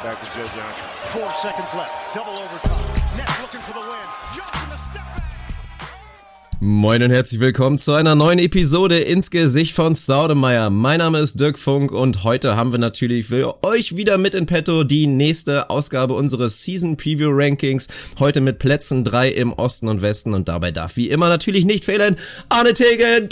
back to Joe Johnson. 4 seconds left. Double overtime. Nets looking for the win. Johnson, the step back. Moin und herzlich willkommen zu einer neuen Episode ins Gesicht von Staudemeyer. Mein Name ist Dirk Funk und heute haben wir natürlich für euch wieder mit in petto die nächste Ausgabe unseres Season Preview Rankings. Heute mit Plätzen 3 im Osten und Westen und dabei darf wie immer natürlich nicht fehlen Arne Tegen.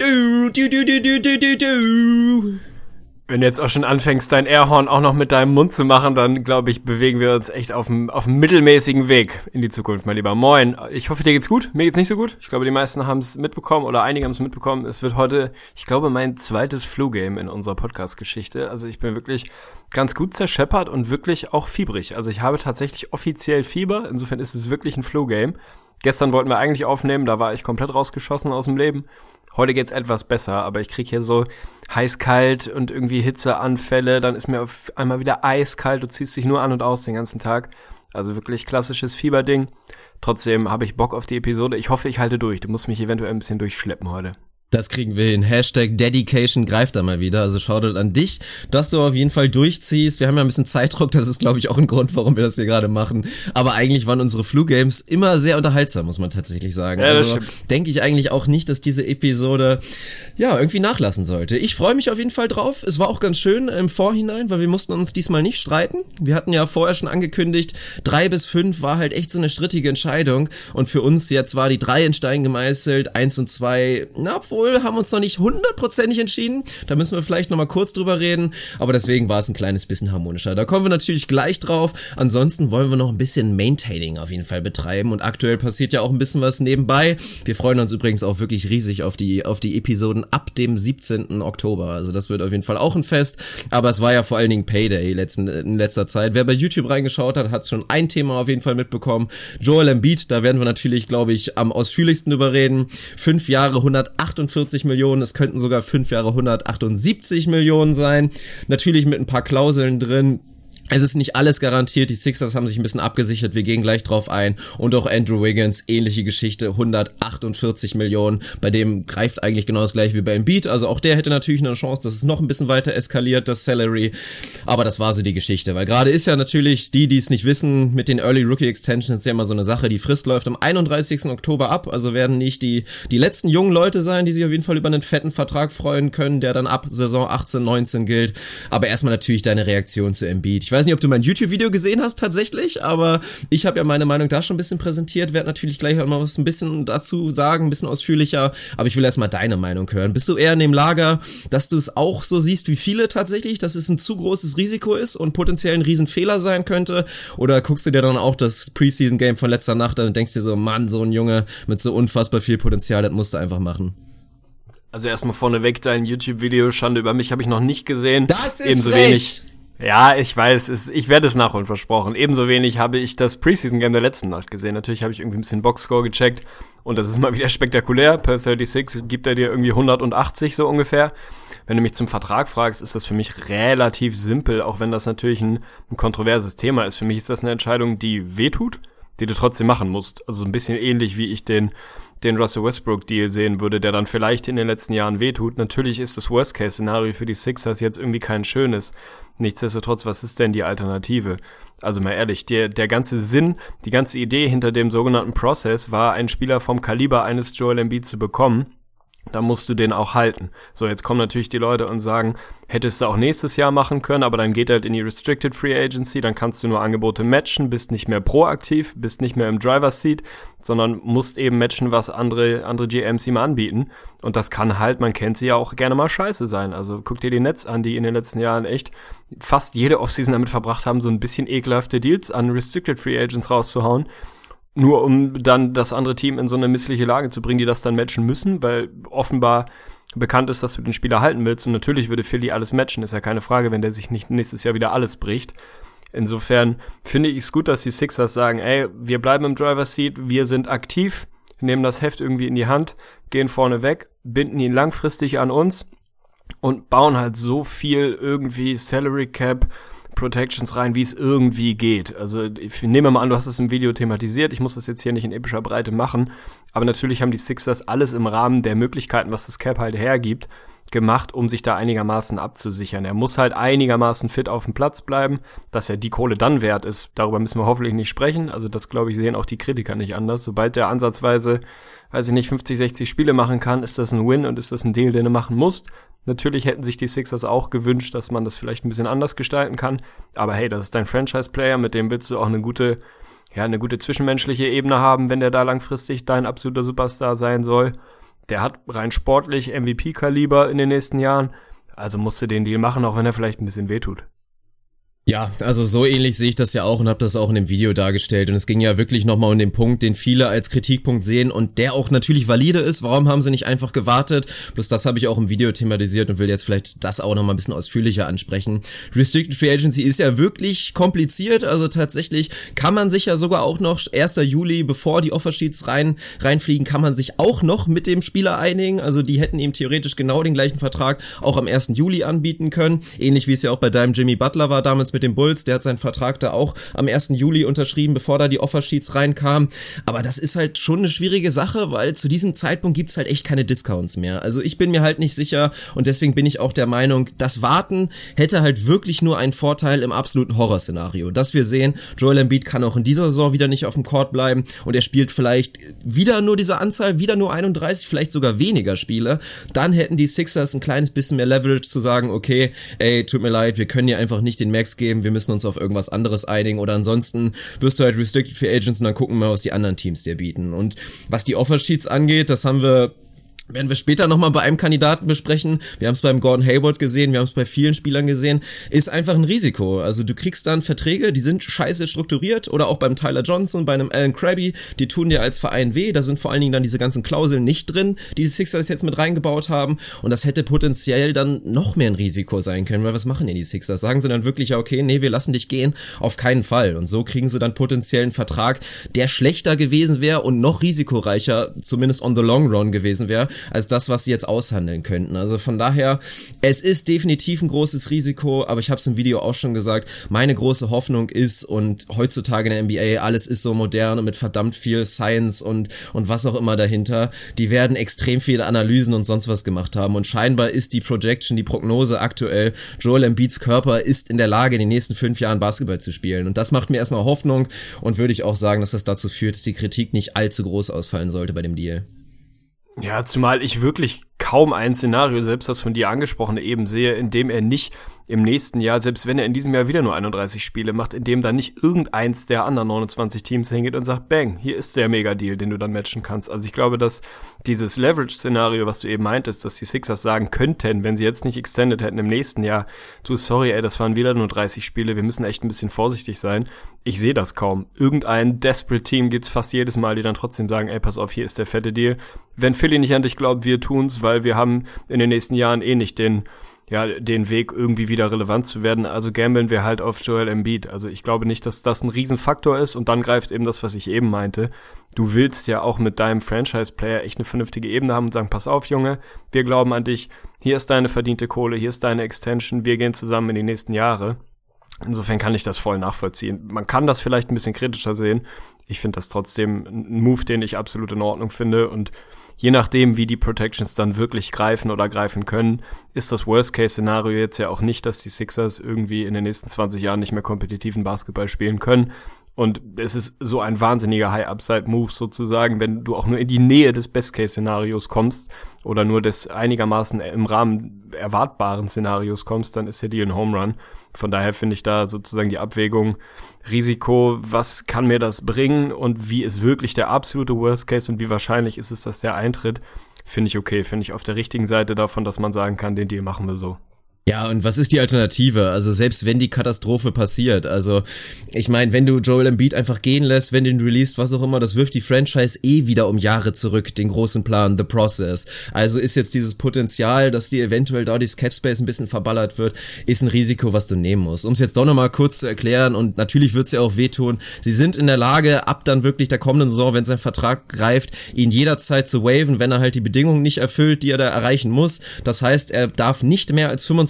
Wenn du jetzt auch schon anfängst, dein Airhorn auch noch mit deinem Mund zu machen, dann, glaube ich, bewegen wir uns echt auf einem mittelmäßigen Weg in die Zukunft, mein Lieber. Moin, ich hoffe, dir geht's gut. Mir geht's nicht so gut. Ich glaube, die meisten haben es mitbekommen oder einige haben es mitbekommen. Es wird heute, ich glaube, mein zweites Flu-Game in unserer Podcast-Geschichte. Also ich bin wirklich ganz gut zerscheppert und wirklich auch fiebrig. Also ich habe tatsächlich offiziell Fieber. Insofern ist es wirklich ein Flu-Game. Gestern wollten wir eigentlich aufnehmen, da war ich komplett rausgeschossen aus dem Leben. Heute geht's etwas besser, aber ich krieg hier so heiß-kalt und irgendwie Hitzeanfälle, dann ist mir auf einmal wieder eiskalt, du ziehst dich nur an und aus den ganzen Tag. Also wirklich klassisches Fieberding. Trotzdem habe ich Bock auf die Episode. Ich hoffe, ich halte durch. Du musst mich eventuell ein bisschen durchschleppen heute. Das kriegen wir hin. Hashtag Dedication greift da mal wieder. Also Shoutout an dich, dass du auf jeden Fall durchziehst. Wir haben ja ein bisschen Zeitdruck. Das ist, glaube ich, auch ein Grund, warum wir das hier gerade machen. Aber eigentlich waren unsere Flu-Games immer sehr unterhaltsam, muss man tatsächlich sagen. Ja, also denke ich eigentlich auch nicht, dass diese Episode ja irgendwie nachlassen sollte. Ich freue mich auf jeden Fall drauf. Es war auch ganz schön im Vorhinein, weil wir mussten uns diesmal nicht streiten. Wir hatten ja vorher schon angekündigt, 3 bis 5 war halt echt so eine strittige Entscheidung. Und für uns jetzt war die 3 in Stein gemeißelt, 1 und 2, haben uns noch nicht 100%ig entschieden. Da müssen wir vielleicht nochmal kurz drüber reden. Aber deswegen war es ein kleines bisschen harmonischer. Da kommen wir natürlich gleich drauf. Ansonsten wollen wir noch ein bisschen Maintaining auf jeden Fall betreiben. Und aktuell passiert ja auch ein bisschen was nebenbei. Wir freuen uns übrigens auch wirklich riesig auf die Episoden ab dem 17. Oktober. Also das wird auf jeden Fall auch ein Fest. Aber es war ja vor allen Dingen Payday in letzter Zeit. Wer bei YouTube reingeschaut hat, hat schon ein Thema auf jeden Fall mitbekommen. Joel Embiid, da werden wir natürlich, glaube ich, am ausführlichsten drüber reden. 5 Jahre, 148 Millionen, es könnten sogar 5 Jahre 178 Millionen sein. Natürlich mit ein paar Klauseln drin. Es ist nicht alles garantiert, die Sixers haben sich ein bisschen abgesichert, wir gehen gleich drauf ein. Und auch Andrew Wiggins, ähnliche Geschichte, 148 Millionen, bei dem greift eigentlich genau das gleiche wie bei Embiid, also auch der hätte natürlich eine Chance, dass es noch ein bisschen weiter eskaliert, das Salary, aber das war so die Geschichte, weil gerade ist ja natürlich, die es nicht wissen, mit den Early Rookie Extensions ja immer so eine Sache, die Frist läuft am 31. Oktober ab, also werden nicht die letzten jungen Leute sein, die sich auf jeden Fall über einen fetten Vertrag freuen können, der dann ab Saison 18, 19 gilt, aber erstmal natürlich deine Reaktion zu Embiid. Ich weiß nicht, ob du mein YouTube-Video gesehen hast tatsächlich, aber ich habe ja meine Meinung da schon ein bisschen präsentiert, werde natürlich gleich auch mal was ein bisschen dazu sagen, ein bisschen ausführlicher, aber ich will erstmal deine Meinung hören. Bist du eher in dem Lager, dass du es auch so siehst wie viele tatsächlich, dass es ein zu großes Risiko ist und potenziell ein Riesenfehler sein könnte, oder guckst du dir dann auch das Preseason-Game von letzter Nacht an und denkst dir so, Mann, so ein Junge mit so unfassbar viel Potenzial, das musst du einfach machen? Also erstmal vorneweg, dein YouTube-Video, Schande über mich, habe ich noch nicht gesehen. Das ist ebenso frech. Wenig. Ja, ich weiß, ich werde es nachholen, versprochen. Ebenso wenig habe ich das Preseason-Game der letzten Nacht gesehen. Natürlich habe ich irgendwie ein bisschen Boxscore gecheckt und das ist mal wieder spektakulär. Per 36 gibt er dir irgendwie 180 so ungefähr. Wenn du mich zum Vertrag fragst, ist das für mich relativ simpel, auch wenn das natürlich ein kontroverses Thema ist. Für mich ist das eine Entscheidung, die wehtut, die du trotzdem machen musst. Also so ein bisschen ähnlich, wie ich den Russell Westbrook-Deal sehen würde, der dann vielleicht in den letzten Jahren wehtut. Natürlich ist das Worst-Case-Szenario für die Sixers jetzt irgendwie kein schönes. Nichtsdestotrotz, was ist denn die Alternative? Also mal ehrlich, der ganze Sinn, die ganze Idee hinter dem sogenannten Process war, einen Spieler vom Kaliber eines Joel Embiid zu bekommen. Da musst du den auch halten. So, jetzt kommen natürlich die Leute und sagen, hättest du auch nächstes Jahr machen können, aber dann geht halt in die Restricted Free Agency, dann kannst du nur Angebote matchen, bist nicht mehr proaktiv, bist nicht mehr im Driver's Seat, sondern musst eben matchen, was andere GMs ihm anbieten. Und das kann halt, man kennt sie ja auch gerne mal scheiße sein. Also guck dir die Nets an, die in den letzten Jahren echt fast jede Offseason damit verbracht haben, so ein bisschen ekelhafte Deals an Restricted Free Agents rauszuhauen. Nur um dann das andere Team in so eine missliche Lage zu bringen, die das dann matchen müssen, weil offenbar bekannt ist, dass du den Spieler halten willst. Und natürlich würde Philly alles matchen, ist ja keine Frage, wenn der sich nicht nächstes Jahr wieder alles bricht. Insofern finde ich es gut, dass die Sixers sagen, ey, wir bleiben im Driver's Seat, wir sind aktiv, nehmen das Heft irgendwie in die Hand, gehen vorne weg, binden ihn langfristig an uns und bauen halt so viel irgendwie Salary Cap Protections rein, wie es irgendwie geht. Also ich nehme mal an, du hast es im Video thematisiert, ich muss das jetzt hier nicht in epischer Breite machen, aber natürlich haben die Sixers alles im Rahmen der Möglichkeiten, was das Cap halt hergibt, gemacht, um sich da einigermaßen abzusichern. Er muss halt einigermaßen fit auf dem Platz bleiben, dass er die Kohle dann wert ist. Darüber müssen wir hoffentlich nicht sprechen. Also das, glaube ich, sehen auch die Kritiker nicht anders. Sobald der ansatzweise, 50, 60 Spiele machen kann, ist das ein Win und ist das ein Deal, den du machen musst. Natürlich hätten sich die Sixers auch gewünscht, dass man das vielleicht ein bisschen anders gestalten kann. Aber hey, das ist dein Franchise-Player, mit dem willst du auch eine gute zwischenmenschliche Ebene haben, wenn der da langfristig dein absoluter Superstar sein soll. Der hat rein sportlich MVP-Kaliber in den nächsten Jahren. Also musst du den Deal machen, auch wenn er vielleicht ein bisschen wehtut. Ja, also so ähnlich sehe ich das ja auch und habe das auch in dem Video dargestellt. Und es ging ja wirklich nochmal um den Punkt, den viele als Kritikpunkt sehen und der auch natürlich valide ist. Warum haben sie nicht einfach gewartet? Bloß das habe ich auch im Video thematisiert und will jetzt vielleicht das auch nochmal ein bisschen ausführlicher ansprechen. Restricted Free Agency ist ja wirklich kompliziert. Also tatsächlich kann man sich ja sogar auch noch 1. Juli, bevor die Offersheets reinfliegen, kann man sich auch noch mit dem Spieler einigen. Also die hätten ihm theoretisch genau den gleichen Vertrag auch am 1. Juli anbieten können. Ähnlich wie es ja auch bei deinem Jimmy Butler war damals mit den Bulls, der hat seinen Vertrag da auch am 1. Juli unterschrieben, bevor da die Offersheets reinkamen, aber das ist halt schon eine schwierige Sache, weil zu diesem Zeitpunkt gibt's halt echt keine Discounts mehr, also ich bin mir halt nicht sicher und deswegen bin ich auch der Meinung, das Warten hätte halt wirklich nur einen Vorteil im absoluten Horrorszenario, dass wir sehen, Joel Embiid kann auch in dieser Saison wieder nicht auf dem Court bleiben und er spielt vielleicht wieder nur diese Anzahl, wieder nur 31, vielleicht sogar weniger Spiele, dann hätten die Sixers ein kleines bisschen mehr Leverage zu sagen, okay, ey, tut mir leid, wir können dir einfach nicht den Max geben, wir müssen uns auf irgendwas anderes einigen oder ansonsten wirst du halt Restricted Free Agents und dann gucken wir, was die anderen Teams dir bieten. Und was die Offersheets angeht, werden wir später nochmal bei einem Kandidaten besprechen. Wir haben es beim Gordon Hayward gesehen, wir haben es bei vielen Spielern gesehen. Ist einfach ein Risiko. Also du kriegst dann Verträge, die sind scheiße strukturiert oder auch beim Tyler Johnson, bei einem Alan Krabby, die tun dir als Verein weh. Da sind vor allen Dingen dann diese ganzen Klauseln nicht drin, die Sixers jetzt mit reingebaut haben. Und das hätte potenziell dann noch mehr ein Risiko sein können, weil was machen denn die Sixers? Sagen sie dann wirklich, ja okay, nee, wir lassen dich gehen? Auf keinen Fall. Und so kriegen sie dann potenziell einen Vertrag, der schlechter gewesen wäre und noch risikoreicher, zumindest on the long run gewesen wäre, als das, was sie jetzt aushandeln könnten. Also von daher, es ist definitiv ein großes Risiko, aber ich habe es im Video auch schon gesagt, meine große Hoffnung ist, und heutzutage in der NBA, alles ist so modern und mit verdammt viel Science und was auch immer dahinter, die werden extrem viele Analysen und sonst was gemacht haben und scheinbar ist die Projection, die Prognose aktuell, Joel Embiids Körper ist in der Lage, in den nächsten 5 Jahren Basketball zu spielen und das macht mir erstmal Hoffnung und würde ich auch sagen, dass das dazu führt, dass die Kritik nicht allzu groß ausfallen sollte bei dem Deal. Ja, zumal ich wirklich kaum ein Szenario, selbst das von dir angesprochene, eben sehe, in dem er nicht im nächsten Jahr, selbst wenn er in diesem Jahr wieder nur 31 Spiele macht, in dem dann nicht irgendeins der anderen 29 Teams hingeht und sagt, bang, hier ist der Mega-Deal, den du dann matchen kannst. Also ich glaube, dass dieses Leverage-Szenario, was du eben meintest, dass die Sixers sagen könnten, wenn sie jetzt nicht extended hätten im nächsten Jahr, du, sorry, ey, das waren wieder nur 30 Spiele, wir müssen echt ein bisschen vorsichtig sein. Ich sehe das kaum. Irgendein desperate Team gibt's fast jedes Mal, die dann trotzdem sagen, ey, pass auf, hier ist der fette Deal. Wenn Philly nicht an dich glaubt, wir tun's, weil wir haben in den nächsten Jahren eh nicht den Weg irgendwie wieder relevant zu werden, also gambeln wir halt auf Joel Embiid. Also ich glaube nicht, dass das ein Riesenfaktor ist und dann greift eben das, was ich eben meinte. Du willst ja auch mit deinem Franchise-Player echt eine vernünftige Ebene haben und sagen, pass auf, Junge, wir glauben an dich, hier ist deine verdiente Kohle, hier ist deine Extension, wir gehen zusammen in die nächsten Jahre. Insofern kann ich das voll nachvollziehen. Man kann das vielleicht ein bisschen kritischer sehen. Ich finde das trotzdem ein Move, den ich absolut in Ordnung finde und je nachdem, wie die Protections dann wirklich greifen oder greifen können, ist das Worst-Case-Szenario jetzt ja auch nicht, dass die Sixers irgendwie in den nächsten 20 Jahren nicht mehr kompetitiven Basketball spielen können. Und es ist so ein wahnsinniger High-Upside-Move sozusagen, wenn du auch nur in die Nähe des Best-Case-Szenarios kommst oder nur des einigermaßen im Rahmen erwartbaren Szenarios kommst, dann ist ja die ein Home-Run. Von daher finde ich da sozusagen die Abwägung Risiko, was kann mir das bringen und wie ist wirklich der absolute Worst-Case und wie wahrscheinlich ist es, dass der eintritt, finde ich okay, finde ich auf der richtigen Seite davon, dass man sagen kann, den Deal machen wir so. Ja, und was ist die Alternative? Also selbst wenn die Katastrophe passiert, also ich meine, wenn du Joel Embiid einfach gehen lässt, wenn du ihn released, was auch immer, das wirft die Franchise wieder um Jahre zurück, den großen Plan, the process. Also ist jetzt dieses Potenzial, dass dir eventuell da die Cap Space ein bisschen verballert wird, ist ein Risiko, was du nehmen musst. Um es jetzt doch nochmal kurz zu erklären und natürlich wird es ja auch wehtun, sie sind in der Lage, ab dann wirklich der kommenden Saison, wenn sein Vertrag greift, ihn jederzeit zu waven, wenn er halt die Bedingungen nicht erfüllt, die er da erreichen muss. Das heißt, er darf nicht mehr als 25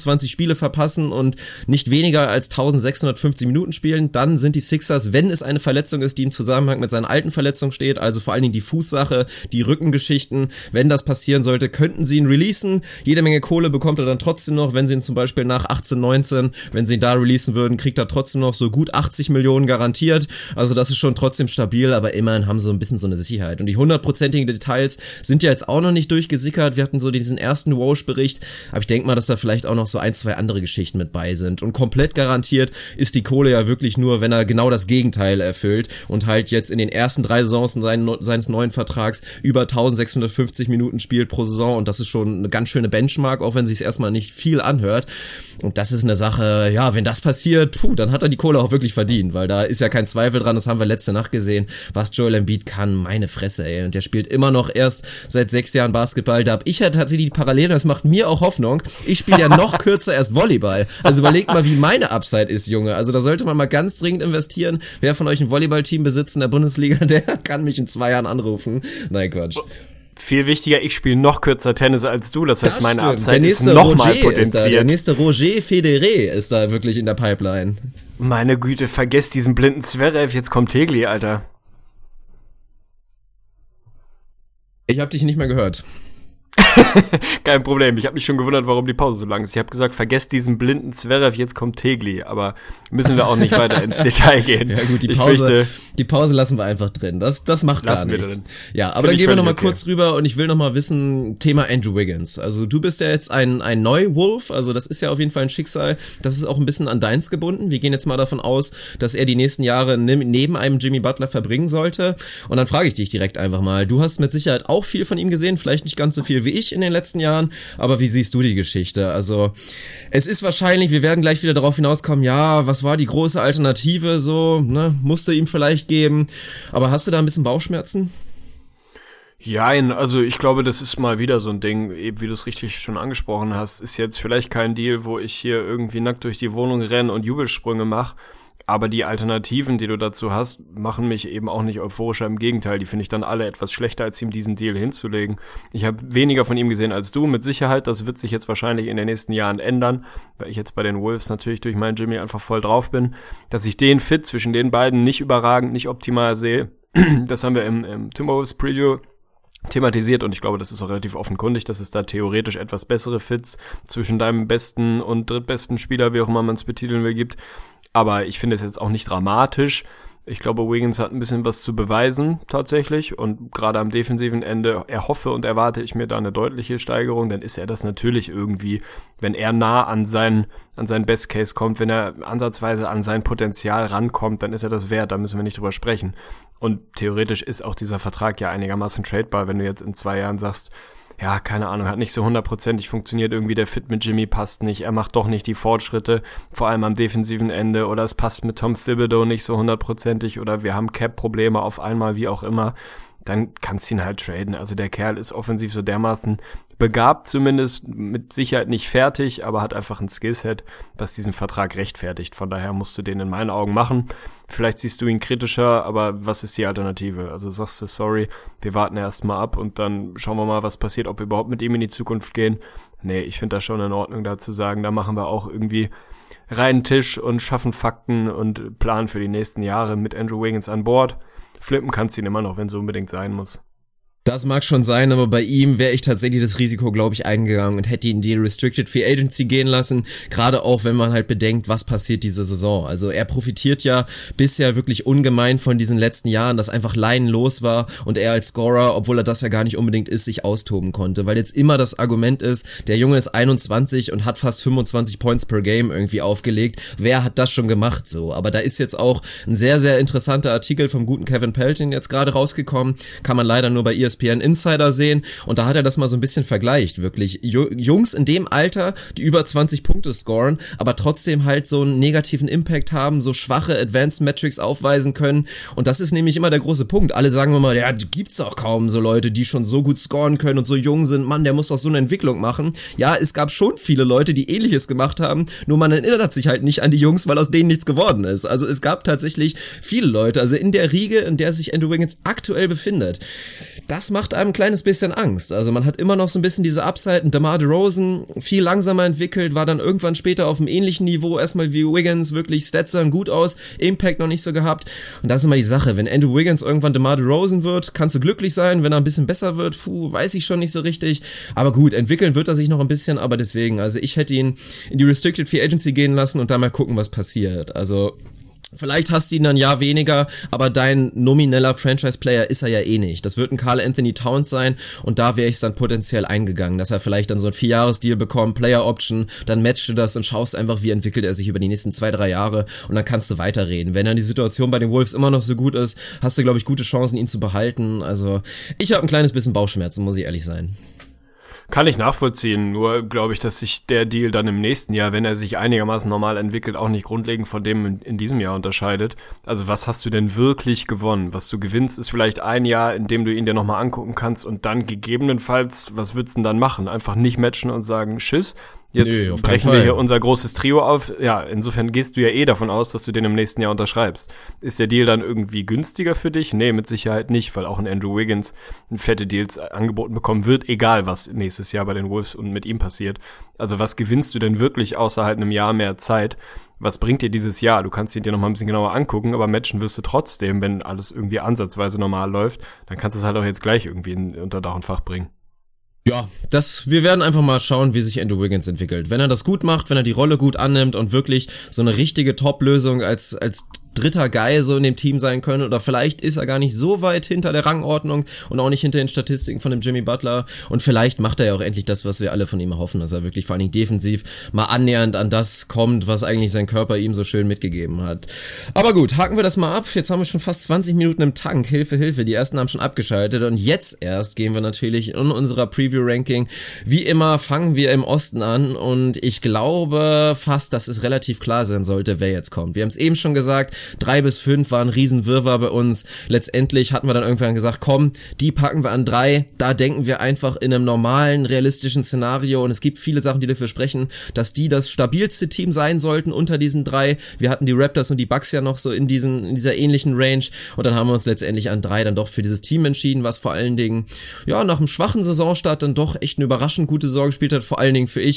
25 Spiele verpassen und nicht weniger als 1650 Minuten spielen, dann sind die Sixers, wenn es eine Verletzung ist, die im Zusammenhang mit seiner alten Verletzung steht, also vor allen Dingen die Fußsache, die Rückengeschichten, wenn das passieren sollte, könnten sie ihn releasen. Jede Menge Kohle bekommt er dann trotzdem noch, wenn sie ihn zum Beispiel nach 18, 19, wenn sie ihn da releasen würden, kriegt er trotzdem noch so gut 80 Millionen garantiert. Also das ist schon trotzdem stabil, aber immerhin haben sie so ein bisschen so eine Sicherheit. Und die 100%igen Details sind ja jetzt auch noch nicht durchgesickert. Wir hatten so diesen ersten Woj-Bericht, aber ich denke mal, dass da vielleicht auch noch so 1, 2 andere Geschichten mit bei sind. Und komplett garantiert ist die Kohle ja wirklich nur, wenn er genau das Gegenteil erfüllt und halt jetzt in den ersten 3 Saisons seines neuen Vertrags über 1650 Minuten spielt pro Saison, und das ist schon eine ganz schöne Benchmark, auch wenn sich's erstmal nicht viel anhört. Und das ist eine Sache, ja, wenn das passiert, dann hat er die Kohle auch wirklich verdient, weil da ist ja kein Zweifel dran, das haben wir letzte Nacht gesehen, was Joel Embiid kann, meine Fresse, ey. Und der spielt immer noch erst seit 6 Jahren Basketball. Da hab ich ja tatsächlich die Parallele, das macht mir auch Hoffnung. Ich spiele ja noch kürzer erst Volleyball. Also überlegt mal, wie meine Upside ist, Junge. Also da sollte man mal ganz dringend investieren. Wer von euch ein Volleyballteam besitzt in der Bundesliga, der kann mich in 2 Jahren anrufen. Nein, Quatsch. Viel wichtiger, ich spiele noch kürzer Tennis als du, das heißt, meine stimmt. Upside ist noch mal potenziert. Der nächste Roger Federer ist da wirklich in der Pipeline. Meine Güte, vergesst diesen blinden Zverev, jetzt kommt Tegli, Alter. Ich hab dich nicht mehr gehört. Kein Problem, ich habe mich schon gewundert, warum die Pause so lang ist. Ich habe gesagt, vergesst diesen blinden Zverev, jetzt kommt Tegli, aber müssen wir auch nicht weiter ins Detail gehen. Ja gut, die Pause lassen wir einfach drin, das macht gar nichts. Ja, aber dann gehen wir nochmal kurz rüber und ich will nochmal wissen, Thema Andrew Wiggins. Also du bist ja jetzt ein Neu-Wolf, also das ist ja auf jeden Fall ein Schicksal, das ist auch ein bisschen an deins gebunden. Wir gehen jetzt mal davon aus, dass er die nächsten Jahre neben einem Jimmy Butler verbringen sollte, und dann frage ich dich direkt einfach mal, du hast mit Sicherheit auch viel von ihm gesehen, vielleicht nicht ganz so viel wie ich in den letzten Jahren, aber wie siehst du die Geschichte? Also, es ist wahrscheinlich, wir werden gleich wieder darauf hinauskommen, ja, was war die große Alternative so, ne, musste ihm vielleicht geben, aber hast du da ein bisschen Bauchschmerzen? Ja, also ich glaube, das ist mal wieder so ein Ding, eben wie du es richtig schon angesprochen hast, ist jetzt vielleicht kein Deal, wo ich hier irgendwie nackt durch die Wohnung renne und Jubelsprünge mache, aber die Alternativen, die du dazu hast, machen mich eben auch nicht euphorischer. Im Gegenteil, die finde ich dann alle etwas schlechter, als ihm diesen Deal hinzulegen. Ich habe weniger von ihm gesehen als du, mit Sicherheit. Das wird sich jetzt wahrscheinlich in den nächsten Jahren ändern, weil ich jetzt bei den Wolves natürlich durch meinen Jimmy einfach voll drauf bin. Dass ich den Fit zwischen den beiden nicht überragend, nicht optimal sehe, das haben wir im Timberwolves Preview thematisiert, und ich glaube, das ist auch relativ offenkundig, dass es da theoretisch etwas bessere Fits zwischen deinem besten und drittbesten Spieler, wie auch immer man es betiteln will, gibt. Aber ich finde es jetzt auch nicht dramatisch. Ich glaube, Wiggins hat ein bisschen was zu beweisen, tatsächlich. Und gerade am defensiven Ende erhoffe und erwarte ich mir da eine deutliche Steigerung. Dann ist er das natürlich irgendwie, wenn er nah an seinen Best Case kommt, wenn er ansatzweise an sein Potenzial rankommt, dann ist er das wert. Da müssen wir nicht drüber sprechen. Und theoretisch ist auch dieser Vertrag ja einigermaßen tradebar, wenn du jetzt in 2 Jahren sagst, ja, keine Ahnung, hat nicht so 100%ig funktioniert, irgendwie der Fit mit Jimmy passt nicht, er macht doch nicht die Fortschritte, vor allem am defensiven Ende, oder es passt mit Tom Thibodeau nicht so 100%ig, oder wir haben Cap-Probleme auf einmal, wie auch immer, dann kannst du ihn halt traden. Also der Kerl ist offensiv so dermaßen begabt, zumindest mit Sicherheit nicht fertig, aber hat einfach ein Skillset, was diesen Vertrag rechtfertigt. Von daher musst du den in meinen Augen machen. Vielleicht siehst du ihn kritischer, aber was ist die Alternative? Also sagst du, sorry, wir warten erst mal ab und dann schauen wir mal, was passiert, ob wir überhaupt mit ihm in die Zukunft gehen. Nee, ich finde das schon in Ordnung, da zu sagen, da machen wir auch irgendwie reinen Tisch und schaffen Fakten und planen für die nächsten Jahre mit Andrew Wiggins an Bord. Flippen kannst du ihn immer noch, wenn es unbedingt sein muss. Das mag schon sein, aber bei ihm wäre ich tatsächlich das Risiko, glaube ich, eingegangen und hätte ihn in die Restricted Free Agency gehen lassen, gerade auch, wenn man halt bedenkt, was passiert diese Saison. Also er profitiert ja bisher wirklich ungemein von diesen letzten Jahren, dass einfach leinenlos war und er als Scorer, obwohl er das ja gar nicht unbedingt ist, sich austoben konnte, weil jetzt immer das Argument ist, der Junge ist 21 und hat fast 25 Points per Game irgendwie aufgelegt. Wer hat das schon gemacht so? Aber da ist jetzt auch ein sehr, sehr interessanter Artikel vom guten Kevin Pelton jetzt gerade rausgekommen, kann man leider nur bei ESPN Insider sehen, und da hat er das mal so ein bisschen vergleicht, wirklich. Jungs in dem Alter, die über 20 Punkte scoren, aber trotzdem halt so einen negativen Impact haben, so schwache Advanced Metrics aufweisen können, und das ist nämlich immer der große Punkt. Alle sagen immer, ja, gibt's auch kaum so Leute, die schon so gut scoren können und so jung sind, Mann, der muss doch so eine Entwicklung machen. Ja, es gab schon viele Leute, die Ähnliches gemacht haben, nur man erinnert sich halt nicht an die Jungs, weil aus denen nichts geworden ist. Also es gab tatsächlich viele Leute, also in der Riege, in der sich Andrew Wiggins aktuell befindet. Das das macht einem ein kleines bisschen Angst. Also man hat immer noch so ein bisschen diese Upside. DeMar DeRozan viel langsamer entwickelt, war dann irgendwann später auf einem ähnlichen Niveau, erstmal wie Wiggins, wirklich Stats sahen gut aus, Impact noch nicht so gehabt. Und das ist immer die Sache, wenn Andrew Wiggins irgendwann DeMar DeRozan wird, kannst du glücklich sein, wenn er ein bisschen besser wird, weiß ich schon nicht so richtig. Aber gut, entwickeln wird er sich noch ein bisschen, aber deswegen, also ich hätte ihn in die Restricted Free Agency gehen lassen und da mal gucken, was passiert. Also vielleicht hast du ihn dann ein Jahr weniger, aber dein nomineller Franchise-Player ist er ja eh nicht. Das wird ein Karl Anthony Towns sein und da wäre ich dann potenziell eingegangen, dass er vielleicht dann so ein 4-Jahres-Deal bekommt, Player-Option, dann matchst du das und schaust einfach, wie entwickelt er sich über die nächsten 2-3 Jahre und dann kannst du weiterreden. Wenn dann die Situation bei den Wolves immer noch so gut ist, hast du, glaube ich, gute Chancen, ihn zu behalten. Also ich habe ein kleines bisschen Bauchschmerzen, muss ich ehrlich sein. Kann ich nachvollziehen, nur glaube ich, dass sich der Deal dann im nächsten Jahr, wenn er sich einigermaßen normal entwickelt, auch nicht grundlegend von dem in diesem Jahr unterscheidet. Also was hast du denn wirklich gewonnen? Was du gewinnst, ist vielleicht ein Jahr, in dem du ihn dir nochmal angucken kannst und dann gegebenenfalls, was würdest du denn dann machen? Einfach nicht matchen und sagen, tschüss. Jetzt brechen wir hier unser großes Trio auf. Ja, insofern gehst du ja davon aus, dass du den im nächsten Jahr unterschreibst. Ist der Deal dann irgendwie günstiger für dich? Nee, mit Sicherheit nicht, weil auch ein Andrew Wiggins fette Deals angeboten bekommen wird, egal was nächstes Jahr bei den Wolves und mit ihm passiert. Also was gewinnst du denn wirklich außer halt einem Jahr mehr Zeit? Was bringt dir dieses Jahr? Du kannst ihn dir noch mal ein bisschen genauer angucken, aber matchen wirst du trotzdem, wenn alles irgendwie ansatzweise normal läuft. Dann kannst du es halt auch jetzt gleich irgendwie unter Dach und Fach bringen. Ja, wir werden einfach mal schauen, wie sich Andrew Wiggins entwickelt. Wenn er das gut macht, wenn er die Rolle gut annimmt und wirklich so eine richtige Top-Lösung als dritter Guy so in dem Team sein können, oder vielleicht ist er gar nicht so weit hinter der Rangordnung und auch nicht hinter den Statistiken von dem Jimmy Butler und vielleicht macht er ja auch endlich das, was wir alle von ihm erhoffen, dass er wirklich vor allen Dingen defensiv mal annähernd an das kommt, was eigentlich sein Körper ihm so schön mitgegeben hat. Aber gut, haken wir das mal ab. Jetzt haben wir schon fast 20 Minuten im Tank. Hilfe, die ersten haben schon abgeschaltet und jetzt erst gehen wir natürlich in unserer Preview-Ranking. Wie immer fangen wir im Osten an und ich glaube fast, dass es relativ klar sein sollte, wer jetzt kommt. Wir haben es eben schon gesagt, 3 bis 5 war ein Riesenwirrwarr bei uns. Letztendlich hatten wir dann irgendwann gesagt, komm, die packen wir an 3. Da denken wir einfach in einem normalen, realistischen Szenario und es gibt viele Sachen, die dafür sprechen, dass die das stabilste Team sein sollten unter diesen 3. Wir hatten die Raptors und die Bucks ja noch so in dieser ähnlichen Range und dann haben wir uns letztendlich an 3 dann doch für dieses Team entschieden, was vor allen Dingen, ja, nach einem schwachen Saisonstart dann doch echt eine überraschend gute Saison gespielt hat, vor allen Dingen für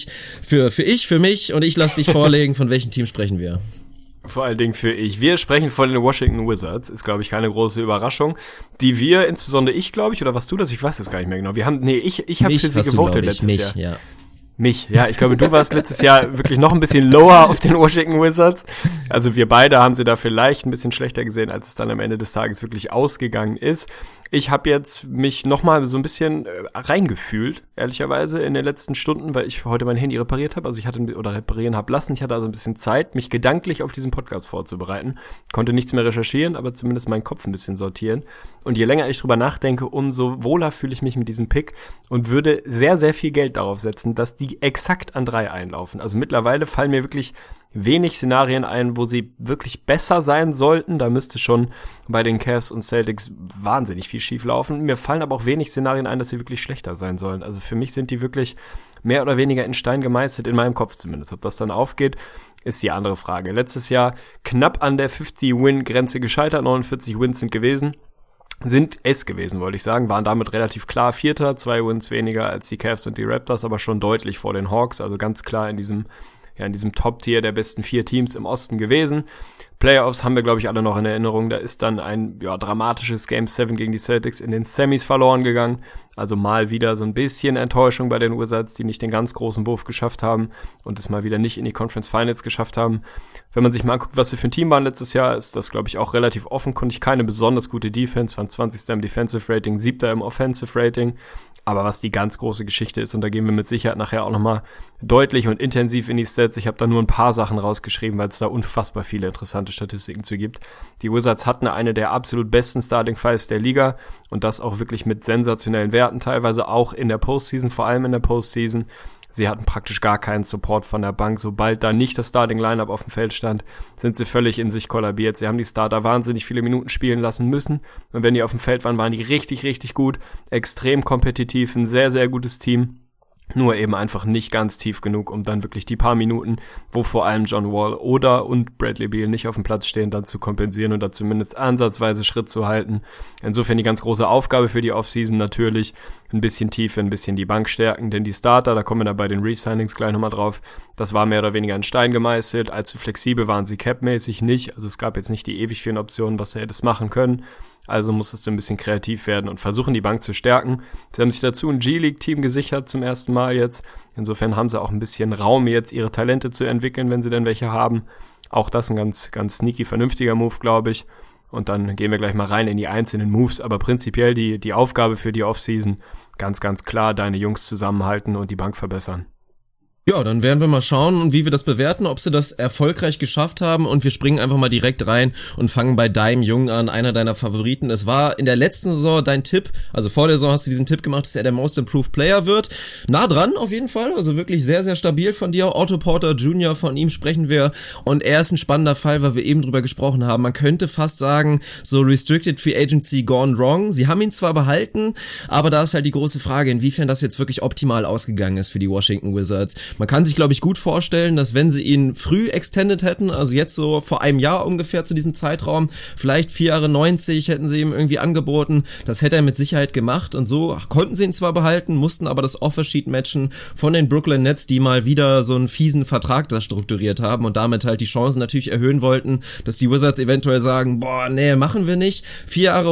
mich und ich lasse dich vorlegen, von welchem Team sprechen wir. Vor allen Dingen für ich. Wir sprechen von den Washington Wizards. Ist, glaube ich, keine große Überraschung. Die wir, insbesondere ich, glaube ich, oder was du das? Ich weiß das gar nicht mehr genau. Ich habe für sie gewotet letztes Jahr. Ja. Mich, ja. Ich glaube, du warst letztes Jahr wirklich noch ein bisschen lower auf den Washington Wizards. Also wir beide haben sie da vielleicht ein bisschen schlechter gesehen, als es dann am Ende des Tages wirklich ausgegangen ist. Ich habe jetzt mich nochmal so ein bisschen reingefühlt, ehrlicherweise, in den letzten Stunden, weil ich heute mein Handy repariert habe. Also reparieren habe lassen. Ich hatte also ein bisschen Zeit, mich gedanklich auf diesen Podcast vorzubereiten. Konnte nichts mehr recherchieren, aber zumindest meinen Kopf ein bisschen sortieren. Und je länger ich drüber nachdenke, umso wohler fühle ich mich mit diesem Pick und würde sehr, sehr viel Geld darauf setzen, dass die exakt an 3 einlaufen. Also mittlerweile fallen mir wirklich wenig Szenarien ein, wo sie wirklich besser sein sollten. Da müsste schon bei den Cavs und Celtics wahnsinnig viel schief laufen. Mir fallen aber auch wenig Szenarien ein, dass sie wirklich schlechter sein sollen. Also für mich sind die wirklich mehr oder weniger in Stein gemeißelt, in meinem Kopf zumindest. Ob das dann aufgeht, ist die andere Frage. Letztes Jahr knapp an der 50-Win-Grenze gescheitert, 49 Wins sind es gewesen, wollte ich sagen, waren damit relativ klar Vierter, 2 Wins weniger als die Cavs und die Raptors, aber schon deutlich vor den Hawks, also ganz klar in diesem Top-Tier der besten 4 Teams im Osten gewesen. Playoffs haben wir, glaube ich, alle noch in Erinnerung. Da ist dann ein dramatisches Game 7 gegen die Celtics in den Semis verloren gegangen. Also mal wieder so ein bisschen Enttäuschung bei den Wizards, die nicht den ganz großen Wurf geschafft haben und es mal wieder nicht in die Conference Finals geschafft haben. Wenn man sich mal anguckt, was sie für ein Team waren letztes Jahr, ist das, glaube ich, auch relativ offenkundig. Keine besonders gute Defense, waren 20. im Defensive Rating, 7. im Offensive Rating. Aber was die ganz große Geschichte ist, und da gehen wir mit Sicherheit nachher auch nochmal deutlich und intensiv in die Stats. Ich habe da nur ein paar Sachen rausgeschrieben, weil es da unfassbar viele interessante Statistiken zu gibt. Die Wizards hatten eine der absolut besten Starting Fives der Liga und das auch wirklich mit sensationellen Werten, teilweise auch in der Postseason, vor allem in der Postseason. Sie hatten praktisch gar keinen Support von der Bank. Sobald da nicht das Starting-Lineup auf dem Feld stand, sind sie völlig in sich kollabiert. Sie haben die Starter wahnsinnig viele Minuten spielen lassen müssen. Und wenn die auf dem Feld waren, waren die richtig, richtig gut. Extrem kompetitiv, ein sehr, sehr gutes Team. Nur eben einfach nicht ganz tief genug, um dann wirklich die paar Minuten, wo vor allem John Wall und Bradley Beal nicht auf dem Platz stehen, dann zu kompensieren und da zumindest ansatzweise Schritt zu halten. Insofern die ganz große Aufgabe für die Offseason natürlich, ein bisschen Tiefe, ein bisschen die Bank stärken, denn die Starter, da kommen wir dann bei den Resignings gleich nochmal drauf, das war mehr oder weniger in Stein gemeißelt, allzu flexibel waren sie capmäßig nicht, also es gab jetzt nicht die ewig vielen Optionen, was sie hätte machen können. Also musstest du ein bisschen kreativ werden und versuchen, die Bank zu stärken. Sie haben sich dazu ein G-League-Team gesichert zum ersten Mal jetzt. Insofern haben sie auch ein bisschen Raum, jetzt ihre Talente zu entwickeln, wenn sie denn welche haben. Auch das ein ganz, ganz sneaky, vernünftiger Move, glaube ich. Und dann gehen wir gleich mal rein in die einzelnen Moves. Aber prinzipiell die Aufgabe für die Offseason, ganz, ganz klar, deine Jungs zusammenhalten und die Bank verbessern. Ja, dann werden wir mal schauen, wie wir das bewerten, ob sie das erfolgreich geschafft haben, und wir springen einfach mal direkt rein und fangen bei Dime Jung an, einer deiner Favoriten. Es war in der letzten Saison dein Tipp, also vor der Saison hast du diesen Tipp gemacht, dass er der Most Improved Player wird. Nah dran auf jeden Fall, also wirklich sehr, sehr stabil von dir. Otto Porter Jr., von ihm sprechen wir, und er ist ein spannender Fall, weil wir eben drüber gesprochen haben. Man könnte fast sagen, so Restricted Free Agency gone wrong. Sie haben ihn zwar behalten, aber da ist halt die große Frage, inwiefern das jetzt wirklich optimal ausgegangen ist für die Washington Wizards. Man kann sich, glaube ich, gut vorstellen, dass wenn sie ihn früh extended hätten, also jetzt so vor einem Jahr ungefähr zu diesem Zeitraum, vielleicht 4 Jahre 90 hätten sie ihm irgendwie angeboten, das hätte er mit Sicherheit gemacht, und so konnten sie ihn zwar behalten, mussten aber das Offersheet matchen von den Brooklyn Nets, die mal wieder so einen fiesen Vertrag da strukturiert haben und damit halt die Chancen natürlich erhöhen wollten, dass die Wizards eventuell sagen, boah, nee, machen wir nicht. 4 Jahre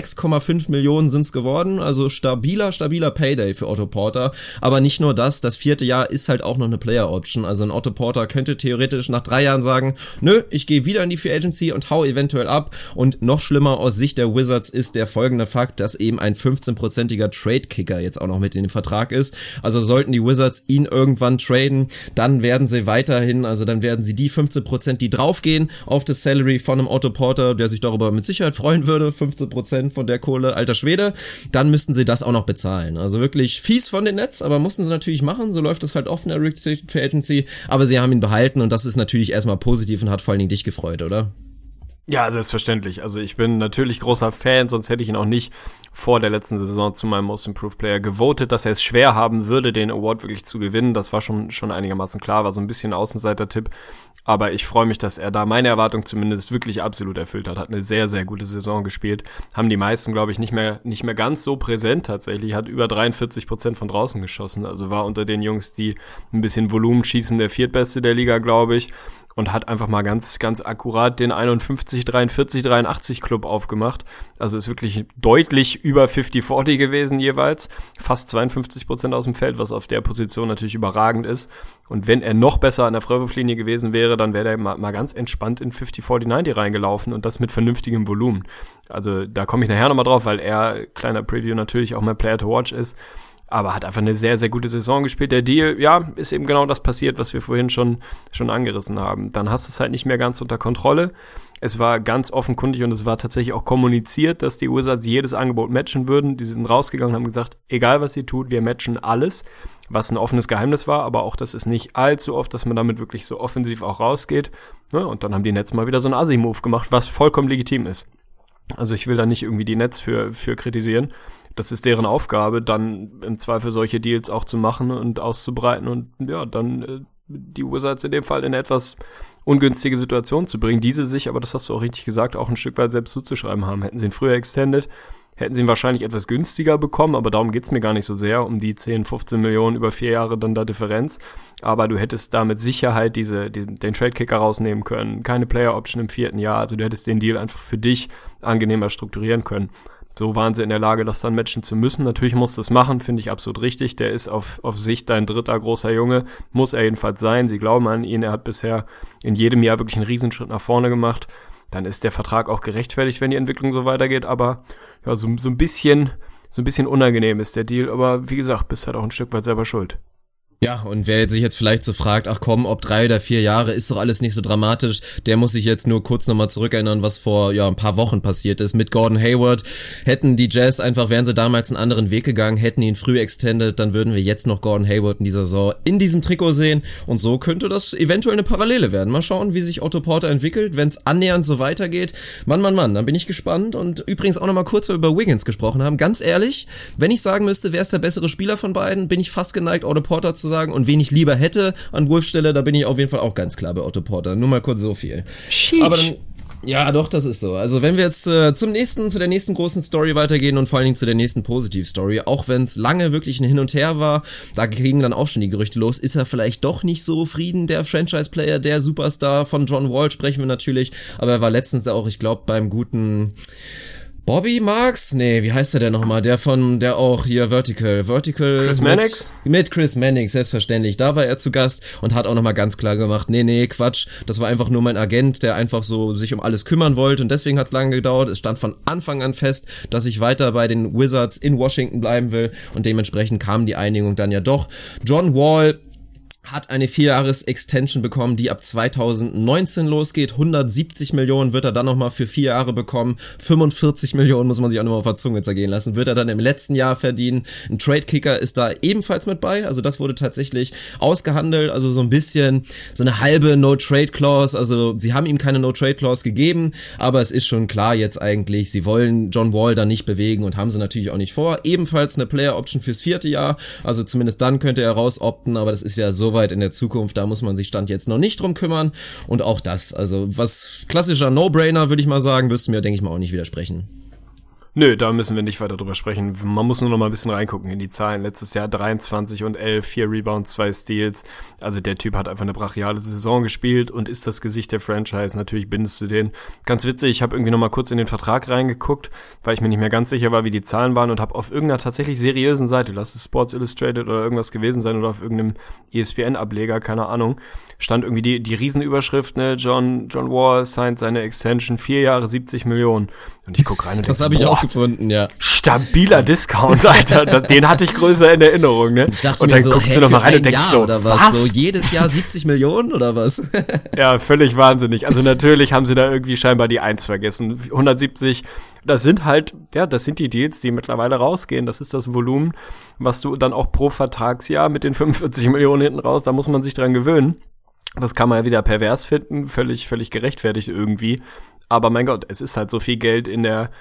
106,5 Millionen sind's geworden, also stabiler Payday für Otto Porter, aber nicht nur das 4. Jahr ist halt auch noch eine Player Option, also ein Otto Porter könnte theoretisch nach 3 Jahren sagen, nö, ich gehe wieder in die Free Agency und hau eventuell ab, und noch schlimmer aus Sicht der Wizards ist der folgende Fakt, dass eben ein 15%iger Trade-Kicker jetzt auch noch mit in dem Vertrag ist, also sollten die Wizards ihn irgendwann traden, dann werden sie die 15%, die draufgehen auf das Salary von einem Otto Porter, der sich darüber mit Sicherheit freuen würde, 15% von der Kohle, alter Schwede, dann müssten sie das auch noch bezahlen, also wirklich fies von den Nets, aber mussten sie natürlich machen, so läuft das halt oft in der Restricted Free Agency, aber sie haben ihn behalten, und das ist natürlich erstmal positiv und hat vor allen Dingen dich gefreut, oder? Ja, selbstverständlich. Also ich bin natürlich großer Fan, sonst hätte ich ihn auch nicht vor der letzten Saison zu meinem Most Improved Player gewotet, dass er es schwer haben würde, den Award wirklich zu gewinnen. Das war schon einigermaßen klar, war so ein bisschen Außenseiter-Tipp. Aber ich freue mich, dass er da meine Erwartung zumindest wirklich absolut erfüllt hat. Hat eine sehr, sehr gute Saison gespielt. Haben die meisten, glaube ich, nicht mehr ganz so präsent tatsächlich. Hat über 43% von draußen geschossen. Also war unter den Jungs, die ein bisschen Volumen schießen, der viertbeste der Liga, glaube ich. Und hat einfach mal ganz, ganz akkurat den 51-43-83 Club aufgemacht. Also ist wirklich deutlich über 50-40 gewesen jeweils. Fast 52% aus dem Feld, was auf der Position natürlich überragend ist. Und wenn er noch besser an der Freiwurflinie gewesen wäre, dann wäre er mal ganz entspannt in 50-40-90 reingelaufen, und das mit vernünftigem Volumen. Also da komme ich nachher nochmal drauf, weil er, kleiner Preview, natürlich auch mein Player to watch ist. Aber hat einfach eine sehr, sehr gute Saison gespielt. Der Deal, ja, ist eben genau das passiert, was wir vorhin schon angerissen haben. Dann hast du es halt nicht mehr ganz unter Kontrolle. Es war ganz offenkundig, und es war tatsächlich auch kommuniziert, dass die Wizards jedes Angebot matchen würden. Die sind rausgegangen und haben gesagt, egal was ihr tut, wir matchen alles. Was ein offenes Geheimnis war, aber auch das ist nicht allzu oft, dass man damit wirklich so offensiv auch rausgeht. Ja, und dann haben die Nets mal wieder so einen Assi-Move gemacht, was vollkommen legitim ist. Also ich will da nicht irgendwie die Nets für kritisieren. Das ist deren Aufgabe, dann im Zweifel solche Deals auch zu machen und auszubreiten und ja, dann die Wizards in dem Fall in eine etwas ungünstige Situation zu bringen, diese sich, aber das hast du auch richtig gesagt, auch ein Stück weit selbst zuzuschreiben haben. Hätten sie ihn früher extended, hätten sie ihn wahrscheinlich etwas günstiger bekommen, aber darum geht's mir gar nicht so sehr, um die 10, 15 Millionen über 4 Jahre dann da Differenz. Aber du hättest da mit Sicherheit den Trade-Kicker rausnehmen können, keine Player-Option im 4. Jahr, also du hättest den Deal einfach für dich angenehmer strukturieren können. So waren sie in der Lage, das dann matchen zu müssen. Natürlich musst du es machen, finde ich absolut richtig. Der ist auf Sicht dein dritter großer Junge, muss er jedenfalls sein. Sie glauben an ihn, er hat bisher in jedem Jahr wirklich einen Riesenschritt nach vorne gemacht. Dann ist der Vertrag auch gerechtfertigt, wenn die Entwicklung so weitergeht. Aber ja, so ein bisschen unangenehm ist der Deal. Aber wie gesagt, bist halt auch ein Stück weit selber schuld. Ja, und wer sich jetzt vielleicht so fragt, ach komm, ob 3 oder 4 Jahre, ist doch alles nicht so dramatisch, der muss sich jetzt nur kurz nochmal zurückerinnern, was vor ein paar Wochen passiert ist. Mit Gordon Hayward hätten die Jazz einfach, wären sie damals einen anderen Weg gegangen, hätten ihn früh extended, dann würden wir jetzt noch Gordon Hayward in dieser Saison in diesem Trikot sehen und so könnte das eventuell eine Parallele werden. Mal schauen, wie sich Otto Porter entwickelt, wenn es annähernd so weitergeht. Mann, dann bin ich gespannt und übrigens auch nochmal kurz, weil wir über Wiggins gesprochen haben. Ganz ehrlich, wenn ich sagen müsste, wer ist der bessere Spieler von beiden, bin ich fast geneigt, Otto Porter zu sagen, und wen ich lieber hätte an Wolfs Stelle, da bin ich auf jeden Fall auch ganz klar bei Otto Porter. Nur mal kurz so viel. Sheesh. Aber dann, ja, doch, das ist so. Also wenn wir jetzt zu der nächsten großen Story weitergehen und vor allen Dingen zu der nächsten Positiv-Story, auch wenn es lange wirklich ein Hin und Her war, da gingen dann auch schon die Gerüchte los, ist er vielleicht doch nicht so Frieden, der Franchise-Player, der Superstar. Von John Wall sprechen wir natürlich, aber er war letztens auch, ich glaube, beim guten Bobby Marks? Nee, wie heißt der denn nochmal? Der auch hier Vertical. Chris Mannix? Mit Chris Mannix, selbstverständlich. Da war er zu Gast und hat auch nochmal ganz klar gemacht, nee, Quatsch, das war einfach nur mein Agent, der einfach so sich um alles kümmern wollte und deswegen hat es lange gedauert. Es stand von Anfang an fest, dass ich weiter bei den Wizards in Washington bleiben will und dementsprechend kam die Einigung dann ja doch. John Wall hat eine 4-Jahres-Extension bekommen, die ab 2019 losgeht. 170 Millionen wird er dann nochmal für 4 Jahre bekommen. 45 Millionen muss man sich auch nochmal auf der Zunge zergehen lassen. Wird er dann im letzten Jahr verdienen. Ein Trade-Kicker ist da ebenfalls mit bei. Also das wurde tatsächlich ausgehandelt. Also so ein bisschen so eine halbe No-Trade-Clause. Also sie haben ihm keine No-Trade-Clause gegeben, aber es ist schon klar jetzt eigentlich, sie wollen John Wall da nicht bewegen und haben sie natürlich auch nicht vor. Ebenfalls eine Player-Option fürs 4. Jahr. Also zumindest dann könnte er rausopten, aber das ist ja so weit in der Zukunft, da muss man sich Stand jetzt noch nicht drum kümmern und auch das, also was klassischer No-Brainer, würde ich mal sagen, wirst du mir, denke ich mal, auch nicht widersprechen. Nö, da müssen wir nicht weiter drüber sprechen. Man muss nur noch mal ein bisschen reingucken in die Zahlen. Letztes Jahr 23 und 11, 4 Rebounds, 2 Steals. Also der Typ hat einfach eine brachiale Saison gespielt und ist das Gesicht der Franchise. Natürlich bindest du den. Ganz witzig, ich habe irgendwie noch mal kurz in den Vertrag reingeguckt, weil ich mir nicht mehr ganz sicher war, wie die Zahlen waren und habe auf irgendeiner tatsächlich seriösen Seite, lass es Sports Illustrated oder irgendwas gewesen sein oder auf irgendeinem ESPN-Ableger, keine Ahnung, stand irgendwie die Riesenüberschrift, ne, John Wall signed seine Extension, 4 Jahre, 70 Millionen. Und ich guck rein und das habe ich auch gefunden, ja. Stabiler Discount, Alter. Den hatte ich größer in Erinnerung, ne? Ich dachte und mir dann so, guckst du noch mal rein und denkst so, oder was? So jedes Jahr 70 Millionen oder was? Ja, völlig wahnsinnig. Also natürlich haben sie da irgendwie scheinbar die 1 vergessen. 170, das sind halt, ja, das sind die Deals, die mittlerweile rausgehen. Das ist das Volumen, was du dann auch pro Vertragsjahr mit den 45 Millionen hinten raus, da muss man sich dran gewöhnen. Das kann man ja wieder pervers finden, völlig gerechtfertigt irgendwie. Aber mein Gott, es ist halt so viel Geld in der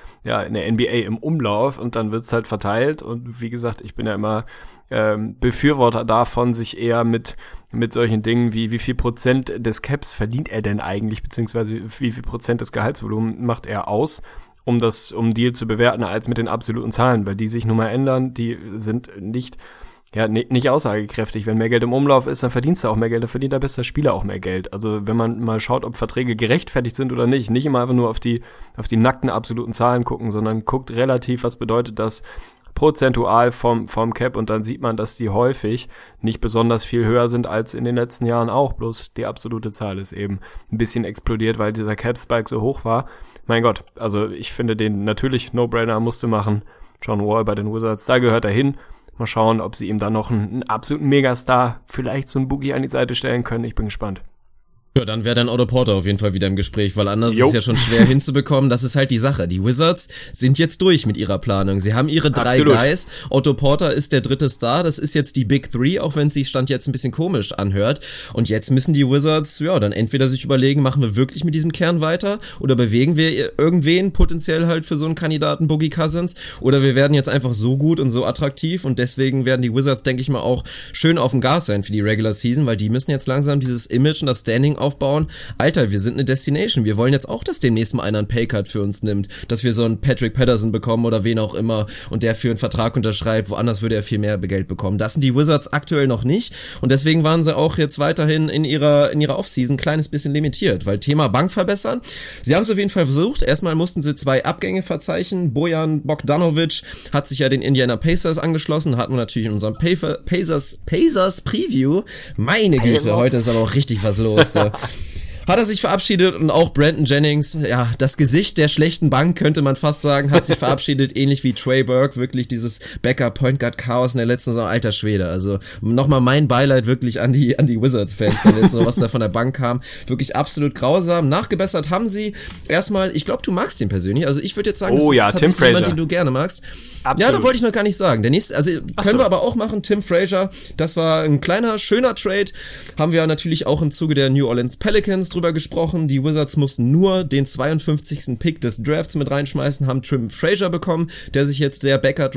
NBA im Umlauf und dann wird's halt verteilt. Und wie gesagt, ich bin ja immer Befürworter davon, sich eher mit solchen Dingen wie viel Prozent des Caps verdient er denn eigentlich, beziehungsweise wie viel Prozent des Gehaltsvolumens macht er aus, um Deal zu bewerten, als mit den absoluten Zahlen, weil die sich nun mal ändern, die sind nicht aussagekräftig. Wenn mehr Geld im Umlauf ist, dann verdienst du auch mehr Geld, dann verdient der beste Spieler auch mehr Geld. Also wenn man mal schaut, ob Verträge gerechtfertigt sind oder nicht immer einfach nur auf die nackten absoluten Zahlen gucken, sondern guckt relativ, was bedeutet das prozentual vom Cap und dann sieht man, dass die häufig nicht besonders viel höher sind als in den letzten Jahren auch, bloß die absolute Zahl ist eben ein bisschen explodiert, weil dieser Cap-Spike so hoch war. Mein Gott, also ich finde den natürlich No-Brainer musste machen. John Wall bei den Wizards, da gehört er hin. Mal schauen, ob sie ihm dann noch einen absoluten Megastar, vielleicht so einen Boogie an die Seite stellen können. Ich bin gespannt. Ja, dann wäre dann Otto Porter auf jeden Fall wieder im Gespräch, weil anders ist es ja schon schwer hinzubekommen. Das ist halt die Sache. Die Wizards sind jetzt durch mit ihrer Planung. Sie haben ihre 3 Guys. Otto Porter ist der 3. Star. Das ist jetzt die Big 3, auch wenn es sich Stand jetzt ein bisschen komisch anhört. Und jetzt müssen die Wizards, ja, dann entweder sich überlegen, machen wir wirklich mit diesem Kern weiter oder bewegen wir irgendwen potenziell halt für so einen Kandidaten Boogie Cousins oder wir werden jetzt einfach so gut und so attraktiv und deswegen werden die Wizards, denke ich mal, auch schön auf dem Gas sein für die Regular Season, weil die müssen jetzt langsam dieses Image und das Standing aufbauen. Alter, wir sind eine Destination. Wir wollen jetzt auch, dass demnächst mal einer einen Paycut für uns nimmt, dass wir so einen Patrick Patterson bekommen oder wen auch immer und der für einen Vertrag unterschreibt. Woanders würde er viel mehr Geld bekommen. Das sind die Wizards aktuell noch nicht und deswegen waren sie auch jetzt weiterhin in ihrer Offseason ein kleines bisschen limitiert, weil Thema Bank verbessern. Sie haben es auf jeden Fall versucht. Erstmal mussten sie 2 Abgänge verzeichnen. Bojan Bogdanovic hat sich ja den Indiana Pacers angeschlossen. Hatten wir natürlich in unserem Pacers Preview. Meine Güte, heute ist aber auch richtig was los. Da. hat er sich verabschiedet und auch Brandon Jennings, ja, das Gesicht der schlechten Bank, könnte man fast sagen, hat sich verabschiedet, ähnlich wie Trey Burke, wirklich dieses Backup-Point Guard-Chaos in der letzten Saison, alter Schwede, also nochmal mein Beileid wirklich an die Wizards-Fans, dann jetzt so, was da von der Bank kam, wirklich absolut grausam, nachgebessert haben sie, erstmal, ich glaube, du magst ihn persönlich, also ich würde jetzt sagen, das ist tatsächlich jemand, den du gerne magst. Absolut. Ja, da wollte ich noch gar nicht sagen, der nächste, also können wir aber auch machen, Tim Frazier, das war ein kleiner, schöner Trade, haben wir natürlich auch im Zuge der New Orleans Pelicans drüber gesprochen, die Wizards mussten nur den 52. Pick des Drafts mit reinschmeißen, haben Tim Frazier bekommen, der sich jetzt der Backup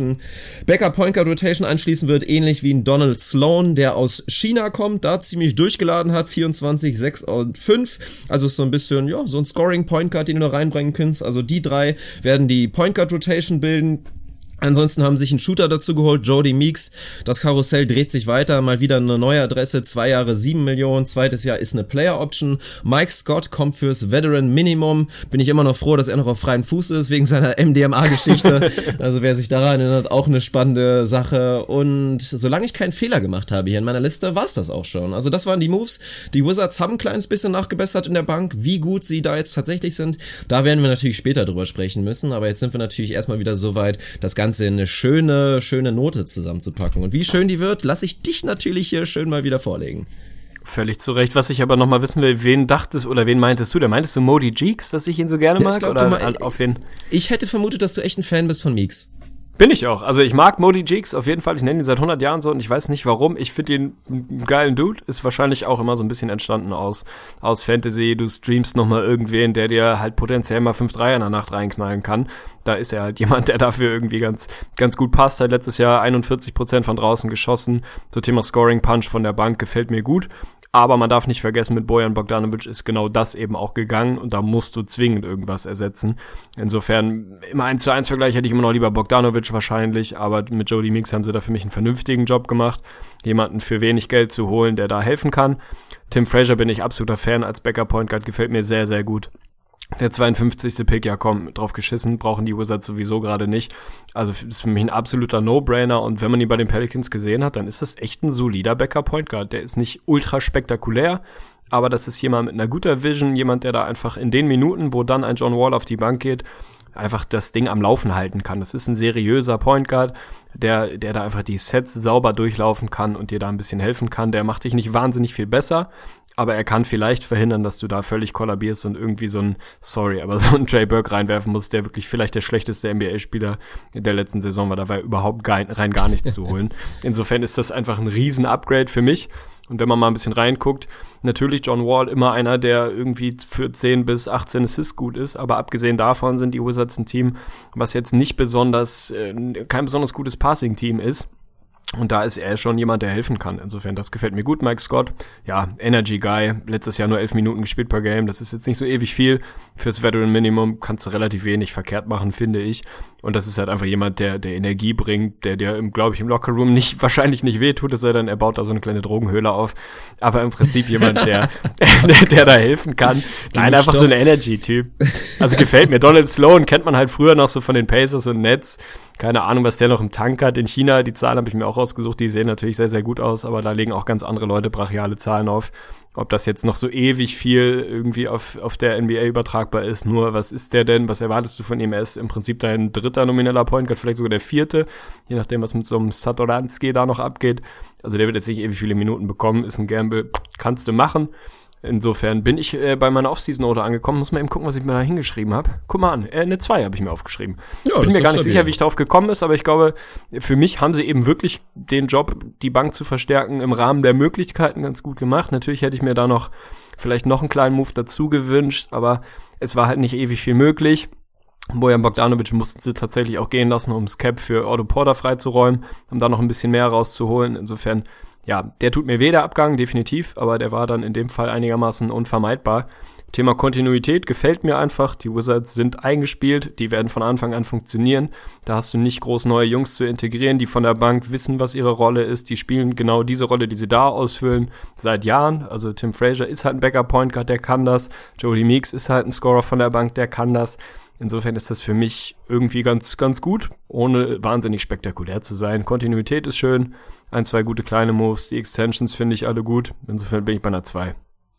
Point Guard Rotation anschließen wird, ähnlich wie ein Donald Sloan, der aus China kommt, da ziemlich durchgeladen hat, 24, 6 und 5, also so ein bisschen, ja, so ein Scoring Point Guard, den du noch reinbringen kannst, also die drei werden die Point Guard Rotation bilden. Ansonsten haben sich einen Shooter dazu geholt, Jody Meeks. Das Karussell dreht sich weiter, mal wieder eine neue Adresse, 2 Jahre 7 Millionen, zweites Jahr ist eine Player Option. Mike Scott kommt fürs Veteran Minimum. Bin ich immer noch froh, dass er noch auf freiem Fuß ist, wegen seiner MDMA-Geschichte. Also wer sich daran erinnert, auch eine spannende Sache. Und solange ich keinen Fehler gemacht habe hier in meiner Liste, war's das auch schon. Also das waren die Moves. Die Wizards haben ein kleines bisschen nachgebessert in der Bank. Wie gut sie da jetzt tatsächlich sind, da werden wir natürlich später drüber sprechen müssen. Aber jetzt sind wir natürlich erstmal wieder so weit, das Ganze in eine schöne Note zusammenzupacken. Und wie schön die wird, lasse ich dich natürlich hier schön mal wieder vorlegen. Völlig zu Recht. Was ich aber nochmal wissen will, wen dachtest oder wen meintest du? Meintest du Modi Jeeks, dass ich ihn so gerne mag? Auf wen? Ich hätte vermutet, dass du echt ein Fan bist von Meeks. Bin ich auch. Also ich mag Modi Jeeks auf jeden Fall. Ich nenne ihn seit 100 Jahren so und ich weiß nicht warum. Ich finde ihn einen geilen Dude. Ist wahrscheinlich auch immer so ein bisschen entstanden aus Fantasy. Du streamst nochmal irgendwen, der dir halt potenziell mal 5 Dreier in der Nacht reinknallen kann. Da ist er halt jemand, der dafür irgendwie ganz gut passt. Hat letztes Jahr 41% von draußen geschossen. So Thema Scoring Punch von der Bank gefällt mir gut. Aber man darf nicht vergessen, mit Bojan Bogdanovic ist genau das eben auch gegangen und da musst du zwingend irgendwas ersetzen. Insofern, im 1:1 Vergleich hätte ich immer noch lieber Bogdanovic wahrscheinlich, aber mit Jody Meeks haben sie da für mich einen vernünftigen Job gemacht, jemanden für wenig Geld zu holen, der da helfen kann. Tim Frazier bin ich absoluter Fan als Backup Point Guard, gefällt mir sehr, sehr gut. Der 52. Pick, ja komm, drauf geschissen, brauchen die Wizards sowieso gerade nicht. Also ist für mich ein absoluter No-Brainer und wenn man ihn bei den Pelicans gesehen hat, dann ist das echt ein solider Backup-Point Guard. Der ist nicht ultra spektakulär, aber das ist jemand mit einer guter Vision, jemand, der da einfach in den Minuten, wo dann ein John Wall auf die Bank geht, einfach das Ding am Laufen halten kann. Das ist ein seriöser Point Guard, der da einfach die Sets sauber durchlaufen kann und dir da ein bisschen helfen kann. Der macht dich nicht wahnsinnig viel besser, aber er kann vielleicht verhindern, dass du da völlig kollabierst und irgendwie so ein Trey Burke reinwerfen musst, der wirklich vielleicht der schlechteste NBA-Spieler der letzten Saison war. Da war überhaupt rein gar nichts zu holen. Insofern ist das einfach ein Riesen-Upgrade für mich. Und wenn man mal ein bisschen reinguckt, natürlich John Wall immer einer, der irgendwie für 10 bis 18 Assists gut ist, aber abgesehen davon sind die Wizards ein Team, was jetzt nicht kein besonders gutes Passing-Team ist. Und da ist er schon jemand, der helfen kann. Insofern, das gefällt mir gut. Mike Scott, ja, Energy Guy, letztes Jahr nur 11 Minuten gespielt per Game. Das ist jetzt nicht so ewig viel. Fürs Veteran Minimum kannst du relativ wenig verkehrt machen, finde ich. Und das ist halt einfach jemand, der Energie bringt, der dir, glaube ich, im Lockerroom wahrscheinlich nicht wehtut, es sei denn, er baut da so eine kleine Drogenhöhle auf. Aber im Prinzip jemand, der da helfen kann. Nein, einfach so ein Energy-Typ. Also gefällt mir. Donald Sloan kennt man halt früher noch so von den Pacers und Nets. Keine Ahnung, was der noch im Tank hat in China. Die Zahlen habe ich mir auch rausgesucht. Die sehen natürlich sehr, sehr gut aus, aber da legen auch ganz andere Leute brachiale Zahlen auf. Ob das jetzt noch so ewig viel irgendwie auf der NBA übertragbar ist. Nur, was ist der denn? Was erwartest du von ihm? Er ist im Prinzip dein 3. nomineller Point Guard, vielleicht sogar der 4. Je nachdem, was mit so einem Satoransky da noch abgeht. Also der wird jetzt nicht ewig viele Minuten bekommen. Ist ein Gamble. Kannst du machen. Insofern bin ich bei meiner Off-Season-Order angekommen. Muss mal eben gucken, was ich mir da hingeschrieben habe. Guck mal an, eine 2 habe ich mir aufgeschrieben. Ja, bin mir gar nicht sicher, wie ich darauf gekommen ist, aber ich glaube, für mich haben sie eben wirklich den Job, die Bank zu verstärken, im Rahmen der Möglichkeiten ganz gut gemacht. Natürlich hätte ich mir da vielleicht noch einen kleinen Move dazu gewünscht, aber es war halt nicht ewig viel möglich. Bojan Bogdanovic mussten sie tatsächlich auch gehen lassen, um das Cap für Otto Porter freizuräumen, um da noch ein bisschen mehr rauszuholen. Insofern, ja, der tut mir weh, der Abgang, definitiv, aber der war dann in dem Fall einigermaßen unvermeidbar. Thema Kontinuität gefällt mir einfach. Die Wizards sind eingespielt, die werden von Anfang an funktionieren. Da hast du nicht groß neue Jungs zu integrieren, die von der Bank wissen, was ihre Rolle ist. Die spielen genau diese Rolle, die sie da ausfüllen, seit Jahren. Also Tim Frazier ist halt ein Backup-Point Guard, der kann das. Jody Meeks ist halt ein Scorer von der Bank, der kann das. Insofern ist das für mich irgendwie ganz, ganz gut, ohne wahnsinnig spektakulär zu sein. Kontinuität ist schön, 1, 2 gute kleine Moves, die Extensions finde ich alle gut. Insofern bin ich bei einer 2.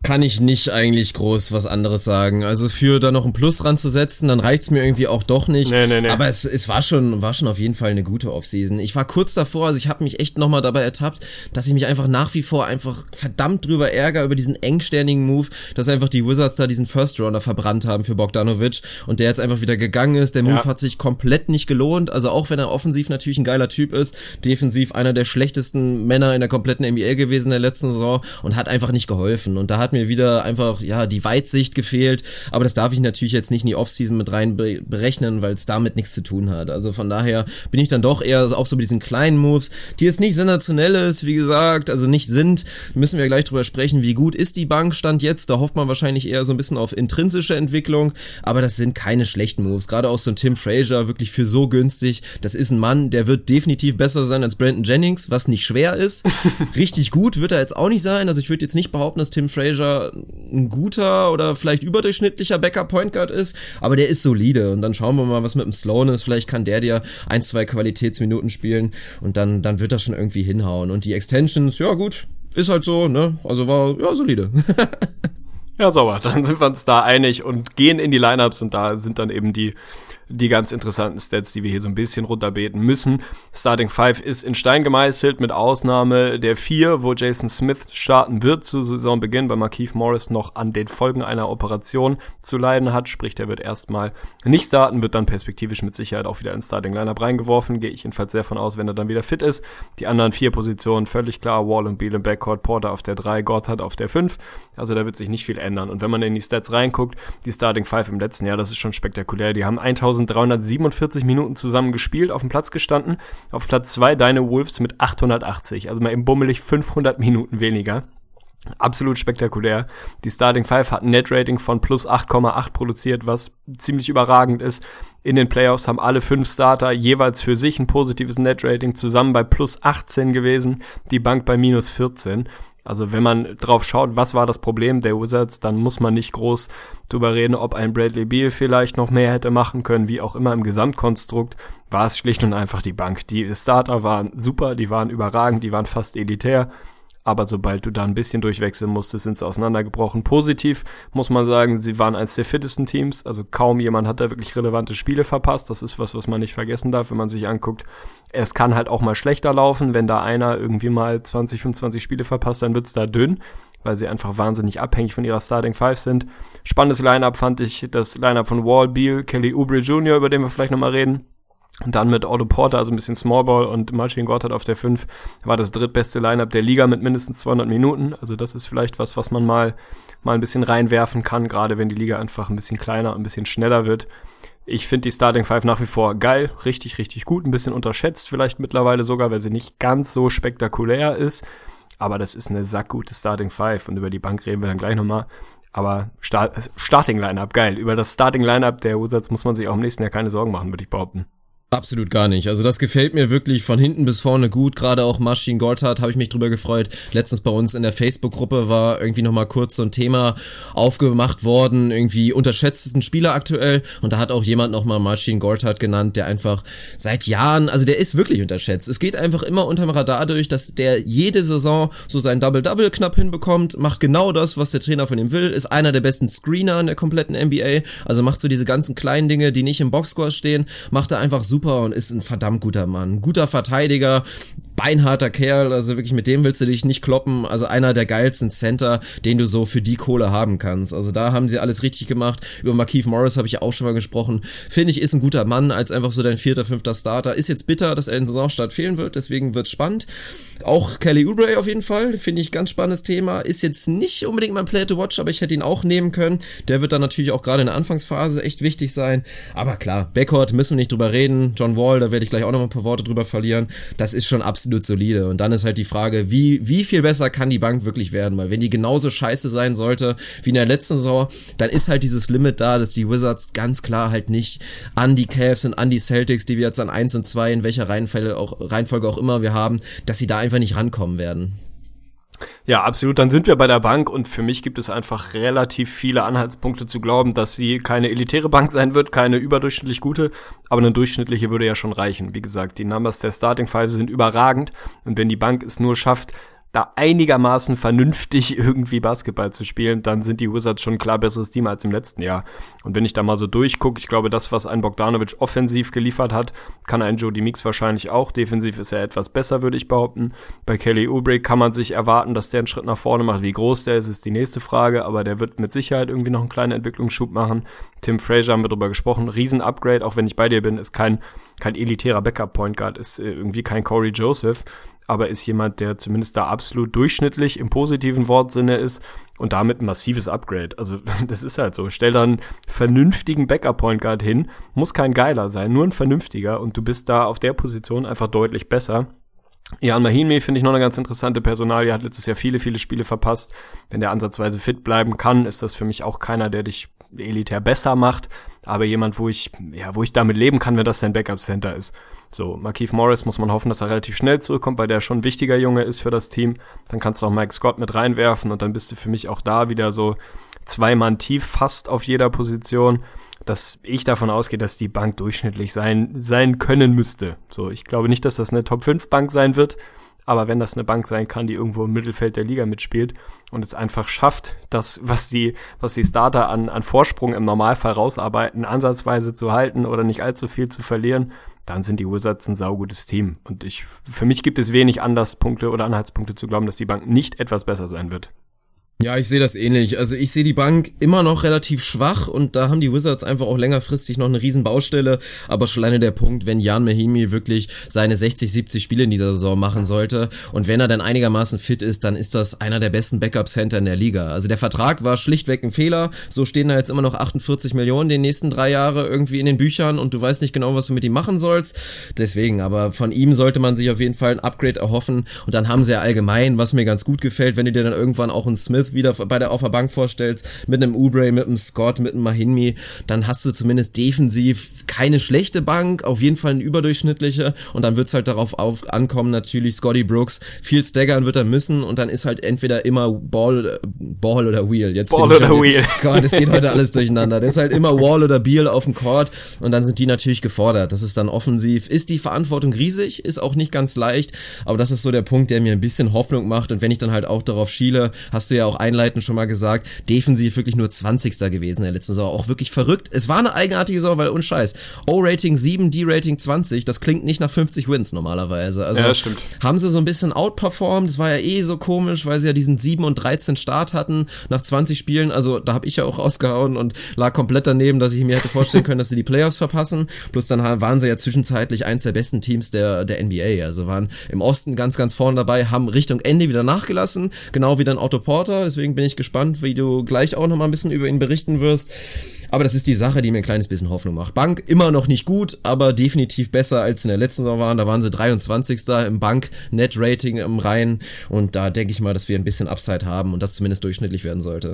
Kann ich nicht eigentlich groß was anderes sagen. Also für da noch ein Plus ranzusetzen, dann reicht's mir irgendwie auch doch nicht. Nee. Aber es war schon auf jeden Fall eine gute Offseason. Ich war kurz davor, also ich habe mich echt nochmal dabei ertappt, dass ich mich einfach nach wie vor einfach verdammt drüber ärgere über diesen engsternigen Move, dass einfach die Wizards da diesen First-Rounder verbrannt haben für Bogdanovic und der jetzt einfach wieder gegangen ist. Der Move hat sich komplett nicht gelohnt. Also auch wenn er offensiv natürlich ein geiler Typ ist, defensiv einer der schlechtesten Männer in der kompletten NBA gewesen in der letzten Saison und hat einfach nicht geholfen. Und da hat mir wieder einfach, die Weitsicht gefehlt, aber das darf ich natürlich jetzt nicht in die Offseason mit rein berechnen, weil es damit nichts zu tun hat. Also von daher bin ich dann doch eher auch so mit diesen kleinen Moves, die jetzt nicht sensationell ist, wie gesagt, also nicht sind, müssen wir gleich drüber sprechen, wie gut ist die Bank Stand jetzt, da hofft man wahrscheinlich eher so ein bisschen auf intrinsische Entwicklung, aber das sind keine schlechten Moves, gerade auch so ein Tim Frazier, wirklich für so günstig, das ist ein Mann, der wird definitiv besser sein als Brandon Jennings, was nicht schwer ist, richtig gut wird er jetzt auch nicht sein, also ich würde jetzt nicht behaupten, dass Tim Frazier ein guter oder vielleicht überdurchschnittlicher Backup-Point Guard ist, aber der ist solide und dann schauen wir mal, was mit dem Sloan ist, vielleicht kann der dir 1-2 Qualitätsminuten spielen und dann wird das schon irgendwie hinhauen und die Extensions, ja gut, ist halt so, ne, also war, ja, solide. Ja, sauber, dann sind wir uns da einig und gehen in die Lineups und da sind dann eben die ganz interessanten Stats, die wir hier so ein bisschen runterbeten müssen. Starting 5 ist in Stein gemeißelt, mit Ausnahme der 4, wo Jason Smith starten wird zu Saisonbeginn, weil Markieff Morris noch an den Folgen einer Operation zu leiden hat, sprich, der wird erstmal nicht starten, wird dann perspektivisch mit Sicherheit auch wieder ins Starting Lineup reingeworfen, gehe ich jedenfalls sehr von aus, wenn er dann wieder fit ist. Die anderen 4 Positionen völlig klar, Wall und Beal im Backcourt, Porter auf der 3, Gotthard auf der 5, also da wird sich nicht viel ändern. Und wenn man in die Stats reinguckt, die Starting 5 im letzten Jahr, das ist schon spektakulär, die haben 1347 Minuten zusammen gespielt, auf dem Platz gestanden. Auf Platz 2 deine Wolves mit 880, also mal eben bummelig 500 Minuten weniger. Absolut spektakulär. Die Starting 5 hat ein Net-Rating von plus 8,8 produziert, was ziemlich überragend ist. In den Playoffs haben alle 5 Starter jeweils für sich ein positives Net-Rating, zusammen bei plus 18 gewesen, die Bank bei minus 14. Also wenn man drauf schaut, was war das Problem der Wizards, dann muss man nicht groß drüber reden, ob ein Bradley Beal vielleicht noch mehr hätte machen können, wie auch immer im Gesamtkonstrukt, war es schlicht und einfach die Bank. Die Starter waren super, die waren überragend, die waren fast elitär, aber sobald du da ein bisschen durchwechseln musstest, sind sie auseinandergebrochen. Positiv muss man sagen, sie waren eines der fittesten Teams, also kaum jemand hat da wirklich relevante Spiele verpasst. Das ist was man nicht vergessen darf, wenn man sich anguckt. Es kann halt auch mal schlechter laufen, wenn da einer irgendwie mal 20, 25 Spiele verpasst, dann wird's da dünn, weil sie einfach wahnsinnig abhängig von ihrer Starting 5 sind. Spannendes Line-Up fand ich, das Line-Up von Wall, Beal, Kelly Oubre Jr., über den wir vielleicht nochmal reden. Und dann mit Otto Porter, also ein bisschen Smallball und Marcin Gortat auf der 5, war das drittbeste Lineup der Liga mit mindestens 200 Minuten. Also das ist vielleicht was man mal ein bisschen reinwerfen kann, gerade wenn die Liga einfach ein bisschen kleiner, ein bisschen schneller wird. Ich finde die Starting 5 nach wie vor geil, richtig, richtig gut, ein bisschen unterschätzt vielleicht mittlerweile sogar, weil sie nicht ganz so spektakulär ist. Aber das ist eine sackgute Starting 5 und über die Bank reden wir dann gleich nochmal. Aber Starting-Lineup, geil. Über das Starting-Lineup der Wizards muss man sich auch im nächsten Jahr keine Sorgen machen, würde ich behaupten. Absolut gar nicht. Also das gefällt mir wirklich von hinten bis vorne gut. Gerade auch Marcin Gortat, habe ich mich drüber gefreut. Letztens bei uns in der Facebook-Gruppe war irgendwie nochmal kurz so ein Thema aufgemacht worden, irgendwie unterschätztesten Spieler aktuell. Und da hat auch jemand nochmal Marcin Gortat genannt, der einfach seit Jahren, also der ist wirklich unterschätzt. Es geht einfach immer unterm Radar durch, dass der jede Saison so sein Double-Double knapp hinbekommt, macht genau das, was der Trainer von ihm will, ist einer der besten Screener in der kompletten NBA. Also macht so diese ganzen kleinen Dinge, die nicht im Boxscore stehen, macht er einfach super und ist ein verdammt guter Mann. Guter Verteidiger, beinharter Kerl, also wirklich mit dem willst du dich nicht kloppen, also einer der geilsten Center, den du so für die Kohle haben kannst. Also da haben sie alles richtig gemacht. Über Markieff Morris habe ich ja auch schon mal gesprochen. Finde ich, ist ein guter Mann, als einfach so dein 4., 5. Starter. Ist jetzt bitter, dass er in den Saisonstart fehlen wird, deswegen wird's spannend. Auch Kelly Oubre auf jeden Fall, finde ich ganz spannendes Thema. Ist jetzt nicht unbedingt mein Play to Watch, aber ich hätte ihn auch nehmen können. Der wird dann natürlich auch gerade in der Anfangsphase echt wichtig sein. Aber klar, Backcourt müssen wir nicht drüber reden. John Wall, da werde ich gleich auch noch mal ein paar Worte drüber verlieren. Das ist schon absolut solide. Und dann ist halt die Frage, wie viel besser kann die Bank wirklich werden? Weil wenn die genauso scheiße sein sollte wie in der letzten Saison, dann ist halt dieses Limit da, dass die Wizards ganz klar halt nicht an die Cavs und an die Celtics, die wir jetzt an 1 und 2, in welcher Reihenfolge auch immer wir haben, dass sie da einfach nicht rankommen werden. Ja, absolut. Dann sind wir bei der Bank und für mich gibt es einfach relativ viele Anhaltspunkte zu glauben, dass sie keine elitäre Bank sein wird, keine überdurchschnittlich gute, aber eine durchschnittliche würde ja schon reichen. Wie gesagt, die Numbers der Starting Five sind überragend und wenn die Bank es nur schafft, da einigermaßen vernünftig irgendwie Basketball zu spielen, dann sind die Wizards schon ein klar besseres Team als im letzten Jahr. Und wenn ich da mal so durchgucke, ich glaube, das, was ein Bogdanovic offensiv geliefert hat, kann ein Jody Meeks wahrscheinlich auch. Defensiv ist er etwas besser, würde ich behaupten. Bei Kelly Oubre kann man sich erwarten, dass der einen Schritt nach vorne macht. Wie groß der ist die nächste Frage, aber der wird mit Sicherheit irgendwie noch einen kleinen Entwicklungsschub machen. Tim Frazier haben wir drüber gesprochen. Riesen-Upgrade, auch wenn ich bei dir bin, ist kein elitärer Backup-Point Guard, ist irgendwie kein Corey Joseph, aber ist jemand, der zumindest da absolut durchschnittlich im positiven Wortsinne ist und damit ein massives Upgrade. Also das ist halt so. Stell da einen vernünftigen Backup-Point Guard hin, muss kein geiler sein, nur ein vernünftiger und du bist da auf der Position einfach deutlich besser. Ian Mahinmi finde ich noch eine ganz interessante Personalie, hat letztes Jahr viele Spiele verpasst. Wenn der ansatzweise fit bleiben kann, ist das für mich auch keiner, der dich elitär besser macht, aber jemand, wo ich damit leben kann, wenn das sein Backup-Center ist. So, Markieff Morris muss man hoffen, dass er relativ schnell zurückkommt, weil der schon ein wichtiger Junge ist für das Team. Dann kannst du auch Mike Scott mit reinwerfen und dann bist du für mich auch da wieder so 2 Mann tief fast auf jeder Position, dass ich davon ausgehe, dass die Bank durchschnittlich sein können müsste. So, ich glaube nicht, dass das eine Top-5-Bank sein wird, aber wenn das eine Bank sein kann, die irgendwo im Mittelfeld der Liga mitspielt und es einfach schafft, das, was die Starter an Vorsprung im Normalfall rausarbeiten, ansatzweise zu halten oder nicht allzu viel zu verlieren, dann sind die Wizards ein saugutes Team. Und für mich gibt es wenig Anlasspunkte oder Anhaltspunkte zu glauben, dass die Bank nicht etwas besser sein wird. Ja, ich sehe das ähnlich. Also ich sehe die Bank immer noch relativ schwach und da haben die Wizards einfach auch längerfristig noch eine riesen Baustelle. Aber schon alleine der Punkt, wenn Ian Mahinmi wirklich seine 60, 70 Spiele in dieser Saison machen sollte und wenn er dann einigermaßen fit ist, dann ist das einer der besten Backup-Center in der Liga. Also der Vertrag war schlichtweg ein Fehler. So stehen da jetzt immer noch 48 Millionen die nächsten 3 Jahre irgendwie in den Büchern und du weißt nicht genau, was du mit ihm machen sollst. Deswegen, aber von ihm sollte man sich auf jeden Fall ein Upgrade erhoffen. Und dann haben sie ja allgemein, was mir ganz gut gefällt, wenn du dir dann irgendwann auch einen Smith wieder auf der Bank vorstellst, mit einem Oubre, mit einem Scott, mit einem Mahinmi, dann hast du zumindest defensiv keine schlechte Bank, auf jeden Fall eine überdurchschnittliche und dann wird's halt darauf ankommen, natürlich Scotty Brooks, viel staggern wird er müssen und dann ist halt entweder immer Ball oder Wheel. Jetzt Ball oder Wheel. Gott, es geht heute alles durcheinander. Das ist halt immer Wall oder Beal auf dem Court und dann sind die natürlich gefordert. Das ist dann offensiv, ist die Verantwortung riesig, ist auch nicht ganz leicht, aber das ist so der Punkt, der mir ein bisschen Hoffnung macht und wenn ich dann halt auch darauf schiele, hast du ja auch einleitend schon mal gesagt, defensiv wirklich nur 20. gewesen in der letzten Saison. Auch wirklich verrückt. Es war eine eigenartige Saison, weil unscheiß. O-Rating 7, D-Rating 20, das klingt nicht nach 50 Wins normalerweise. Also ja, stimmt. Haben sie so ein bisschen outperformed, das war ja eh so komisch, weil sie ja diesen 7 und 13 Start hatten nach 20 Spielen, also da habe ich ja auch rausgehauen und lag komplett daneben, dass ich mir hätte vorstellen können, dass sie die Playoffs verpassen. Plus dann waren sie ja zwischenzeitlich eins der besten Teams der NBA, also waren im Osten ganz, ganz vorne dabei, haben Richtung Ende wieder nachgelassen, genau wie dann Otto Porter, deswegen bin ich gespannt, wie du gleich auch noch mal ein bisschen über ihn berichten wirst. Aber das ist die Sache, die mir ein kleines bisschen Hoffnung macht. Bank immer noch nicht gut, aber definitiv besser als in der letzten Saison waren. Da waren sie 23. im Bank-Net-Rating im Reihen und da denke ich mal, dass wir ein bisschen Upside haben und das zumindest durchschnittlich werden sollte.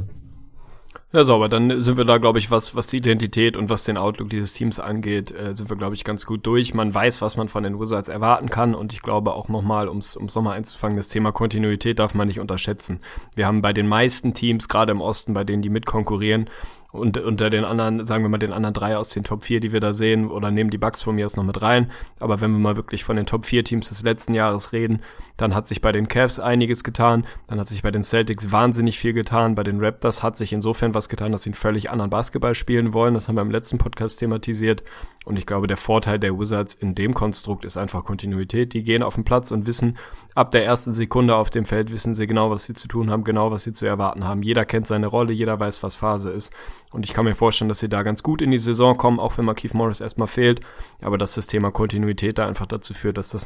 Ja, sauber. Dann sind wir da, glaube ich, was die Identität und was den Outlook dieses Teams angeht, sind wir, glaube ich, ganz gut durch. Man weiß, was man von den Wizards erwarten kann und ich glaube auch nochmal, um's nochmal einzufangen, das Thema Kontinuität darf man nicht unterschätzen. Wir haben bei den meisten Teams, gerade im Osten, bei denen die mitkonkurrieren, und unter den anderen, sagen wir mal, den anderen 3 aus den Top 4, die wir da sehen, oder nehmen die Bucks von mir aus noch mit rein, aber wenn wir mal wirklich von den Top 4 Teams des letzten Jahres reden, dann hat sich bei den Cavs einiges getan, dann hat sich bei den Celtics wahnsinnig viel getan, bei den Raptors hat sich insofern was getan, dass sie einen völlig anderen Basketball spielen wollen, das haben wir im letzten Podcast thematisiert und ich glaube, der Vorteil der Wizards in dem Konstrukt ist einfach Kontinuität, die gehen auf den Platz und wissen, ab der ersten Sekunde auf dem Feld wissen sie genau, was sie zu tun haben, genau, was sie zu erwarten haben, jeder kennt seine Rolle, jeder weiß, was Phase ist. Und ich kann mir vorstellen, dass sie da ganz gut in die Saison kommen, auch wenn Markieff Morris erstmal fehlt. Aber dass das Thema Kontinuität da einfach dazu führt, dass das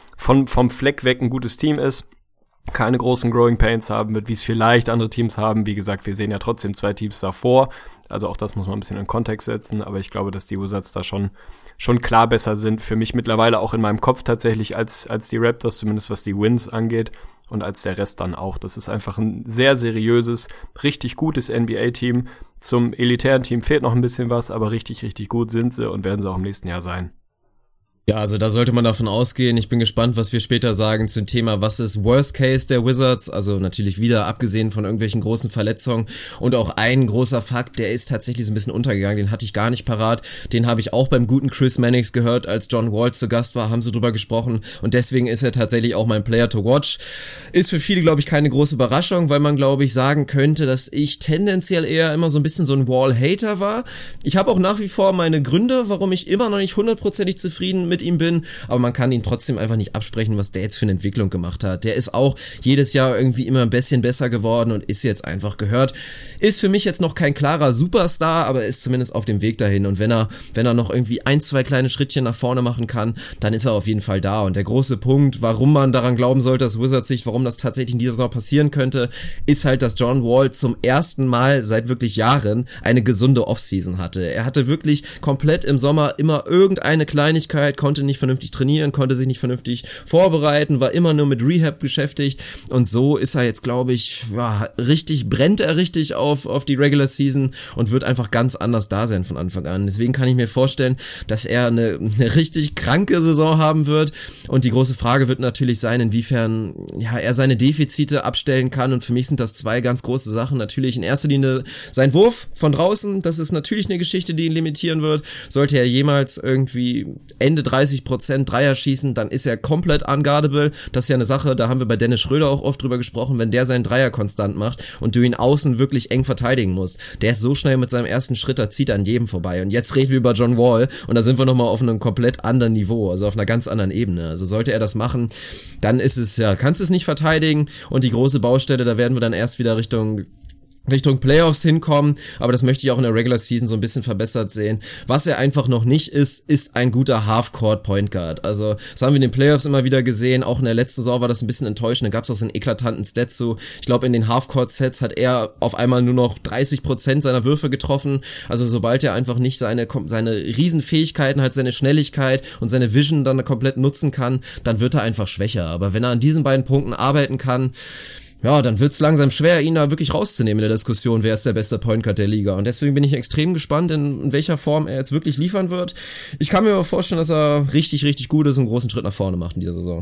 vom Fleck weg ein gutes Team ist. Keine großen Growing Pains haben wird, wie es vielleicht andere Teams haben. Wie gesagt, wir sehen ja trotzdem 2 Teams davor. Also auch das muss man ein bisschen in Kontext setzen. Aber ich glaube, dass die Wizards da schon klar besser sind. Für mich mittlerweile auch in meinem Kopf tatsächlich als die Raptors, zumindest was die Wins angeht. Und als der Rest dann auch. Das ist einfach ein sehr seriöses, richtig gutes NBA-Team. Zum elitären Team fehlt noch ein bisschen was, aber richtig, richtig gut sind sie und werden sie auch im nächsten Jahr sein. Ja, also da sollte man davon ausgehen. Ich bin gespannt, was wir später sagen zum Thema, was ist Worst Case der Wizards, also natürlich wieder abgesehen von irgendwelchen großen Verletzungen und auch ein großer Fakt, der ist tatsächlich so ein bisschen untergegangen, den hatte ich gar nicht parat, den habe ich auch beim guten Chris Mannix gehört, als John Wall zu Gast war, haben sie drüber gesprochen und deswegen ist er tatsächlich auch mein Player to watch. Ist für viele, glaube ich, keine große Überraschung, weil man, glaube ich, sagen könnte, dass ich tendenziell eher immer so ein bisschen so ein Wall-Hater war. Ich habe auch nach wie vor meine Gründe, warum ich immer noch nicht 100%ig zufrieden mit ihm bin, aber man kann ihn trotzdem einfach nicht absprechen, was der jetzt für eine Entwicklung gemacht hat. Der ist auch jedes Jahr irgendwie immer ein bisschen besser geworden und ist jetzt einfach gehört. Ist für mich jetzt noch kein klarer Superstar, aber ist zumindest auf dem Weg dahin und wenn er noch irgendwie 1-2 kleine Schrittchen nach vorne machen kann, dann ist er auf jeden Fall da und der große Punkt, warum man daran glauben sollte, dass Wizards sich, warum das tatsächlich in dieser Saison passieren könnte, ist halt, dass John Wall zum ersten Mal seit wirklich Jahren eine gesunde Offseason hatte. Er hatte wirklich komplett im Sommer immer irgendeine Kleinigkeit, konnte nicht vernünftig trainieren, konnte sich nicht vernünftig vorbereiten, war immer nur mit Rehab beschäftigt und so ist er jetzt, glaube ich, brennt er richtig auf die Regular Season und wird einfach ganz anders da sein von Anfang an. Deswegen kann ich mir vorstellen, dass er eine richtig kranke Saison haben wird und die große Frage wird natürlich sein, inwiefern er seine Defizite abstellen kann und für mich sind das zwei ganz große Sachen. Natürlich in erster Linie sein Wurf von draußen, das ist natürlich eine Geschichte, die ihn limitieren wird. Sollte er jemals irgendwie Ende 30% Dreier schießen, dann ist er komplett unguardable. Das ist ja eine Sache, da haben wir bei Dennis Schröder auch oft drüber gesprochen, wenn der seinen Dreier konstant macht und du ihn außen wirklich eng verteidigen musst. Der ist so schnell mit seinem ersten Schritt, da zieht er an jedem vorbei. Und jetzt reden wir über John Wall und da sind wir nochmal auf einem komplett anderen Niveau, also auf einer ganz anderen Ebene. Also sollte er das machen, dann ist es kannst es nicht verteidigen und die große Baustelle, da werden wir dann erst wieder Richtung Playoffs hinkommen, aber das möchte ich auch in der Regular Season so ein bisschen verbessert sehen. Was er einfach noch nicht ist ein guter Half-Court Point Guard. Also das haben wir in den Playoffs immer wieder gesehen, auch in der letzten Saison war das ein bisschen enttäuschend, da gab es auch so einen eklatanten Stat zu. Ich glaube, in den Half-Court-Sets hat er auf einmal nur noch 30% seiner Würfe getroffen, also sobald er einfach nicht seine Riesenfähigkeiten hat, seine Schnelligkeit und seine Vision dann komplett nutzen kann, dann wird er einfach schwächer. Aber wenn er an diesen beiden Punkten arbeiten kann, ja, dann wird's langsam schwer, ihn da wirklich rauszunehmen in der Diskussion, wer ist der beste Point Guard der Liga. Und deswegen bin ich extrem gespannt, in welcher Form er jetzt wirklich liefern wird. Ich kann mir aber vorstellen, dass er richtig, richtig gut ist und einen großen Schritt nach vorne macht in dieser Saison.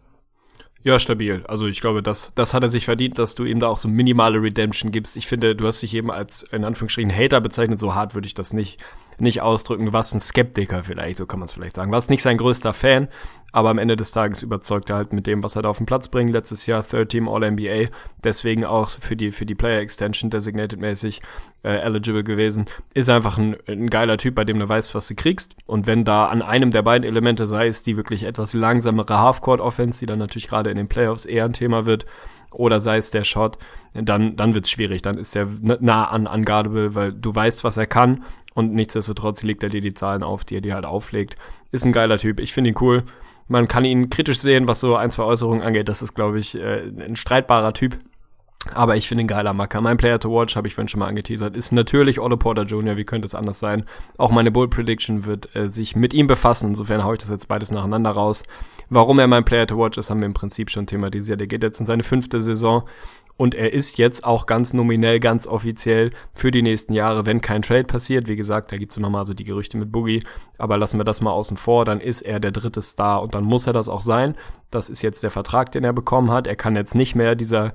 Ja, stabil. Also ich glaube, das hat er sich verdient, dass du ihm da auch so minimale Redemption gibst. Ich finde, du hast dich eben als, in Anführungsstrichen, Hater bezeichnet. So hart würde ich das nicht ausdrücken. Du warst ein Skeptiker vielleicht, so kann man es vielleicht sagen. Warst nicht sein größter Fan, aber am Ende des Tages überzeugt er halt mit dem, was er da auf den Platz bringt. Letztes Jahr Third Team All-NBA, deswegen auch für die Player Extension designated-mäßig eligible gewesen. Ist einfach ein geiler Typ, bei dem du weißt, was du kriegst. Und wenn da an einem der beiden Elemente, sei es die wirklich etwas langsamere Half-Court-Offense, die dann natürlich gerade in den Playoffs eher ein Thema wird, oder sei es der Shot, dann wird's schwierig, dann ist der nah an unguardable, weil du weißt, was er kann und nichtsdestotrotz legt er dir die Zahlen auf, die er dir halt auflegt. Ist ein geiler Typ, ich finde ihn cool. Man kann ihn kritisch sehen, was so 1-2 Äußerungen angeht, das ist, glaube ich, ein streitbarer Typ. Aber ich finde ihn geiler Macker. Mein Player to watch, habe ich vorhin schon mal angeteasert, ist natürlich Otto Porter Jr., wie könnte es anders sein. Auch meine Bold Prediction wird sich mit ihm befassen, insofern haue ich das jetzt beides nacheinander raus. Warum er mein Player to watch ist, haben wir im Prinzip schon thematisiert. Er geht jetzt in seine 5. Saison und er ist jetzt auch ganz nominell, ganz offiziell für die nächsten Jahre, wenn kein Trade passiert. Wie gesagt, da gibt's immer mal so die Gerüchte mit Boogie, aber lassen wir das mal außen vor, dann ist er der 3. Star und dann muss er das auch sein. Das ist jetzt der Vertrag, den er bekommen hat. Er kann jetzt nicht mehr dieser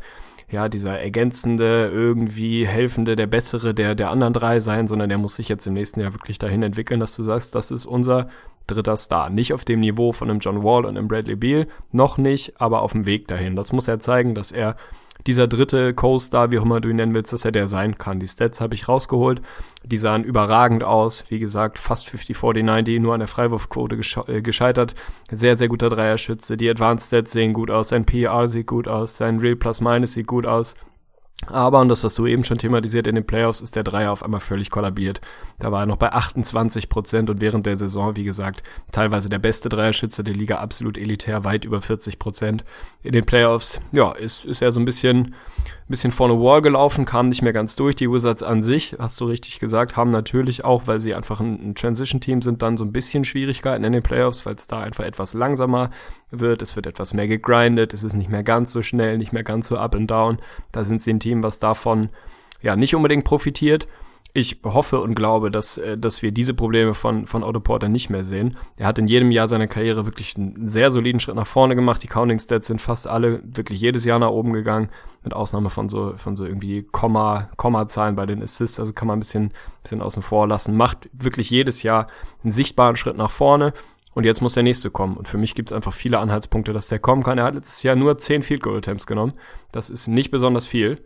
ergänzende, irgendwie helfende, der bessere der anderen 3 sein, sondern der muss sich jetzt im nächsten Jahr wirklich dahin entwickeln, dass du sagst, das ist unser 3. Star. Nicht auf dem Niveau von einem John Wall und einem Bradley Beal, noch nicht, aber auf dem Weg dahin. Das muss er zeigen, dass er dieser 3. Co-Star, wie auch immer du ihn nennen willst, dass er der sein kann. Die Stats habe ich rausgeholt, die sahen überragend aus. Wie gesagt, fast 50-40-90, nur an der Freiwurfquote gescheitert. Sehr, sehr guter Dreierschütze. Die Advanced Stats sehen gut aus, sein PR sieht gut aus, sein Real Plus-Minus sieht gut aus. Aber, und das hast du eben schon thematisiert, in den Playoffs ist der Dreier auf einmal völlig kollabiert. Da war er noch bei 28% und während der Saison, wie gesagt, teilweise der beste Dreierschütze der Liga, absolut elitär, weit über 40%. In den Playoffs, ja, ist er so ein bisschen vor eine Wall gelaufen, kam nicht mehr ganz durch. Die Wizards an sich, hast du richtig gesagt, haben natürlich auch, weil sie einfach ein Transition-Team sind, dann so ein bisschen Schwierigkeiten in den Playoffs, weil es da einfach etwas langsamer wird. Es wird etwas mehr gegrindet, es ist nicht mehr ganz so schnell, nicht mehr ganz so up and down. Da sind sie ein Team, was davon ja nicht unbedingt profitiert. Ich hoffe und glaube, dass wir diese Probleme von Otto Porter nicht mehr sehen. Er hat in jedem Jahr seiner Karriere wirklich einen sehr soliden Schritt nach vorne gemacht. Die Counting Stats sind fast alle wirklich jedes Jahr nach oben gegangen, mit Ausnahme von so irgendwie Kommazahlen bei den Assists. Also kann man ein bisschen außen vor lassen. Macht wirklich jedes Jahr einen sichtbaren Schritt nach vorne. Und jetzt muss der nächste kommen. Und für mich gibt es einfach viele Anhaltspunkte, dass der kommen kann. Er hat letztes Jahr nur 10 Field Goal Attempts genommen. Das ist nicht besonders viel.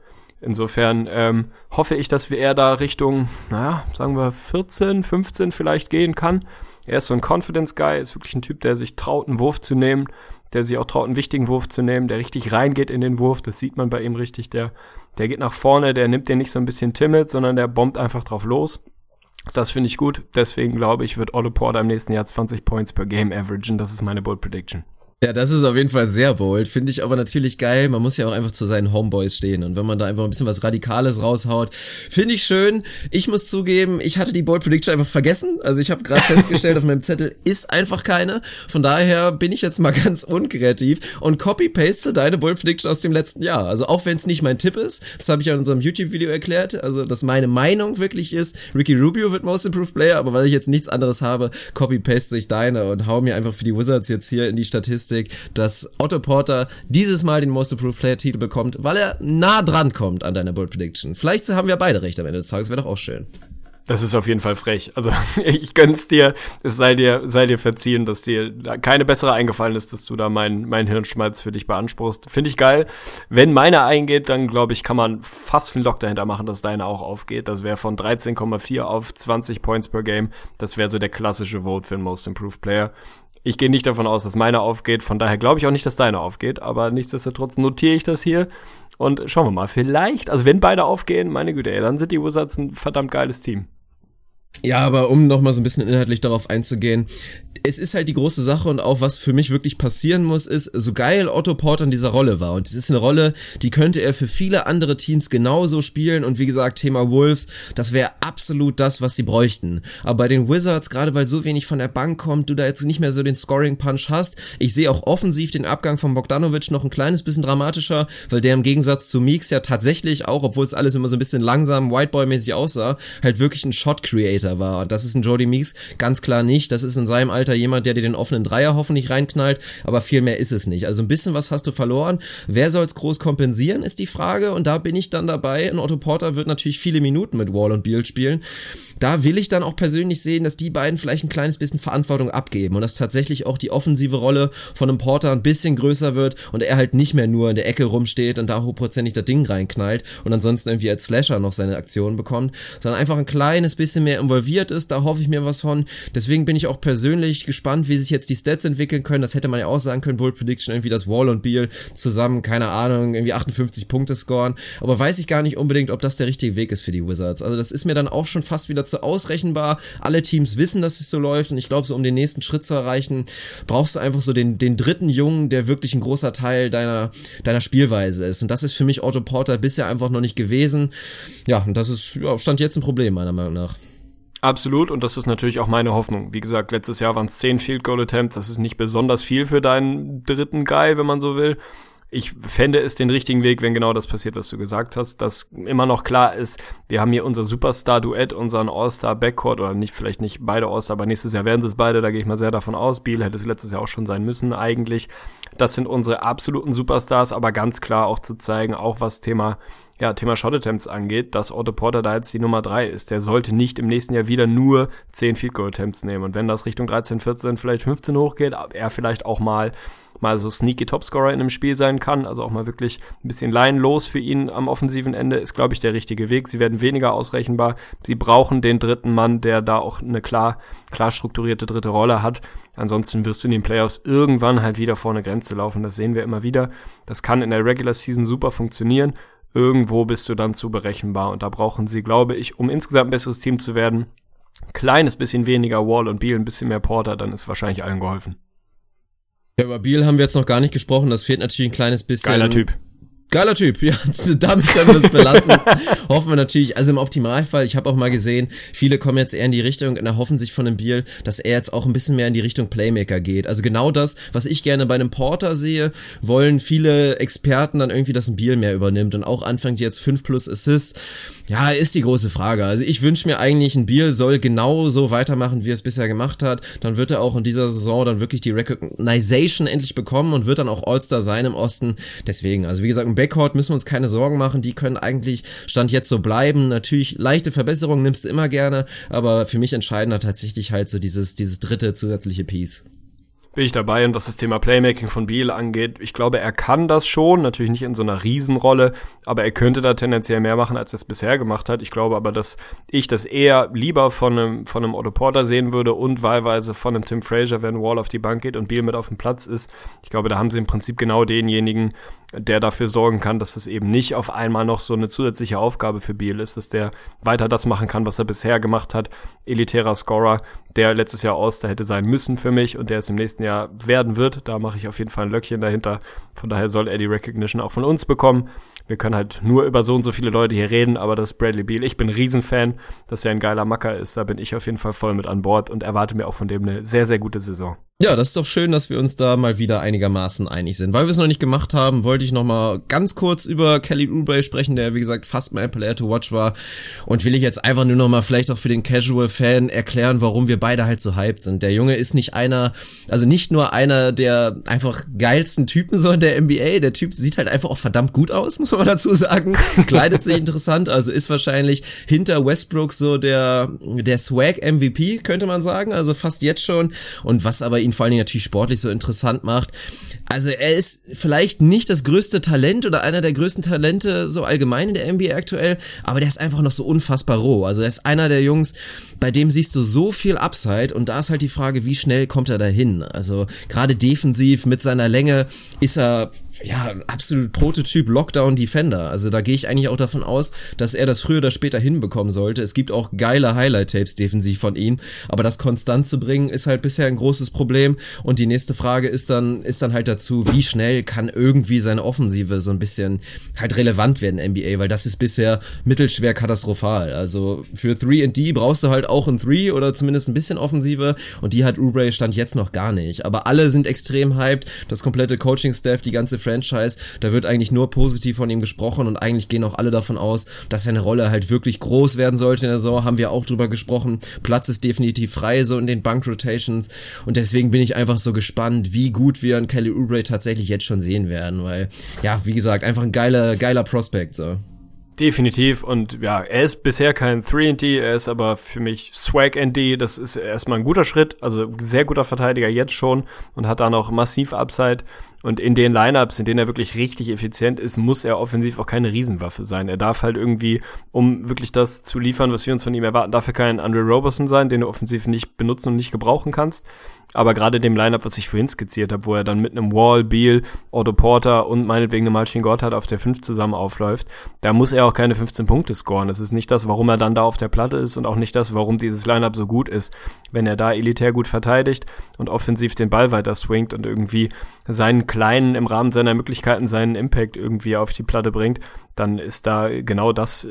Insofern hoffe ich, dass wir eher da Richtung, sagen wir 14, 15 vielleicht gehen kann. Er ist so ein Confidence-Guy, ist wirklich ein Typ, der sich traut, einen Wurf zu nehmen, der sich auch traut, einen wichtigen Wurf zu nehmen, der richtig reingeht in den Wurf, das sieht man bei ihm richtig, der geht nach vorne, der nimmt den nicht so ein bisschen timid, sondern der bombt einfach drauf los. Das finde ich gut, deswegen glaube ich, wird Otto Porter im nächsten Jahr 20 Points per Game averagen, das ist meine Bold Prediction. Ja, das ist auf jeden Fall sehr bold, finde ich aber natürlich geil. Man muss ja auch einfach zu seinen Homeboys stehen und wenn man da einfach ein bisschen was Radikales raushaut, finde ich schön. Ich muss zugeben, ich hatte die Bold Prediction einfach vergessen. Also ich habe gerade festgestellt, auf meinem Zettel ist einfach keine. Von daher bin ich jetzt mal ganz unkreativ und copy-paste deine Bold Prediction aus dem letzten Jahr. Also auch wenn es nicht mein Tipp ist, das habe ich ja in unserem YouTube-Video erklärt, also dass meine Meinung wirklich ist, Ricky Rubio wird Most Improved Player, aber weil ich jetzt nichts anderes habe, copy-paste ich deine und hau mir einfach für die Wizards jetzt hier in die Statistik, dass Otto Porter dieses Mal den Most Improved Player Titel bekommt, weil er nah dran kommt an deiner Bold Prediction. Vielleicht haben wir beide recht am Ende des Tages, wäre doch auch schön. Das ist auf jeden Fall frech. Also ich gönn's dir, es sei dir verziehen, dass dir keine bessere eingefallen ist, dass du da mein Hirnschmalz für dich beanspruchst. Finde ich geil. Wenn meine eingeht, dann glaube ich, kann man fast einen Lock dahinter machen, dass deine auch aufgeht. Das wäre von 13,4 auf 20 Points per Game. Das wäre so der klassische Vote für den Most Improved Player. Ich gehe nicht davon aus, dass meine aufgeht, von daher glaube ich auch nicht, dass deine aufgeht, aber nichtsdestotrotz notiere ich das hier und schauen wir mal, vielleicht, also wenn beide aufgehen, meine Güte, dann sind die Wizards ein verdammt geiles Team. Ja, aber um nochmal so ein bisschen inhaltlich darauf einzugehen, es ist halt die große Sache und auch was für mich wirklich passieren muss, ist, so geil Otto Porter in dieser Rolle war und es ist eine Rolle, die könnte er für viele andere Teams genauso spielen und wie gesagt, Thema Wolves, das wäre absolut das, was sie bräuchten. Aber bei den Wizards, gerade weil so wenig von der Bank kommt, du da jetzt nicht mehr so den Scoring-Punch hast, ich sehe auch offensiv den Abgang von Bogdanovic noch ein kleines bisschen dramatischer, weil der im Gegensatz zu Meeks ja tatsächlich auch, obwohl es alles immer so ein bisschen langsam Whiteboy-mäßig aussah, halt wirklich ein Shot-Creator war und das ist ein Jody Meeks ganz klar nicht, das ist in seinem Alter jemand, der dir den offenen Dreier hoffentlich reinknallt, aber viel mehr ist es nicht. Also ein bisschen was hast du verloren. Wer soll's groß kompensieren, ist die Frage und da bin ich dann dabei und Otto Porter wird natürlich viele Minuten mit Wall und Beal spielen. Da will ich dann auch persönlich sehen, dass die beiden vielleicht ein kleines bisschen Verantwortung abgeben und dass tatsächlich auch die offensive Rolle von einem Porter ein bisschen größer wird und er halt nicht mehr nur in der Ecke rumsteht und da hochprozentig das Ding reinknallt und ansonsten irgendwie als Slasher noch seine Aktionen bekommt, sondern einfach ein kleines bisschen mehr involviert ist, da hoffe ich mir was von. Deswegen bin ich auch persönlich gespannt, wie sich jetzt die Stats entwickeln können. Das hätte man ja auch sagen können, Bold Prediction, irgendwie, dass Wall und Beal zusammen, keine Ahnung, irgendwie 58 Punkte scoren. Aber weiß ich gar nicht unbedingt, ob das der richtige Weg ist für die Wizards. Also das ist mir dann auch schon fast wieder zu ausrechenbar. Alle Teams wissen, dass es so läuft und ich glaube, so um den nächsten Schritt zu erreichen, brauchst du einfach so den dritten Jungen, der wirklich ein großer Teil deiner Spielweise ist. Und das ist für mich Otto Porter bisher einfach noch nicht gewesen. Ja, und das ist, Stand jetzt ein Problem, meiner Meinung nach. Absolut, und das ist natürlich auch meine Hoffnung. Wie gesagt, letztes Jahr waren es 10 Field Goal Attempts, das ist nicht besonders viel für deinen dritten Guy, wenn man so will. Ich fände es den richtigen Weg, wenn genau das passiert, was du gesagt hast, dass immer noch klar ist, wir haben hier unser Superstar-Duett, unseren All-Star-Backcourt, oder nicht, vielleicht nicht beide All-Star, aber nächstes Jahr werden sie es beide, da gehe ich mal sehr davon aus. Beal hätte es letztes Jahr auch schon sein müssen eigentlich. Das sind unsere absoluten Superstars, aber ganz klar auch zu zeigen, auch was Thema Shot Attempts angeht, dass Otto Porter da jetzt die Nummer 3 ist. Der sollte nicht im nächsten Jahr wieder nur 10 Field Goal Attempts nehmen. Und wenn das Richtung 13, 14, vielleicht 15 hochgeht, er vielleicht auch mal so sneaky Topscorer in einem Spiel sein kann, also auch mal wirklich ein bisschen laienlos für ihn am offensiven Ende, ist, glaube ich, der richtige Weg. Sie werden weniger ausrechenbar. Sie brauchen den dritten Mann, der da auch eine klar strukturierte dritte Rolle hat. Ansonsten wirst du in den Playoffs irgendwann halt wieder vor eine Grenze laufen. Das sehen wir immer wieder. Das kann in der Regular Season super funktionieren. Irgendwo bist du dann zu berechenbar und da brauchen sie, glaube ich, um insgesamt ein besseres Team zu werden, kleines bisschen weniger Wall und Beal, ein bisschen mehr Porter, dann ist wahrscheinlich allen geholfen. Ja, über Beal haben wir jetzt noch gar nicht gesprochen, das fehlt natürlich ein kleines bisschen. Geiler Typ. Geiler Typ, ja, damit können wir es belassen. Hoffen wir natürlich, also im Optimalfall, ich habe auch mal gesehen, viele kommen jetzt eher in die Richtung und erhoffen sich von dem Beal, dass er jetzt auch ein bisschen mehr in die Richtung Playmaker geht. Also genau das, was ich gerne bei einem Porter sehe, wollen viele Experten dann irgendwie, dass ein Beal mehr übernimmt und auch anfängt jetzt 5+ Assists. Ja, ist die große Frage. Also ich wünsche mir eigentlich, ein Beal soll genau so weitermachen, wie er es bisher gemacht hat. Dann wird er auch in dieser Saison dann wirklich die Recognition endlich bekommen und wird dann auch All-Star sein im Osten. Deswegen, also wie gesagt, im Backcourt müssen wir uns keine Sorgen machen, die können eigentlich Stand jetzt so bleiben. Natürlich leichte Verbesserungen nimmst du immer gerne, aber für mich entscheidender tatsächlich halt so dieses dritte zusätzliche Piece. Bin ich dabei, und was das Thema Playmaking von Beal angeht, ich glaube, er kann das schon, natürlich nicht in so einer Riesenrolle, aber er könnte da tendenziell mehr machen, als er es bisher gemacht hat. Ich glaube aber, dass ich das eher lieber von einem Otto Porter sehen würde und wahlweise von einem Tim Frazier, wenn Wall auf die Bank geht und Beal mit auf dem Platz ist. Ich glaube, da haben sie im Prinzip genau denjenigen, der dafür sorgen kann, dass es eben nicht auf einmal noch so eine zusätzliche Aufgabe für Beal ist, dass der weiter das machen kann, was er bisher gemacht hat. Elitärer Scorer, der letztes Jahr All-Star hätte sein müssen für mich und der es im nächsten Jahr werden wird. Da mache ich auf jeden Fall ein Löckchen dahinter. Von daher soll er die Recognition auch von uns bekommen. Wir können halt nur über so und so viele Leute hier reden, aber das ist Bradley Beal. Ich bin ein Riesenfan, dass er ein geiler Macker ist. Da bin ich auf jeden Fall voll mit an Bord und erwarte mir auch von dem eine sehr, sehr gute Saison. Ja, das ist doch schön, dass wir uns da mal wieder einigermaßen einig sind. Weil wir es noch nicht gemacht haben, wollte ich noch mal ganz kurz über Kelly Oubre sprechen, der, wie gesagt, fast mein Player to watch war. Und will ich jetzt einfach nur noch mal vielleicht auch für den Casual-Fan erklären, warum wir beide halt so hyped sind. Der Junge ist nicht nur einer der einfach geilsten Typen so in der NBA. Der Typ sieht halt einfach auch verdammt gut aus, muss man mal dazu sagen. Kleidet sich interessant, also ist wahrscheinlich hinter Westbrook so der Swag-MVP, könnte man sagen. Also fast jetzt schon. Und was aber ihn vor allen Dingen natürlich sportlich so interessant macht. Also er ist vielleicht nicht das größte Talent oder einer der größten Talente so allgemein in der NBA aktuell, aber der ist einfach noch so unfassbar roh. Also er ist einer der Jungs, bei dem siehst du so viel Upside und da ist halt die Frage, wie schnell kommt er dahin? Also gerade defensiv mit seiner Länge ist er ja, absolut Prototyp Lockdown-Defender. Also da gehe ich eigentlich auch davon aus, dass er das früher oder später hinbekommen sollte. Es gibt auch geile Highlight-Tapes defensiv von ihm, aber das konstant zu bringen, ist halt bisher ein großes Problem. Und die nächste Frage ist dann halt dazu, wie schnell kann irgendwie seine Offensive so ein bisschen halt relevant werden in NBA, weil das ist bisher mittelschwer katastrophal. Also für 3&D brauchst du halt auch ein 3 oder zumindest ein bisschen Offensive und die hat Oubre Stand jetzt noch gar nicht. Aber alle sind extrem hyped, das komplette Coaching-Staff, die ganze Franchise, da wird eigentlich nur positiv von ihm gesprochen und eigentlich gehen auch alle davon aus, dass seine Rolle halt wirklich groß werden sollte in der Saison, haben wir auch drüber gesprochen, Platz ist definitiv frei, so in den Bank-Rotations und deswegen bin ich einfach so gespannt, wie gut wir an Kelly Oubre tatsächlich jetzt schon sehen werden, weil, ja, wie gesagt, einfach ein geiler Prospect, so. Definitiv und ja, er ist bisher kein 3&D, er ist aber für mich Swag&D, das ist erstmal ein guter Schritt, also sehr guter Verteidiger jetzt schon und hat da noch massiv Upside und in den Lineups, in denen er wirklich richtig effizient ist, muss er offensiv auch keine Riesenwaffe sein. Er darf halt irgendwie, um wirklich das zu liefern, was wir uns von ihm erwarten, darf er kein Andre Roberson sein, den du offensiv nicht benutzen und nicht gebrauchen kannst. Aber gerade dem Lineup, was ich vorhin skizziert habe, wo er dann mit einem Wall, Beal, Otto Porter und meinetwegen einem Marcin Gortat auf der 5 zusammen aufläuft, da muss er auch keine 15 Punkte scoren. Das ist nicht das, warum er dann da auf der Platte ist und auch nicht das, warum dieses Lineup so gut ist. Wenn er da elitär gut verteidigt und offensiv den Ball weiter swingt und irgendwie seinen kleinen, im Rahmen seiner Möglichkeiten, seinen Impact irgendwie auf die Platte bringt, dann ist da genau das,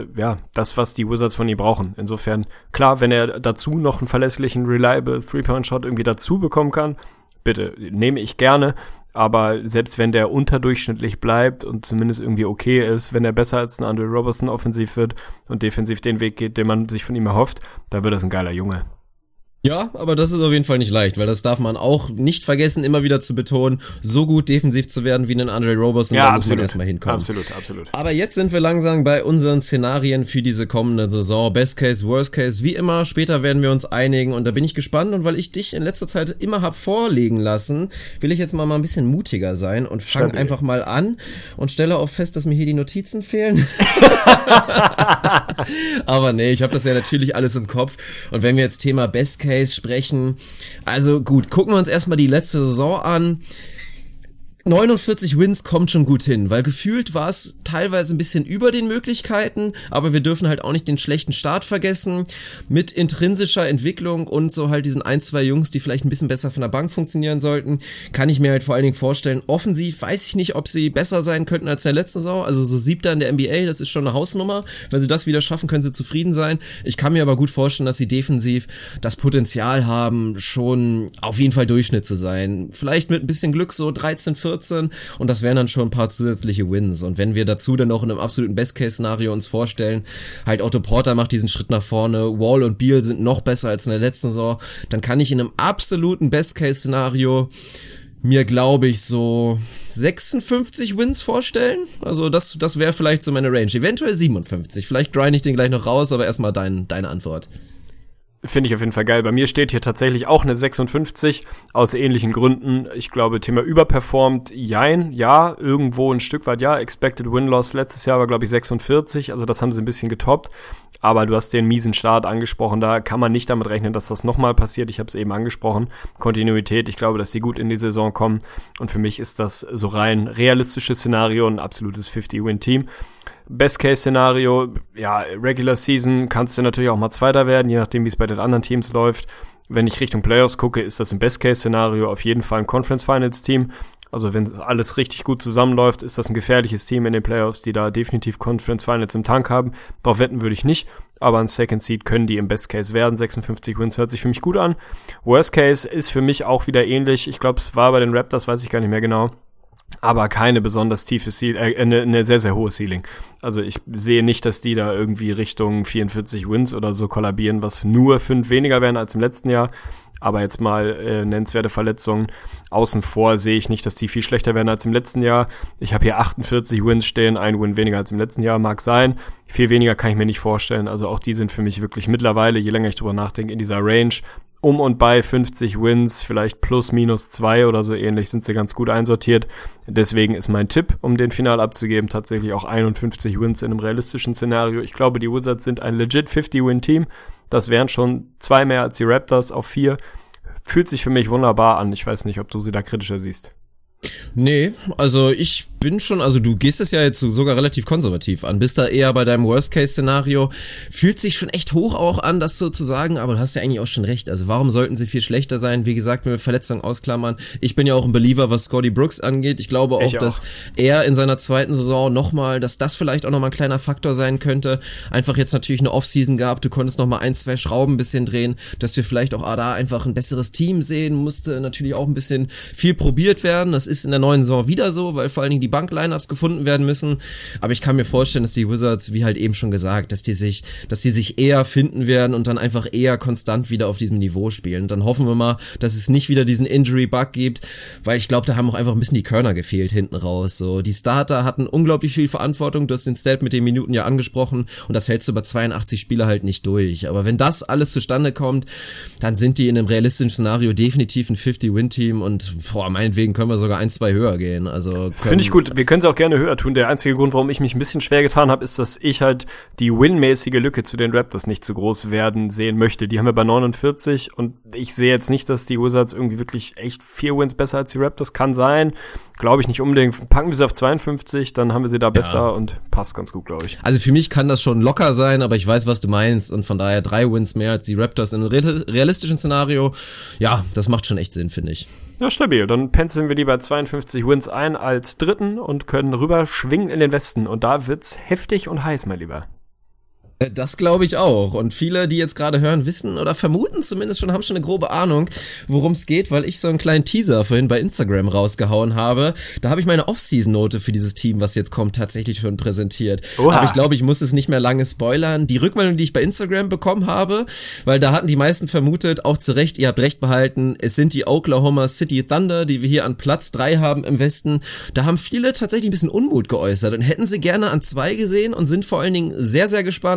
das, was die Wizards von ihm brauchen. Insofern, klar, wenn er dazu noch einen verlässlichen, reliable Three-Point-Shot irgendwie dazu bekommen kann, bitte, nehme ich gerne, aber selbst wenn der unterdurchschnittlich bleibt und zumindest irgendwie okay ist, wenn er besser als ein Andre Roberson offensiv wird und defensiv den Weg geht, den man sich von ihm erhofft, dann wird das ein geiler Junge. Ja, aber das ist auf jeden Fall nicht leicht, weil das darf man auch nicht vergessen, immer wieder zu betonen, so gut defensiv zu werden wie ein Andre Roberson, ja, da muss man erstmal hinkommen. Absolut. Aber jetzt sind wir langsam bei unseren Szenarien für diese kommende Saison. Best Case, Worst Case, wie immer, später werden wir uns einigen und da bin ich gespannt und weil ich dich in letzter Zeit immer hab vorlegen lassen, will ich jetzt mal ein bisschen mutiger sein und fange einfach mal an und stelle auch fest, dass mir hier die Notizen fehlen. Aber nee, ich habe das ja natürlich alles im Kopf und wenn wir jetzt Thema Best Case sprechen. Also gut, gucken wir uns erstmal die letzte Saison an. 49 Wins kommt schon gut hin, weil gefühlt war es teilweise ein bisschen über den Möglichkeiten, aber wir dürfen halt auch nicht den schlechten Start vergessen, mit intrinsischer Entwicklung und so halt diesen 1-2 Jungs, die vielleicht ein bisschen besser von der Bank funktionieren sollten, kann ich mir halt vor allen Dingen vorstellen, offensiv weiß ich nicht, ob sie besser sein könnten als in der letzten Saison, also so 7. in der NBA, das ist schon eine Hausnummer, wenn sie das wieder schaffen, können sie zufrieden sein. Ich kann mir aber gut vorstellen, dass sie defensiv das Potenzial haben, schon auf jeden Fall Durchschnitt zu sein, vielleicht mit ein bisschen Glück so 13, 14 und das wären dann schon ein paar zusätzliche Wins. Und wenn wir dazu dann auch in einem absoluten Best-Case-Szenario uns vorstellen, halt Otto Porter macht diesen Schritt nach vorne, Wall und Beal sind noch besser als in der letzten Saison, dann kann ich in einem absoluten Best-Case-Szenario mir, glaube ich, so 56 Wins vorstellen. Also das wäre vielleicht so meine Range. Eventuell 57. Vielleicht grind ich den gleich noch raus, aber erstmal deine Antwort. Finde ich auf jeden Fall geil. Bei mir steht hier tatsächlich auch eine 56, aus ähnlichen Gründen. Ich glaube, Thema überperformt, ja, irgendwo ein Stück weit, ja. Expected Win-Loss letztes Jahr war, glaube ich, 46, also das haben sie ein bisschen getoppt. Aber du hast den miesen Start angesprochen, da kann man nicht damit rechnen, dass das nochmal passiert. Ich habe es eben angesprochen, Kontinuität, ich glaube, dass sie gut in die Saison kommen. Und für mich ist das so rein realistisches Szenario, ein absolutes 50-Win-Team. Best-Case-Szenario, ja, Regular Season kannst du natürlich auch mal Zweiter werden, je nachdem, wie es bei den anderen Teams läuft. Wenn ich Richtung Playoffs gucke, ist das im Best-Case-Szenario auf jeden Fall ein Conference-Finals-Team. Also wenn alles richtig gut zusammenläuft, ist das ein gefährliches Team in den Playoffs, die da definitiv Conference-Finals im Tank haben. Darauf wetten würde ich nicht, aber ein Second Seed können die im Best-Case werden. 56 Wins hört sich für mich gut an. Worst-Case ist für mich auch wieder ähnlich. Ich glaube, es war bei den Raptors, weiß ich gar nicht mehr genau. Aber keine besonders tiefe Ceiling, eine sehr, sehr hohe Ceiling. Also ich sehe nicht, dass die da irgendwie Richtung 44 Wins oder so kollabieren, was nur 5 weniger wären als im letzten Jahr. Aber jetzt mal nennenswerte Verletzungen außen vor sehe ich nicht, dass die viel schlechter werden als im letzten Jahr. Ich habe hier 48 Wins stehen, ein Win weniger als im letzten Jahr, mag sein. Viel weniger kann ich mir nicht vorstellen. Also auch die sind für mich wirklich mittlerweile, je länger ich drüber nachdenke, in dieser Range um und bei 50 Wins, vielleicht plus minus 2 oder so ähnlich, sind sie ganz gut einsortiert. Deswegen ist mein Tipp, um den Final abzugeben, tatsächlich auch 51 Wins in einem realistischen Szenario. Ich glaube, die Wizards sind ein legit 50-Win-Team. Das wären schon 2 mehr als die Raptors auf 4. Fühlt sich für mich wunderbar an. Ich weiß nicht, ob du sie da kritischer siehst. Nee, also ich bin schon, also du gehst es ja jetzt sogar relativ konservativ an, bist da eher bei deinem Worst-Case-Szenario, fühlt sich schon echt hoch auch an, das so zu sagen, aber du hast ja eigentlich auch schon recht, also warum sollten sie viel schlechter sein, wie gesagt, wenn wir Verletzungen ausklammern, ich bin ja auch ein Believer, was Scotty Brooks angeht, ich glaube auch, dass er in seiner zweiten Saison nochmal, dass das vielleicht auch nochmal ein kleiner Faktor sein könnte, einfach jetzt natürlich eine Offseason gehabt, du konntest nochmal 1-2 Schrauben ein bisschen drehen, dass wir vielleicht auch da einfach ein besseres Team sehen, musste natürlich auch ein bisschen viel probiert werden, das ist in der neuen Saison wieder so, weil vor allen Dingen die Bank-Lineups gefunden werden müssen, aber ich kann mir vorstellen, dass die Wizards, wie halt eben schon gesagt, dass die sich eher finden werden und dann einfach eher konstant wieder auf diesem Niveau spielen. Und dann hoffen wir mal, dass es nicht wieder diesen Injury-Bug gibt, weil ich glaube, da haben auch einfach ein bisschen die Körner gefehlt hinten raus. So, die Starter hatten unglaublich viel Verantwortung, du hast den Stat mit den Minuten ja angesprochen und das hältst du über 82 Spiele halt nicht durch. Aber wenn das alles zustande kommt, dann sind die in einem realistischen Szenario definitiv ein 50-Win-Team und meinetwegen können wir sogar 1-2 höher gehen. Also finde ich gut. Wir können es auch gerne höher tun. Der einzige Grund, warum ich mich ein bisschen schwer getan habe, ist, dass ich halt die winmäßige Lücke zu den Raptors nicht zu groß werden sehen möchte. Die haben wir bei 49 und ich sehe jetzt nicht, dass die Wizards irgendwie wirklich echt 4 Wins besser als die Raptors. Kann sein. Glaube ich nicht unbedingt. Packen wir sie auf 52, dann haben wir sie da besser und passt ganz gut, glaube ich. Also für mich kann das schon locker sein, aber ich weiß, was du meinst und von daher 3 Wins mehr als die Raptors in einem realistischen Szenario. Ja, das macht schon echt Sinn, finde ich. Ja, stabil. Dann penciln wir die bei 52 Wins ein als Dritten und können rüber schwingen in den Westen. Und da wird's heftig und heiß, mein Lieber. Das glaube ich auch. Und viele, die jetzt gerade hören, wissen oder vermuten zumindest schon, haben schon eine grobe Ahnung, worum es geht, weil ich so einen kleinen Teaser vorhin bei Instagram rausgehauen habe. Da habe ich meine Off-Season-Note für dieses Team, was jetzt kommt, tatsächlich schon präsentiert. Oha. Aber ich glaube, ich muss es nicht mehr lange spoilern. Die Rückmeldung, die ich bei Instagram bekommen habe, weil da hatten die meisten vermutet, auch zu Recht, ihr habt recht behalten, es sind die Oklahoma City Thunder, die wir hier an Platz 3 haben im Westen. Da haben viele tatsächlich ein bisschen Unmut geäußert und hätten sie gerne an 2 gesehen und sind vor allen Dingen sehr, sehr gespannt,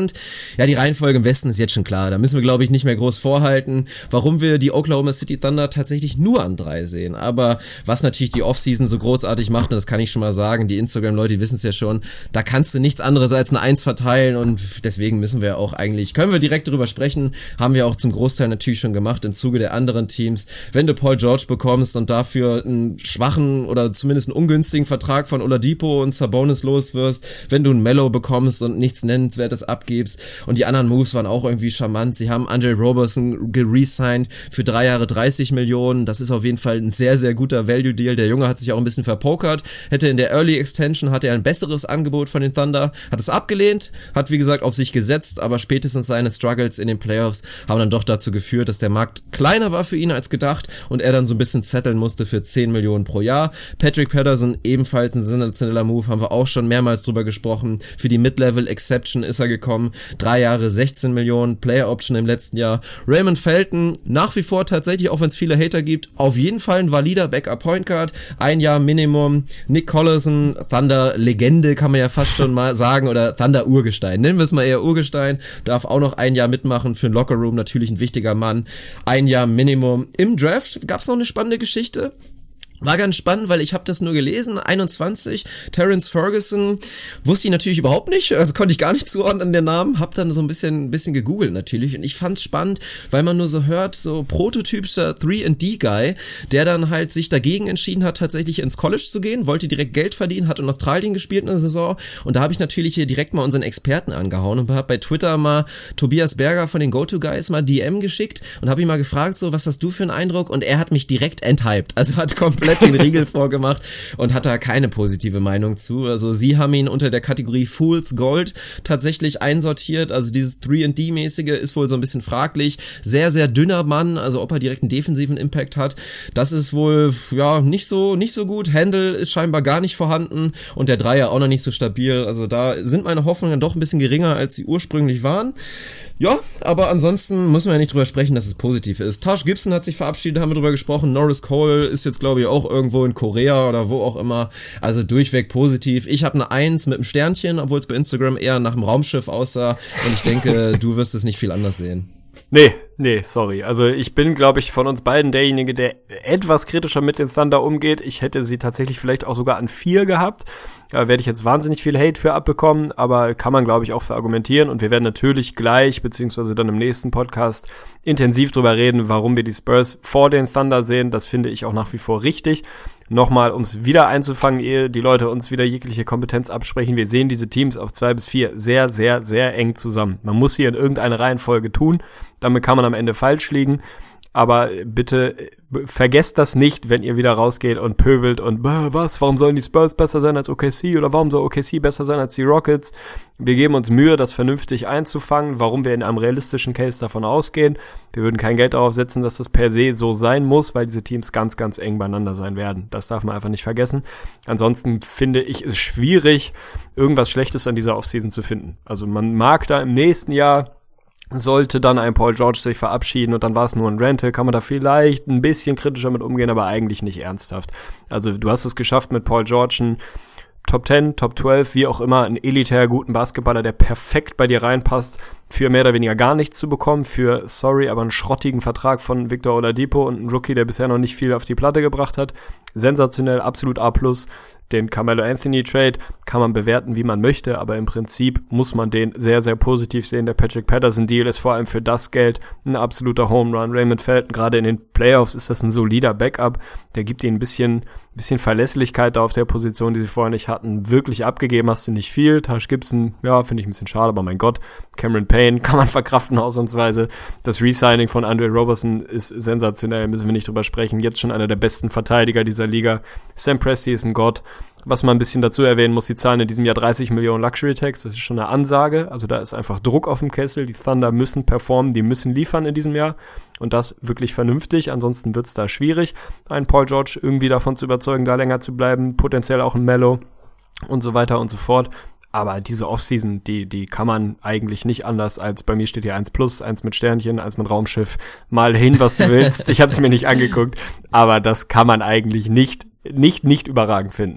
spannend. Ja, die Reihenfolge im Westen ist jetzt schon klar. Da müssen wir, glaube ich, nicht mehr groß vorhalten, warum wir die Oklahoma City Thunder tatsächlich nur an 3 sehen. Aber was natürlich die Offseason so großartig macht, und das kann ich schon mal sagen, die Instagram-Leute, die wissen es ja schon, da kannst du nichts anderes als eine 1 verteilen und deswegen müssen wir auch eigentlich, können wir direkt drüber sprechen, haben wir auch zum Großteil natürlich schon gemacht im Zuge der anderen Teams. Wenn du Paul George bekommst und dafür einen schwachen oder zumindest einen ungünstigen Vertrag von Oladipo und Sabonis los wirst, wenn du einen Melo bekommst und nichts Nennenswertes abgibst und die anderen Moves waren auch irgendwie charmant. Sie haben Andre Roberson geresigned für 3 Jahre 30 Millionen. Das ist auf jeden Fall ein sehr, sehr guter Value-Deal. Der Junge hat sich auch ein bisschen verpokert. Hätte in der Early Extension hatte er ein besseres Angebot von den Thunder, hat es abgelehnt, hat wie gesagt auf sich gesetzt, aber spätestens seine Struggles in den Playoffs haben dann doch dazu geführt, dass der Markt kleiner war für ihn als gedacht und er dann so ein bisschen zetteln musste für 10 Millionen pro Jahr. Patrick Patterson, ebenfalls ein sensationeller Move, haben wir auch schon mehrmals drüber gesprochen. Für die Mid-Level Exception ist er gekommen. 3 Jahre 16 Millionen, Player Option im letzten Jahr. Raymond Felton, nach wie vor tatsächlich, auch wenn es viele Hater gibt, auf jeden Fall ein valider Backup Point Guard. 1 Jahr Minimum. Nick Collison, Thunder-Legende kann man ja fast schon mal sagen, oder Thunder-Urgestein. Nennen wir es mal eher Urgestein. Darf auch noch 1 Jahr mitmachen. Für den Lockerroom natürlich ein wichtiger Mann. 1 Jahr Minimum. Im Draft gab es noch eine spannende Geschichte. War ganz spannend, weil ich habe das nur gelesen, 21, Terrence Ferguson, wusste ich natürlich überhaupt nicht, also konnte ich gar nicht zuordnen den Namen, hab dann so ein bisschen gegoogelt natürlich und ich fand's spannend, weil man nur so hört, so prototypischer 3&D-Guy, der dann halt sich dagegen entschieden hat, tatsächlich ins College zu gehen, wollte direkt Geld verdienen, hat in Australien gespielt in der Saison und da habe ich natürlich hier direkt mal unseren Experten angehauen und habe bei Twitter mal Tobias Berger von den Go-To-Guys mal DM geschickt und habe ihn mal gefragt, so, was hast du für einen Eindruck? Und er hat mich direkt enthyped, also hat komplett den Riegel vorgemacht und hat da keine positive Meinung zu. Also sie haben ihn unter der Kategorie Fool's Gold tatsächlich einsortiert. Also dieses 3&D-mäßige ist wohl so ein bisschen fraglich. Sehr, sehr dünner Mann, also ob er direkt einen defensiven Impact hat, das ist wohl ja nicht so gut. Handle ist scheinbar gar nicht vorhanden und der Dreier auch noch nicht so stabil. Also da sind meine Hoffnungen doch ein bisschen geringer, als sie ursprünglich waren. Ja, aber ansonsten müssen wir ja nicht drüber sprechen, dass es positiv ist. Taj Gibson hat sich verabschiedet, haben wir drüber gesprochen. Norris Cole ist jetzt, glaube ich, auch irgendwo in Korea oder wo auch immer. Also durchweg positiv. Ich habe eine 1 mit einem Sternchen, obwohl es bei Instagram eher nach einem Raumschiff aussah. Und ich denke, du wirst es nicht viel anders sehen. Nee, sorry. Also ich bin, glaube ich, von uns beiden derjenige, der etwas kritischer mit den Thunder umgeht. Ich hätte sie tatsächlich vielleicht auch sogar an 4 gehabt. Da werde ich jetzt wahnsinnig viel Hate für abbekommen, aber kann man, glaube ich, auch verargumentieren. Und wir werden natürlich gleich, beziehungsweise dann im nächsten Podcast, intensiv drüber reden, warum wir die Spurs vor den Thunder sehen. Das finde ich auch nach wie vor richtig. Nochmal, um es wieder einzufangen, ehe die Leute uns wieder jegliche Kompetenz absprechen. Wir sehen diese Teams auf 2 bis 4 sehr, sehr, sehr eng zusammen. Man muss hier in irgendeine Reihenfolge tun. Damit kann man am Ende falsch liegen. Aber bitte vergesst das nicht, wenn ihr wieder rausgeht und pöbelt und warum sollen die Spurs besser sein als OKC oder warum soll OKC besser sein als die Rockets? Wir geben uns Mühe, das vernünftig einzufangen, warum wir in einem realistischen Case davon ausgehen. Wir würden kein Geld darauf setzen, dass das per se so sein muss, weil diese Teams ganz, ganz eng beieinander sein werden. Das darf man einfach nicht vergessen. Ansonsten finde ich es schwierig, irgendwas Schlechtes an dieser Offseason zu finden. Also man mag da im nächsten Jahr sollte dann ein Paul George sich verabschieden und dann war es nur ein Rental, kann man da vielleicht ein bisschen kritischer mit umgehen, aber eigentlich nicht ernsthaft. Also du hast es geschafft mit Paul George, einen Top 10, Top 12, wie auch immer, einen elitär guten Basketballer, der perfekt bei dir reinpasst, für mehr oder weniger gar nichts zu bekommen, für, aber einen schrottigen Vertrag von Victor Oladipo und einen Rookie, der bisher noch nicht viel auf die Platte gebracht hat. Sensationell, absolut A+. Den Carmelo Anthony Trade kann man bewerten, wie man möchte, aber im Prinzip muss man den sehr, sehr positiv sehen. Der Patrick Patterson Deal ist vor allem für das Geld ein absoluter Home Run. Raymond Felton, gerade in den Playoffs ist das ein solider Backup. Der gibt ihnen ein bisschen Verlässlichkeit da auf der Position, die sie vorher nicht hatten. Wirklich abgegeben hast du nicht viel. Taj Gibson, ja, finde ich ein bisschen schade, aber mein Gott. Cameron Payne kann man verkraften ausnahmsweise. Das Resigning von Andre Roberson ist sensationell, müssen wir nicht drüber sprechen. Jetzt schon einer der besten Verteidiger dieser Liga. Sam Presti ist ein Gott. Was man ein bisschen dazu erwähnen muss, die zahlen in diesem Jahr 30 Millionen Luxury Tax, das ist schon eine Ansage, also da ist einfach Druck auf dem Kessel, die Thunder müssen performen, die müssen liefern in diesem Jahr und das wirklich vernünftig, ansonsten wird es da schwierig, einen Paul George irgendwie davon zu überzeugen, da länger zu bleiben, potenziell auch ein Melo und so weiter und so fort. Aber diese Offseason, die kann man eigentlich nicht anders als, bei mir steht hier 1+, 1 mit Sternchen, 1 mit Raumschiff, mal hin, was du willst. Ich habe es mir nicht angeguckt, aber das kann man eigentlich nicht überragend finden.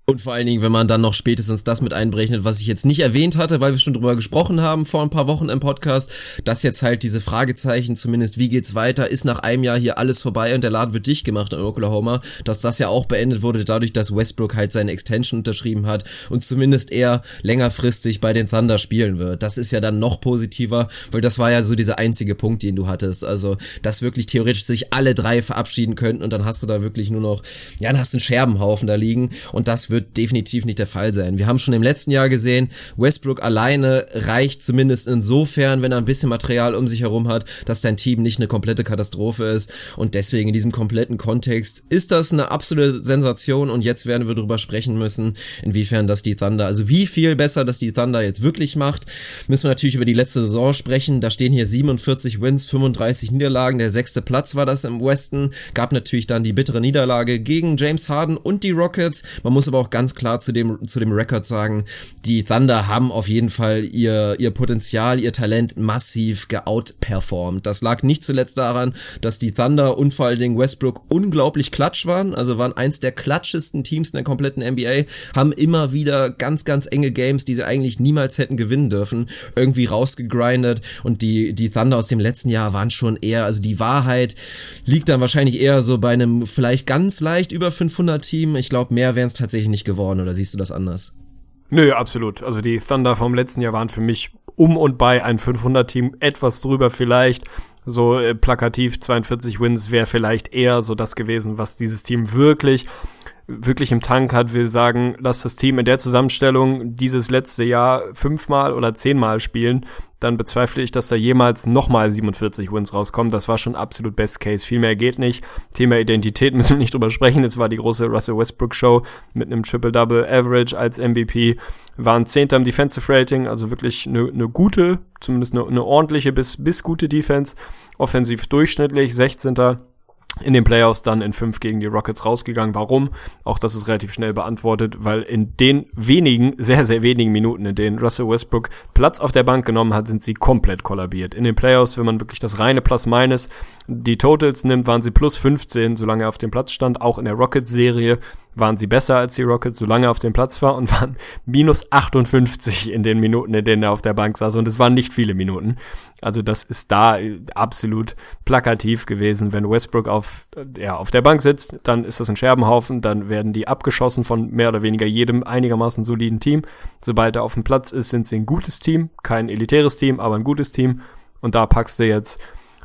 Und vor allen Dingen, wenn man dann noch spätestens das mit einberechnet, was ich jetzt nicht erwähnt hatte, weil wir schon drüber gesprochen haben vor ein paar Wochen im Podcast, dass jetzt halt diese Fragezeichen, zumindest wie geht's weiter, ist nach einem Jahr hier alles vorbei und der Laden wird dicht gemacht in Oklahoma, dass das ja auch beendet wurde dadurch, dass Westbrook halt seine Extension unterschrieben hat und zumindest eher längerfristig bei den Thunder spielen wird. Das ist ja dann noch positiver, weil das war ja so dieser einzige Punkt, den du hattest. Also, dass wirklich theoretisch sich alle drei verabschieden könnten und dann hast du da wirklich nur noch, ja, dann hast du einen Scherbenhaufen da liegen und das wird definitiv nicht der Fall sein. Wir haben schon im letzten Jahr gesehen, Westbrook alleine reicht zumindest insofern, wenn er ein bisschen Material um sich herum hat, dass dein Team nicht eine komplette Katastrophe ist und deswegen in diesem kompletten Kontext ist das eine absolute Sensation und jetzt werden wir darüber sprechen müssen, inwiefern das die Thunder, also wie viel besser das die Thunder jetzt wirklich macht, müssen wir natürlich über die letzte Saison sprechen. Da stehen hier 47 Wins, 35 Niederlagen, der 6. Platz war das im Westen, gab natürlich dann die bittere Niederlage gegen James Harden und die Rockets. Man muss aber auch ganz klar zu dem Rekord sagen, die Thunder haben auf jeden Fall ihr Potenzial, ihr Talent massiv geoutperformt. Das lag nicht zuletzt daran, dass die Thunder und vor allen Dingen Westbrook unglaublich klatsch waren, also waren eins der klatschesten Teams in der kompletten NBA, haben immer wieder ganz, ganz enge Games, die sie eigentlich niemals hätten gewinnen dürfen, irgendwie rausgegrindet und die Thunder aus dem letzten Jahr waren schon eher, also die Wahrheit liegt dann wahrscheinlich eher so bei einem vielleicht ganz leicht über 500 Team. Ich glaube, mehr wären es tatsächlich nicht geworden, oder siehst du das anders? Nö, absolut. Also die Thunder vom letzten Jahr waren für mich um und bei ein 500-Team, etwas drüber vielleicht. So plakativ 42 Wins wäre vielleicht eher so das gewesen, was dieses Team wirklich im Tank hat. Wir sagen, lass das Team in der Zusammenstellung dieses letzte Jahr 5-mal oder 10-mal spielen, dann bezweifle ich, dass da jemals nochmal 47 Wins rauskommen. Das war schon absolut Best Case. Viel mehr geht nicht. Thema Identität müssen wir nicht drüber sprechen. Es war die große Russell Westbrook Show mit einem Triple-Double Average als MVP. Waren 10. im Defensive Rating, also wirklich eine gute, zumindest eine ordentliche bis gute Defense. Offensiv durchschnittlich, 16. in den Playoffs dann in 5 gegen die Rockets rausgegangen. Warum? Auch das ist relativ schnell beantwortet, weil in den sehr, sehr wenigen Minuten, in denen Russell Westbrook Platz auf der Bank genommen hat, sind sie komplett kollabiert. In den Playoffs, wenn man wirklich das reine Plus-Minus die Totals nimmt, waren sie plus 15, solange er auf dem Platz stand. Auch in der Rockets-Serie waren sie besser als die Rockets, solange er auf dem Platz war, und waren minus 58 in den Minuten, in denen er auf der Bank saß. Und es waren nicht viele Minuten. Also das ist da absolut plakativ gewesen. Wenn Westbrook auf der Bank sitzt, dann ist das ein Scherbenhaufen. Dann werden die abgeschossen von mehr oder weniger jedem einigermaßen soliden Team. Sobald er auf dem Platz ist, sind sie ein gutes Team. Kein elitäres Team, aber ein gutes Team. Und da packst du jetzt,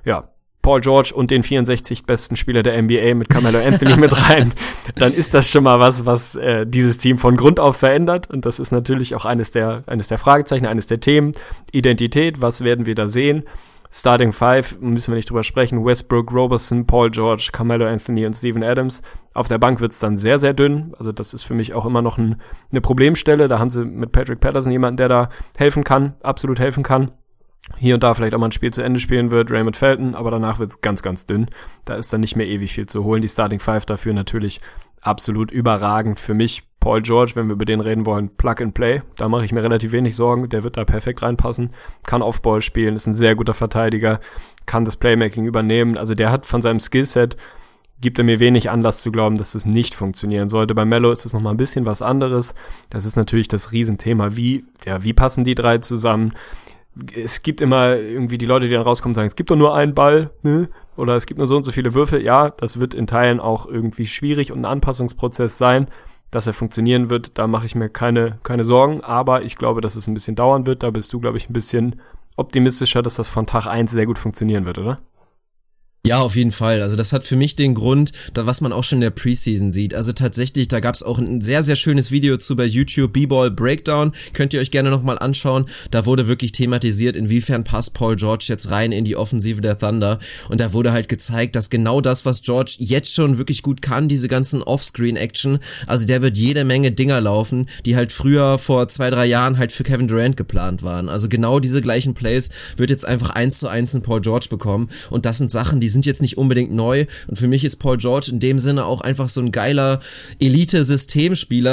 Paul George und den 64 besten Spieler der NBA mit Carmelo Anthony mit rein, dann ist das schon mal was dieses Team von Grund auf verändert. Und das ist natürlich auch eines der Fragezeichen, eines der Themen. Identität, was werden wir da sehen? Starting Five, müssen wir nicht drüber sprechen. Westbrook, Roberson, Paul George, Carmelo Anthony und Steven Adams. Auf der Bank wird's dann sehr, sehr dünn. Also das ist für mich auch immer noch eine Problemstelle. Da haben sie mit Patrick Patterson jemanden, der da helfen kann, absolut helfen kann. Hier und da vielleicht auch mal ein Spiel zu Ende spielen wird, Raymond Felton, aber danach wird's ganz, ganz dünn. Da ist dann nicht mehr ewig viel zu holen. Die Starting Five dafür natürlich absolut überragend. Für mich Paul George, wenn wir über den reden wollen, Plug and Play. Da mache ich mir relativ wenig Sorgen. Der wird da perfekt reinpassen. Kann Offball spielen, ist ein sehr guter Verteidiger, kann das Playmaking übernehmen. Also der hat von seinem Skillset, gibt er mir wenig Anlass zu glauben, dass das nicht funktionieren sollte. Bei Melo ist es nochmal ein bisschen was anderes. Das ist natürlich das Riesenthema. Wie passen die drei zusammen? Es gibt immer irgendwie die Leute, die dann rauskommen und sagen, es gibt doch nur einen Ball, ne? Oder es gibt nur so und so viele Würfe. Ja, das wird in Teilen auch irgendwie schwierig und ein Anpassungsprozess sein, dass er funktionieren wird. Da mache ich mir keine Sorgen, aber ich glaube, dass es ein bisschen dauern wird. Da bist du, glaube ich, ein bisschen optimistischer, dass das von Tag 1 sehr gut funktionieren wird, oder? Ja, auf jeden Fall. Also das hat für mich den Grund, was man auch schon in der Preseason sieht. Also tatsächlich, da gab's auch ein sehr, sehr schönes Video zu bei YouTube, B-Ball Breakdown. Könnt ihr euch gerne nochmal anschauen. Da wurde wirklich thematisiert, inwiefern passt Paul George jetzt rein in die Offensive der Thunder. Und da wurde halt gezeigt, dass genau das, was George jetzt schon wirklich gut kann, diese ganzen Offscreen-Action, also der wird jede Menge Dinger laufen, die halt früher vor 2-3 Jahren halt für Kevin Durant geplant waren. Also genau diese gleichen Plays wird jetzt einfach 1:1 in Paul George bekommen. Und das sind Sachen, die sind jetzt nicht unbedingt neu und für mich ist Paul George in dem Sinne auch einfach so ein geiler Elite-Systemspieler,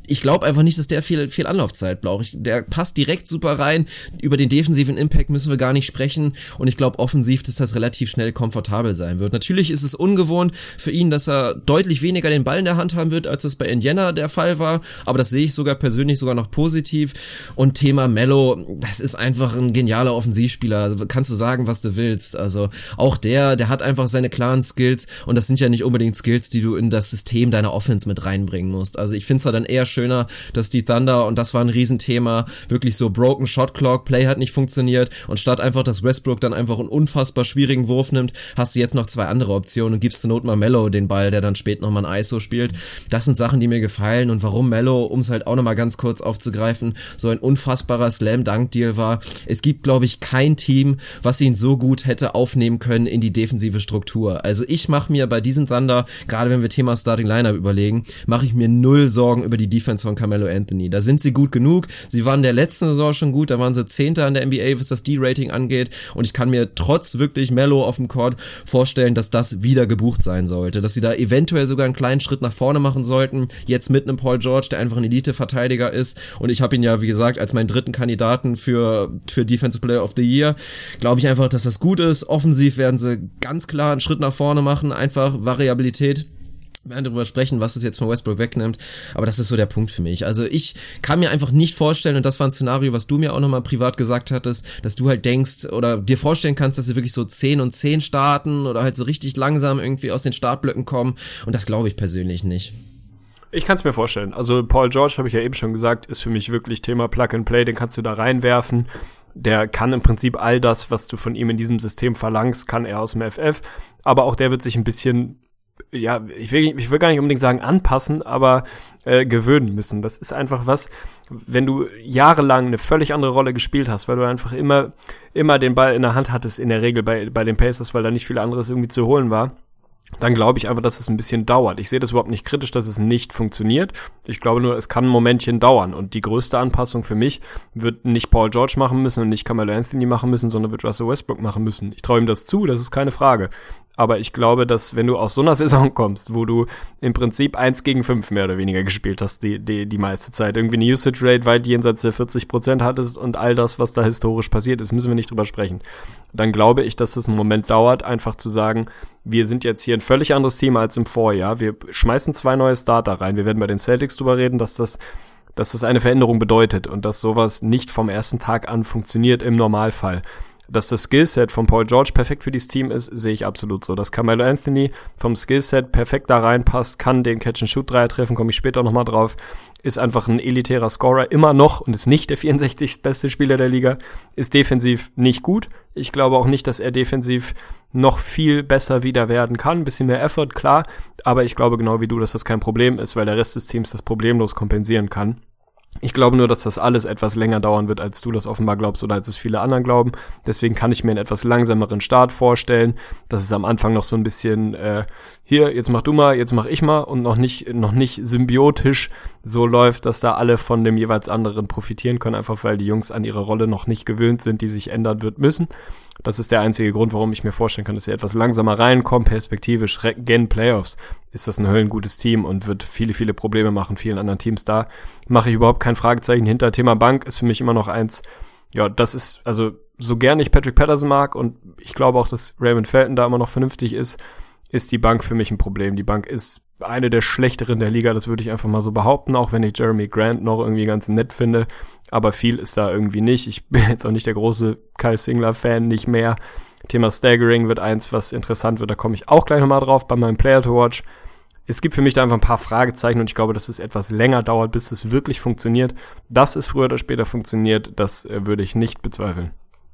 ich glaube einfach nicht, dass der viel Anlaufzeit braucht. Der passt direkt super rein. Über den defensiven Impact müssen wir gar nicht sprechen. Und ich glaube offensiv, dass das relativ schnell komfortabel sein wird. Natürlich ist es ungewohnt für ihn, dass er deutlich weniger den Ball in der Hand haben wird, als das bei Indiana der Fall war. Aber das sehe ich sogar persönlich sogar noch positiv. Und Thema Melo, das ist einfach ein genialer Offensivspieler. Kannst du sagen, was du willst. Also auch der hat einfach seine klaren Skills. Und das sind ja nicht unbedingt Skills, die du in das System deiner Offense mit reinbringen musst. Also ich finde es dann eher schöner, dass die Thunder, und das war ein Riesenthema, wirklich so broken Shot Clock, Play hat nicht funktioniert, und statt einfach, dass Westbrook dann einfach einen unfassbar schwierigen Wurf nimmt, hast du jetzt noch 2 andere Optionen und gibst zur Not mal Melo den Ball, der dann später nochmal ein ISO spielt. Das sind Sachen, die mir gefallen, und warum Melo, um es halt auch nochmal ganz kurz aufzugreifen, so ein unfassbarer Slam-Dunk-Deal war. Es gibt, glaube ich, kein Team, was ihn so gut hätte aufnehmen können in die defensive Struktur. Also ich mache mir bei diesem Thunder, gerade wenn wir Thema Starting Lineup überlegen, mache ich mir null Sorgen über die Defense von Carmelo Anthony. Da sind sie gut genug. Sie waren der letzten Saison schon gut. Da waren sie 10. in der NBA, was das D-Rating angeht. Und ich kann mir trotz wirklich Melo auf dem Court vorstellen, dass das wieder gebucht sein sollte. Dass sie da eventuell sogar einen kleinen Schritt nach vorne machen sollten. Jetzt mit einem Paul George, der einfach ein Elite-Verteidiger ist. Und ich habe ihn ja, wie gesagt, als meinen dritten Kandidaten für Defensive Player of the Year. Glaube ich einfach, dass das gut ist. Offensiv werden sie ganz klar einen Schritt nach vorne machen. Einfach Variabilität. Wir werden darüber sprechen, was es jetzt von Westbrook wegnimmt, aber das ist so der Punkt für mich. Also ich kann mir einfach nicht vorstellen, und das war ein Szenario, was du mir auch nochmal privat gesagt hattest, dass du halt denkst oder dir vorstellen kannst, dass sie wirklich so 10 und 10 starten oder halt so richtig langsam irgendwie aus den Startblöcken kommen, und das glaube ich persönlich nicht. Ich kann es mir vorstellen. Also Paul George, habe ich ja eben schon gesagt, ist für mich wirklich Thema Plug and Play, den kannst du da reinwerfen. Der kann im Prinzip all das, was du von ihm in diesem System verlangst, kann er aus dem FF, aber auch der wird sich ein bisschen, ja, ich will gar nicht unbedingt sagen anpassen, aber gewöhnen müssen. Das ist einfach was, wenn du jahrelang eine völlig andere Rolle gespielt hast, weil du einfach immer den Ball in der Hand hattest, in der Regel bei den Pacers, weil da nicht viel anderes irgendwie zu holen war, dann glaube ich einfach, dass es ein bisschen dauert. Ich sehe das überhaupt nicht kritisch, dass es nicht funktioniert. Ich glaube nur, es kann ein Momentchen dauern. Und die größte Anpassung für mich wird nicht Paul George machen müssen und nicht Carmelo Anthony machen müssen, sondern wird Russell Westbrook machen müssen. Ich traue ihm das zu, das ist keine Frage. Aber ich glaube, dass wenn du aus so einer Saison kommst, wo du im Prinzip 1 gegen 5 mehr oder weniger gespielt hast, die meiste Zeit, irgendwie eine Usage Rate weit jenseits der 40% hattest und all das, was da historisch passiert ist, müssen wir nicht drüber sprechen. Dann glaube ich, dass es einen Moment dauert, einfach zu sagen, wir sind jetzt hier ein völlig anderes Team als im Vorjahr. Wir schmeißen 2 neue Starter rein. Wir werden bei den Celtics drüber reden, dass das eine Veränderung bedeutet und dass sowas nicht vom ersten Tag an funktioniert im Normalfall. Dass das Skillset von Paul George perfekt für dieses Team ist, sehe ich absolut so. Dass Carmelo Anthony vom Skillset perfekt da reinpasst, kann den Catch-and-Shoot-Dreier treffen, komme ich später nochmal drauf, ist einfach ein elitärer Scorer immer noch und ist nicht der 64. beste Spieler der Liga, ist defensiv nicht gut. Ich glaube auch nicht, dass er defensiv noch viel besser wieder werden kann. Ein bisschen mehr Effort, klar, aber ich glaube genau wie du, dass das kein Problem ist, weil der Rest des Teams das problemlos kompensieren kann. Ich glaube nur, dass das alles etwas länger dauern wird, als du das offenbar glaubst oder als es viele anderen glauben. Deswegen kann ich mir einen etwas langsameren Start vorstellen, dass es am Anfang noch so ein bisschen hier, jetzt mach du mal, jetzt mach ich mal und noch nicht symbiotisch so läuft, dass da alle von dem jeweils anderen profitieren können, einfach weil die Jungs an ihre Rolle noch nicht gewöhnt sind, die sich ändern wird müssen. Das ist der einzige Grund, warum ich mir vorstellen kann, dass sie etwas langsamer reinkommen, perspektivisch, gen Playoffs ist das ein höllengutes Team und wird viele, viele Probleme machen, vielen anderen Teams da. Mache ich überhaupt kein Fragezeichen hinter. Thema Bank ist für mich immer noch eins, ja, das ist, also so gern ich Patrick Patterson mag und ich glaube auch, dass Raymond Felton da immer noch vernünftig ist die Bank für mich ein Problem. Die Bank ist eine der schlechteren der Liga, das würde ich einfach mal so behaupten, auch wenn ich Jeremy Grant noch irgendwie ganz nett finde, aber viel ist da irgendwie nicht. Ich bin jetzt auch nicht der große Kyle Singler-Fan, nicht mehr. Thema Staggering wird eins, was interessant wird, da komme ich auch gleich nochmal drauf bei meinem Player to Watch. Es gibt für mich da einfach ein paar Fragezeichen und ich glaube, dass es etwas länger dauert, bis es wirklich funktioniert. Dass es früher oder später funktioniert, das würde ich nicht bezweifeln.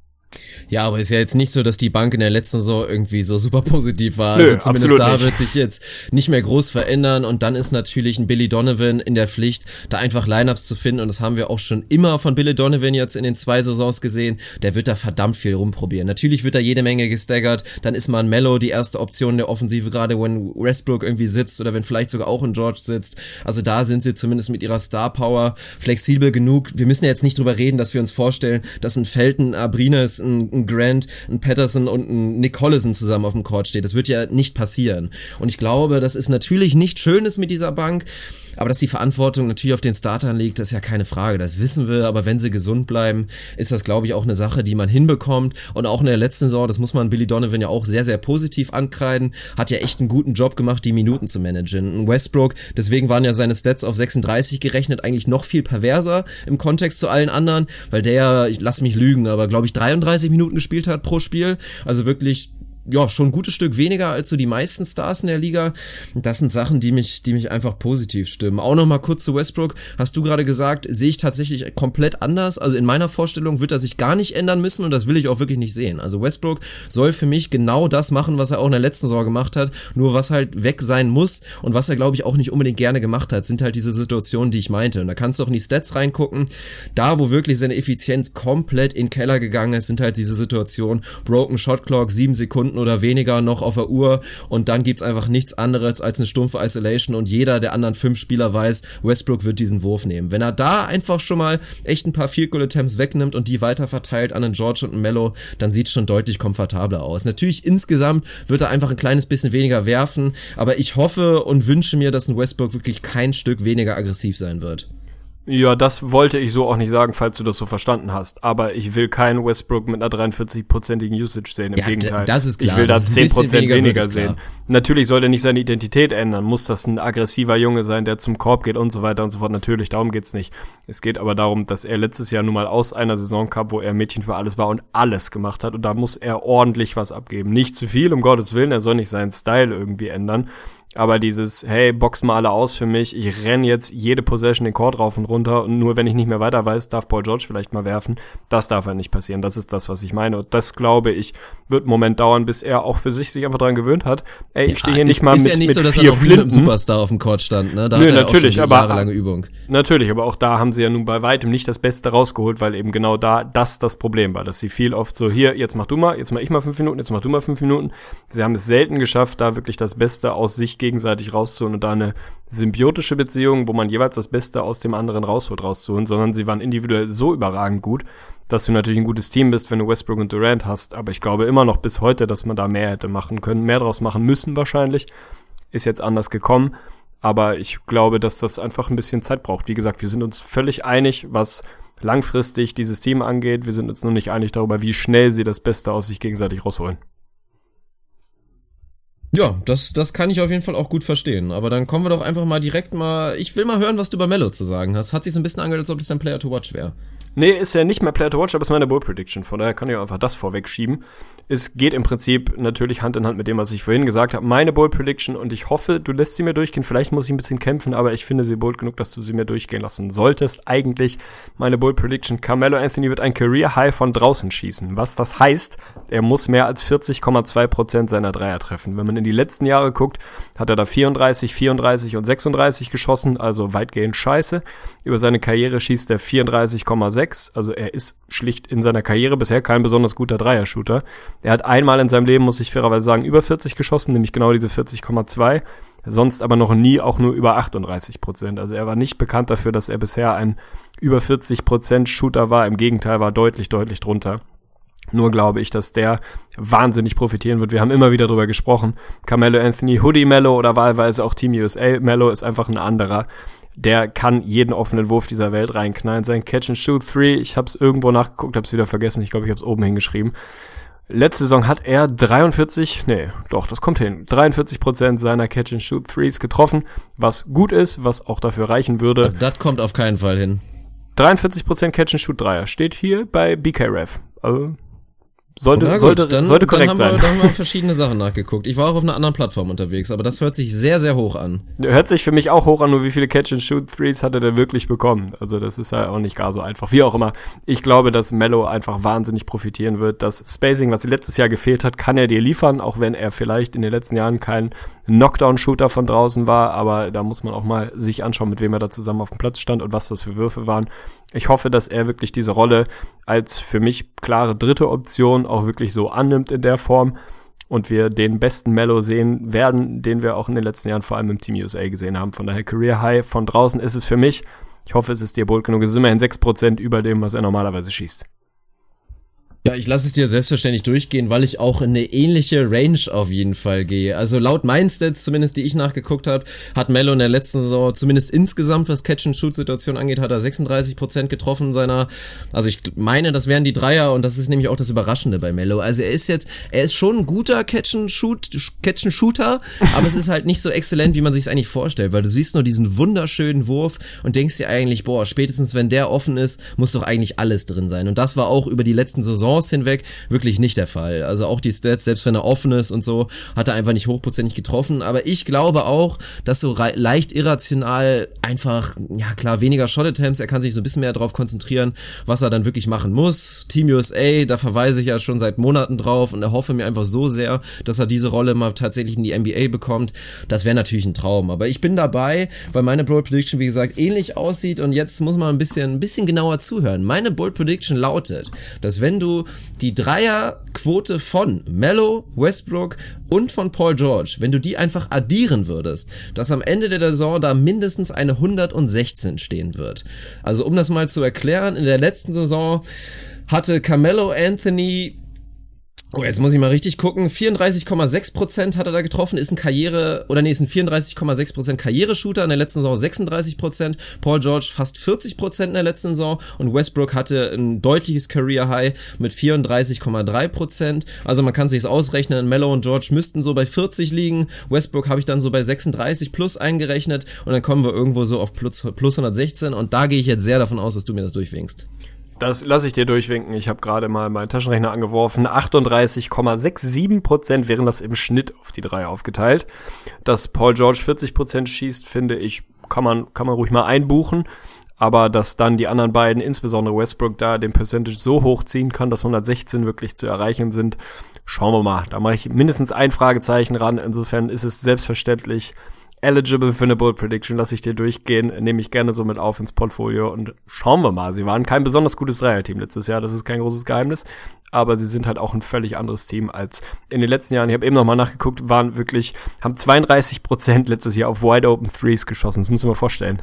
Ja, aber ist ja jetzt nicht so, dass die Bank in der letzten Saison irgendwie so super positiv war. Nö, also zumindest da nicht. wird sich jetzt nicht mehr groß verändern und dann ist natürlich ein Billy Donovan in der Pflicht, da einfach Lineups zu finden und das haben wir auch schon immer von Billy Donovan jetzt in den 2 Saisons gesehen. Der wird da verdammt viel rumprobieren. Natürlich wird da jede Menge gestaggert, dann ist mal ein Melo die erste Option der Offensive, gerade wenn Westbrook irgendwie sitzt oder wenn vielleicht sogar auch ein George sitzt. Also da sind sie zumindest mit ihrer Star Power flexibel genug. Wir müssen ja jetzt nicht drüber reden, dass wir uns vorstellen, dass ein Felton, Abrines, ein ein Grant, ein Patterson und ein Nick Collison zusammen auf dem Court steht. Das wird ja nicht passieren. Und ich glaube, das ist natürlich nicht Schönes mit dieser Bank, aber dass die Verantwortung natürlich auf den Startern liegt, das ist ja keine Frage, das wissen wir, aber wenn sie gesund bleiben, ist das, glaube ich, auch eine Sache, die man hinbekommt und auch in der letzten Saison, das muss man Billy Donovan ja auch sehr, sehr positiv ankreiden, hat ja echt einen guten Job gemacht, die Minuten zu managen. Westbrook, deswegen waren ja seine Stats auf 36 gerechnet, eigentlich noch viel perverser im Kontext zu allen anderen, weil der, ich lass mich lügen, aber glaube ich 33 Minuten gespielt hat pro Spiel, also wirklich ja, schon ein gutes Stück weniger als so die meisten Stars in der Liga. Das sind Sachen, die mich einfach positiv stimmen. Auch noch mal kurz zu Westbrook. Hast du gerade gesagt, sehe ich tatsächlich komplett anders. Also in meiner Vorstellung wird er sich gar nicht ändern müssen und das will ich auch wirklich nicht sehen. Also Westbrook soll für mich genau das machen, was er auch in der letzten Saison gemacht hat. Nur was halt weg sein muss und was er, glaube ich, auch nicht unbedingt gerne gemacht hat, sind halt diese Situationen, die ich meinte. Und da kannst du auch in die Stats reingucken. Da, wo wirklich seine Effizienz komplett in den Keller gegangen ist, sind halt diese Situationen. Broken Shot Clock, 7 Sekunden oder weniger noch auf der Uhr und dann gibt's einfach nichts anderes als eine stumpfe Isolation und jeder der anderen 5 Spieler weiß, Westbrook wird diesen Wurf nehmen. Wenn er da einfach schon mal echt ein paar Field Goal Attempts wegnimmt und die weiter verteilt an einen George und einen Melo, dann sieht's schon deutlich komfortabler aus. Natürlich insgesamt wird er einfach ein kleines bisschen weniger werfen, aber ich hoffe und wünsche mir, dass ein Westbrook wirklich kein Stück weniger aggressiv sein wird. Ja, das wollte ich so auch nicht sagen, falls du das so verstanden hast. Aber ich will keinen Westbrook mit einer 43%igen Usage sehen. Im Gegenteil. Das ist klar. Ich will da 10% weniger sehen. Klar. Natürlich soll er nicht seine Identität ändern. Muss das ein aggressiver Junge sein, der zum Korb geht und so weiter und so fort. Natürlich, darum geht's nicht. Es geht aber darum, dass er letztes Jahr nun mal aus einer Saison kam, wo er Mädchen für alles war und alles gemacht hat. Und da muss er ordentlich was abgeben. Nicht zu viel, um Gottes Willen. Er soll nicht seinen Style irgendwie ändern. Aber dieses, hey, box mal alle aus für mich, ich renn jetzt jede Possession den Court rauf und runter und nur wenn ich nicht mehr weiter weiß, darf Paul George vielleicht mal werfen, das darf halt nicht passieren. Das ist das, was ich meine. Und das, glaube ich, wird einen Moment dauern, bis er auch für sich einfach dran gewöhnt hat. Ey, ich stehe hier nicht mal mit 4 Flinten. Ist ja nicht so, dass er noch nie mit einem Superstar auf dem Court stand, ne? Da Nö, hat er natürlich, auch schon jahrelange Übung. Natürlich, aber auch da haben sie ja nun bei weitem nicht das Beste rausgeholt, weil eben genau da das Problem war, dass sie viel oft so, hier, jetzt mach du mal, jetzt mach ich mal 5 Minuten, jetzt mach du mal 5 Minuten. Sie haben es selten geschafft, da wirklich das Beste aus sich gegenseitig rauszuholen und da eine symbiotische Beziehung, wo man jeweils das Beste aus dem anderen rauszuholen, sondern sie waren individuell so überragend gut, dass du natürlich ein gutes Team bist, wenn du Westbrook und Durant hast, aber ich glaube immer noch bis heute, dass man da mehr hätte machen können, mehr draus machen müssen wahrscheinlich, ist jetzt anders gekommen, aber ich glaube, dass das einfach ein bisschen Zeit braucht. Wie gesagt, wir sind uns völlig einig, was langfristig dieses Team angeht, wir sind uns nur nicht einig darüber, wie schnell sie das Beste aus sich gegenseitig rausholen. Ja, das kann ich auf jeden Fall auch gut verstehen. Aber dann kommen wir doch einfach mal direkt ich will mal hören, was du über Melo zu sagen hast. Hat sich so ein bisschen angehört, als ob das ein Player to watch wäre. Nee, ist ja nicht mehr Player to watch, aber ist meine Bowl Prediction. Von daher kann ich einfach das vorwegschieben. Es geht im Prinzip natürlich Hand in Hand mit dem, was ich vorhin gesagt habe. Meine Bowl Prediction und ich hoffe, du lässt sie mir durchgehen. Vielleicht muss ich ein bisschen kämpfen, aber ich finde sie bold genug, dass du sie mir durchgehen lassen solltest. Eigentlich meine Bowl Prediction. Carmelo Anthony wird ein Career High von draußen schießen. Was das heißt, er muss mehr als 40,2% seiner Dreier treffen. Wenn man in die letzten Jahre guckt, hat er da 34, 34 und 36 geschossen, also weitgehend scheiße. Über seine Karriere schießt er 34,6. Also er ist schlicht in seiner Karriere bisher kein besonders guter Dreier-Shooter. Er hat einmal in seinem Leben, muss ich fairerweise sagen, über 40 geschossen, nämlich genau diese 40,2. Sonst aber noch nie auch nur über 38%. Also er war nicht bekannt dafür, dass er bisher ein über 40% Shooter war. Im Gegenteil, war deutlich, deutlich drunter. Nur glaube ich, dass der wahnsinnig profitieren wird. Wir haben immer wieder drüber gesprochen. Carmelo Anthony, Hoodie Melo oder wahlweise auch Team USA Melo ist einfach ein anderer. Der kann jeden offenen Wurf dieser Welt reinknallen. Sein Catch-and-Shoot-3, ich habe es irgendwo nachgeguckt, habe es wieder vergessen. Ich glaube, ich habe es oben hingeschrieben. Letzte Saison hat er 43% seiner Catch-and-Shoot-3s getroffen, was gut ist, was auch dafür reichen würde. Also das kommt auf keinen Fall hin. 43% Catch-and-Shoot-Dreier steht hier bei BKRef. Sollte korrekt sein. Dann haben wir verschiedene Sachen nachgeguckt. Ich war auch auf einer anderen Plattform unterwegs, aber das hört sich sehr, sehr hoch an. Hört sich für mich auch hoch an, nur wie viele Catch-and-Shoot-Threes hat er denn wirklich bekommen? Also das ist ja auch nicht gar so einfach. Wie auch immer, ich glaube, dass Melo einfach wahnsinnig profitieren wird. Das Spacing, was letztes Jahr gefehlt hat, kann er dir liefern, auch wenn er vielleicht in den letzten Jahren kein Knockdown-Shooter von draußen war, aber da muss man auch mal sich anschauen, mit wem er da zusammen auf dem Platz stand und was das für Würfe waren. Ich hoffe, dass er wirklich diese Rolle als für mich klare dritte Option auch wirklich so annimmt in der Form und wir den besten Melo sehen werden, den wir auch in den letzten Jahren vor allem im Team USA gesehen haben. Von daher Career High von draußen ist es für mich. Ich hoffe, es ist dir bold genug. Es ist immerhin 6% über dem, was er normalerweise schießt. Ja, ich lasse es dir selbstverständlich durchgehen, weil ich auch in eine ähnliche Range auf jeden Fall gehe. Also laut meinen Stats, zumindest die ich nachgeguckt habe, hat Melo in der letzten Saison, zumindest insgesamt, was Catch-and-Shoot-Situation angeht, hat er 36% getroffen in seiner, also ich meine, das wären die Dreier und das ist nämlich auch das Überraschende bei Melo. Also er ist schon ein guter Catch-and-Shooter, aber es ist halt nicht so exzellent, wie man sich es eigentlich vorstellt, weil du siehst nur diesen wunderschönen Wurf und denkst dir eigentlich, boah, spätestens wenn der offen ist, muss doch eigentlich alles drin sein. Und das war auch über die letzten Saisons hinweg wirklich nicht der Fall. Also auch die Stats, selbst wenn er offen ist und so, hat er einfach nicht hochprozentig getroffen. Aber ich glaube auch, dass so leicht irrational einfach, ja klar, weniger Shot-Attempts, er kann sich so ein bisschen mehr darauf konzentrieren, was er dann wirklich machen muss. Team USA, da verweise ich ja schon seit Monaten drauf und erhoffe mir einfach so sehr, dass er diese Rolle mal tatsächlich in die NBA bekommt. Das wäre natürlich ein Traum. Aber ich bin dabei, weil meine Bold Prediction, wie gesagt, ähnlich aussieht und jetzt muss man ein bisschen genauer zuhören. Meine Bold Prediction lautet, dass wenn du die Dreierquote von Melo, Westbrook und von Paul George, wenn du die einfach addieren würdest, dass am Ende der Saison da mindestens eine 116 stehen wird. Also um das mal zu erklären, in der letzten Saison hatte Carmelo Anthony, oh, jetzt muss ich mal richtig gucken, 34,6% hat er da getroffen, ist ein 34,6% Karriereshooter, in der letzten Saison 36%, Paul George fast 40% in der letzten Saison und Westbrook hatte ein deutliches Career High mit 34,3%, also man kann sich's ausrechnen, Melo und George müssten so bei 40 liegen, Westbrook habe ich dann so bei 36 plus eingerechnet und dann kommen wir irgendwo so auf plus 116 und da gehe ich jetzt sehr davon aus, dass du mir das durchwinkst. Das lasse ich dir durchwinken. Ich habe gerade mal meinen Taschenrechner angeworfen. 38,67% wären das im Schnitt auf die drei aufgeteilt. Dass Paul George 40% schießt, finde ich, kann man ruhig mal einbuchen. Aber dass dann die anderen beiden, insbesondere Westbrook, da den Percentage so hochziehen kann, dass 116 wirklich zu erreichen sind, schauen wir mal. Da mache ich mindestens ein Fragezeichen ran. Insofern ist es selbstverständlich eligible für eine Bold Prediction, lasse ich dir durchgehen, nehme ich gerne so mit auf ins Portfolio und schauen wir mal. Sie waren kein besonders gutes Dreierteam letztes Jahr, das ist kein großes Geheimnis, aber sie sind halt auch ein völlig anderes Team als in den letzten Jahren. Ich habe eben nochmal nachgeguckt, haben 32% letztes Jahr auf Wide Open Threes geschossen, das muss man mal vorstellen.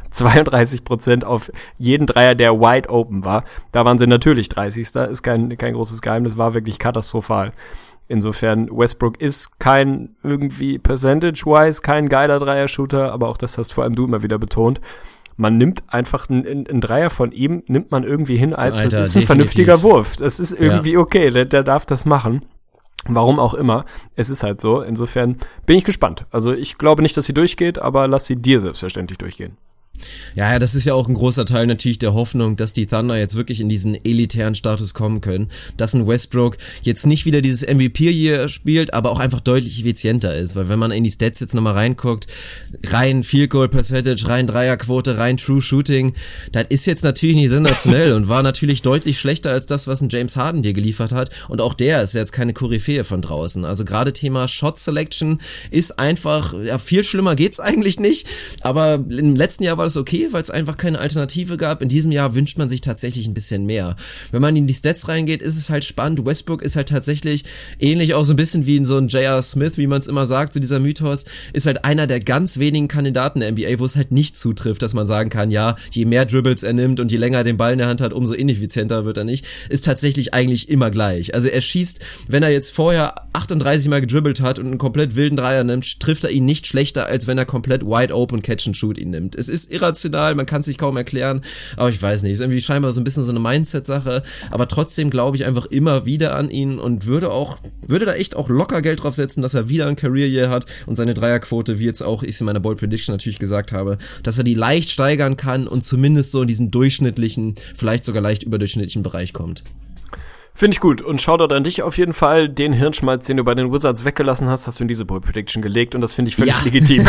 32% auf jeden Dreier, der Wide Open war. Da waren sie natürlich 30. Ist kein großes Geheimnis, war wirklich katastrophal. Insofern, Westbrook ist kein irgendwie Percentage-wise, kein geiler Dreier-Shooter, aber auch das hast vor allem du immer wieder betont. Man nimmt einfach einen Dreier von ihm, nimmt man irgendwie hin, als Alter, das ist ein vernünftiger Wurf. Das ist irgendwie okay, der darf das machen. Warum auch immer, es ist halt so. Insofern bin ich gespannt. Also ich glaube nicht, dass sie durchgeht, aber lass sie dir selbstverständlich durchgehen. Ja, das ist ja auch ein großer Teil natürlich der Hoffnung, dass die Thunder jetzt wirklich in diesen elitären Status kommen können, dass ein Westbrook jetzt nicht wieder dieses MVP hier spielt, aber auch einfach deutlich effizienter ist, weil wenn man in die Stats jetzt nochmal reinguckt, rein Field Goal Percentage, rein Dreierquote, rein True Shooting, das ist jetzt natürlich nicht sensationell und war natürlich deutlich schlechter als das, was ein James Harden dir geliefert hat und auch der ist jetzt keine Koryphäe von draußen, also gerade Thema Shot Selection ist einfach, ja, viel schlimmer geht's eigentlich nicht, aber im letzten Jahr war das okay, weil es einfach keine Alternative gab. In diesem Jahr wünscht man sich tatsächlich ein bisschen mehr. Wenn man in die Stats reingeht, ist es halt spannend. Westbrook ist halt tatsächlich ähnlich auch so ein bisschen wie in so ein J.R. Smith, wie man es immer sagt, so dieser Mythos, ist halt einer der ganz wenigen Kandidaten der NBA, wo es halt nicht zutrifft, dass man sagen kann, ja, je mehr Dribbles er nimmt und je länger er den Ball in der Hand hat, umso ineffizienter wird er nicht. Ist tatsächlich eigentlich immer gleich. Also er schießt, wenn er jetzt vorher 38 Mal gedribbelt hat und einen komplett wilden Dreier nimmt, trifft er ihn nicht schlechter, als wenn er komplett wide open Catch and Shoot ihn nimmt. Es ist irrational, man kann es sich kaum erklären, aber ich weiß nicht, ist irgendwie scheinbar so ein bisschen so eine Mindset-Sache, aber trotzdem glaube ich einfach immer wieder an ihn und würde da echt auch locker Geld drauf setzen, dass er wieder ein Career-Year hat und seine Dreierquote, wie jetzt auch ich in meiner Bold Prediction natürlich gesagt habe, dass er die leicht steigern kann und zumindest so in diesen durchschnittlichen, vielleicht sogar leicht überdurchschnittlichen Bereich kommt. Finde ich gut. Und Shoutout an dich auf jeden Fall. Den Hirnschmalz, den du bei den Wizards weggelassen hast, hast du in diese Bold Prediction gelegt und das finde ich völlig legitim.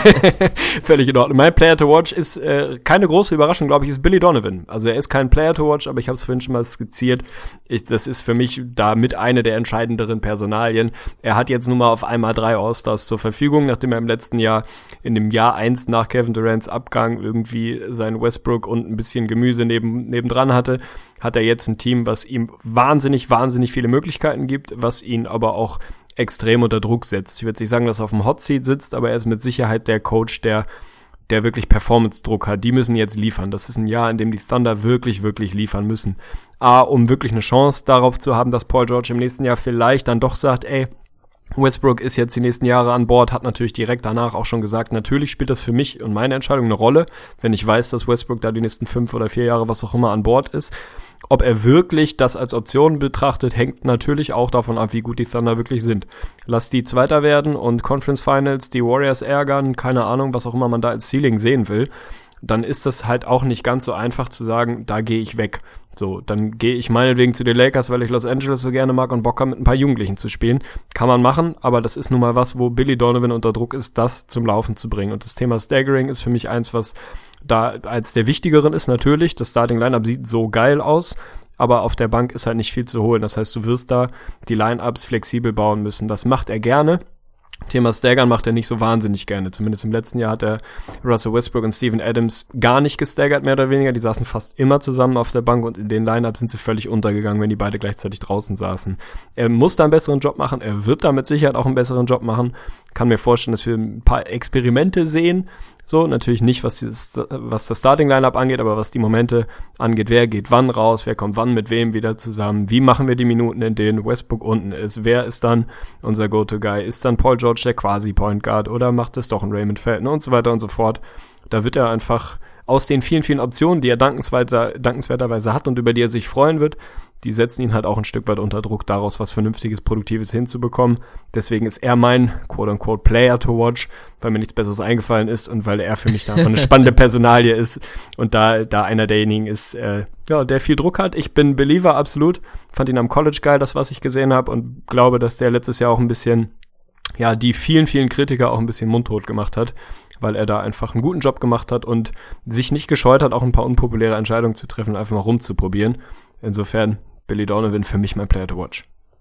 Völlig in Ordnung. Mein Player to Watch ist keine große Überraschung, glaube ich, ist Billy Donovan. Also er ist kein Player to Watch, aber ich habe es vorhin schon mal skizziert. Das ist für mich da mit eine der entscheidenderen Personalien. Er hat jetzt nun mal auf einmal 3 All-Stars zur Verfügung, nachdem er im letzten Jahr, in dem Jahr 1 nach Kevin Durants Abgang, irgendwie sein Westbrook und ein bisschen Gemüse nebendran hatte, hat er jetzt ein Team, was ihm wahnsinnig viele Möglichkeiten gibt, was ihn aber auch extrem unter Druck setzt. Ich würde nicht sagen, dass er auf dem Hot Seat sitzt, aber er ist mit Sicherheit der Coach, der der wirklich Performance-Druck hat. Die müssen jetzt liefern. Das ist ein Jahr, in dem die Thunder wirklich, wirklich liefern müssen. Um wirklich eine Chance darauf zu haben, dass Paul George im nächsten Jahr vielleicht dann doch sagt, ey, Westbrook ist jetzt die nächsten Jahre an Bord, hat natürlich direkt danach auch schon gesagt, natürlich spielt das für mich und meine Entscheidung eine Rolle, wenn ich weiß, dass Westbrook da die nächsten 5 oder 4 Jahre, was auch immer, an Bord ist. Ob er wirklich das als Option betrachtet, hängt natürlich auch davon ab, wie gut die Thunder wirklich sind. Lass die Zweiter werden und Conference Finals, die Warriors ärgern, keine Ahnung, was auch immer man da als Ceiling sehen will, dann ist das halt auch nicht ganz so einfach zu sagen, da gehe ich weg. So, dann gehe ich meinetwegen zu den Lakers, weil ich Los Angeles so gerne mag und Bock habe, mit ein paar Jugendlichen zu spielen. Kann man machen, aber das ist nun mal was, wo Billy Donovan unter Druck ist, das zum Laufen zu bringen. Und das Thema Staggering ist für mich eins, was da als der wichtigeren ist natürlich. Das Starting Lineup sieht so geil aus, aber auf der Bank ist halt nicht viel zu holen. Das heißt, du wirst da die Lineups flexibel bauen müssen. Das macht er gerne. Thema Staggern macht er nicht so wahnsinnig gerne. Zumindest im letzten Jahr hat er Russell Westbrook und Steven Adams gar nicht gestaggert, mehr oder weniger. Die saßen fast immer zusammen auf der Bank und in den Lineups sind sie völlig untergegangen, wenn die beide gleichzeitig draußen saßen. Er muss da einen besseren Job machen. Er wird da mit Sicherheit auch einen besseren Job machen. Kann mir vorstellen, dass wir ein paar Experimente sehen. So, natürlich nicht, was das Starting-Lineup angeht, aber was die Momente angeht. Wer geht wann raus, wer kommt wann mit wem wieder zusammen, wie machen wir die Minuten, in denen Westbrook unten ist, wer ist dann unser Go-To-Guy, ist dann Paul George der quasi-Point Guard oder macht es doch ein Raymond Felton und so weiter und so fort. Da wird er einfach aus den vielen, vielen Optionen, die er dankenswerterweise hat und über die er sich freuen wird, die setzen ihn halt auch ein Stück weit unter Druck, daraus was Vernünftiges, Produktives hinzubekommen. Deswegen ist er mein quote-unquote Player to watch, weil mir nichts Besseres eingefallen ist und weil er für mich da einfach eine spannende Personalie ist und da einer derjenigen ist, der viel Druck hat. Ich bin Believer, absolut. Fand ihn am College geil, das, was ich gesehen habe, und glaube, dass der letztes Jahr auch ein bisschen, die vielen, vielen Kritiker auch ein bisschen mundtot gemacht hat, weil er da einfach einen guten Job gemacht hat und sich nicht gescheut hat, auch ein paar unpopuläre Entscheidungen zu treffen und einfach mal rumzuprobieren. Insofern Billy Donovan für mich mein Player to watch.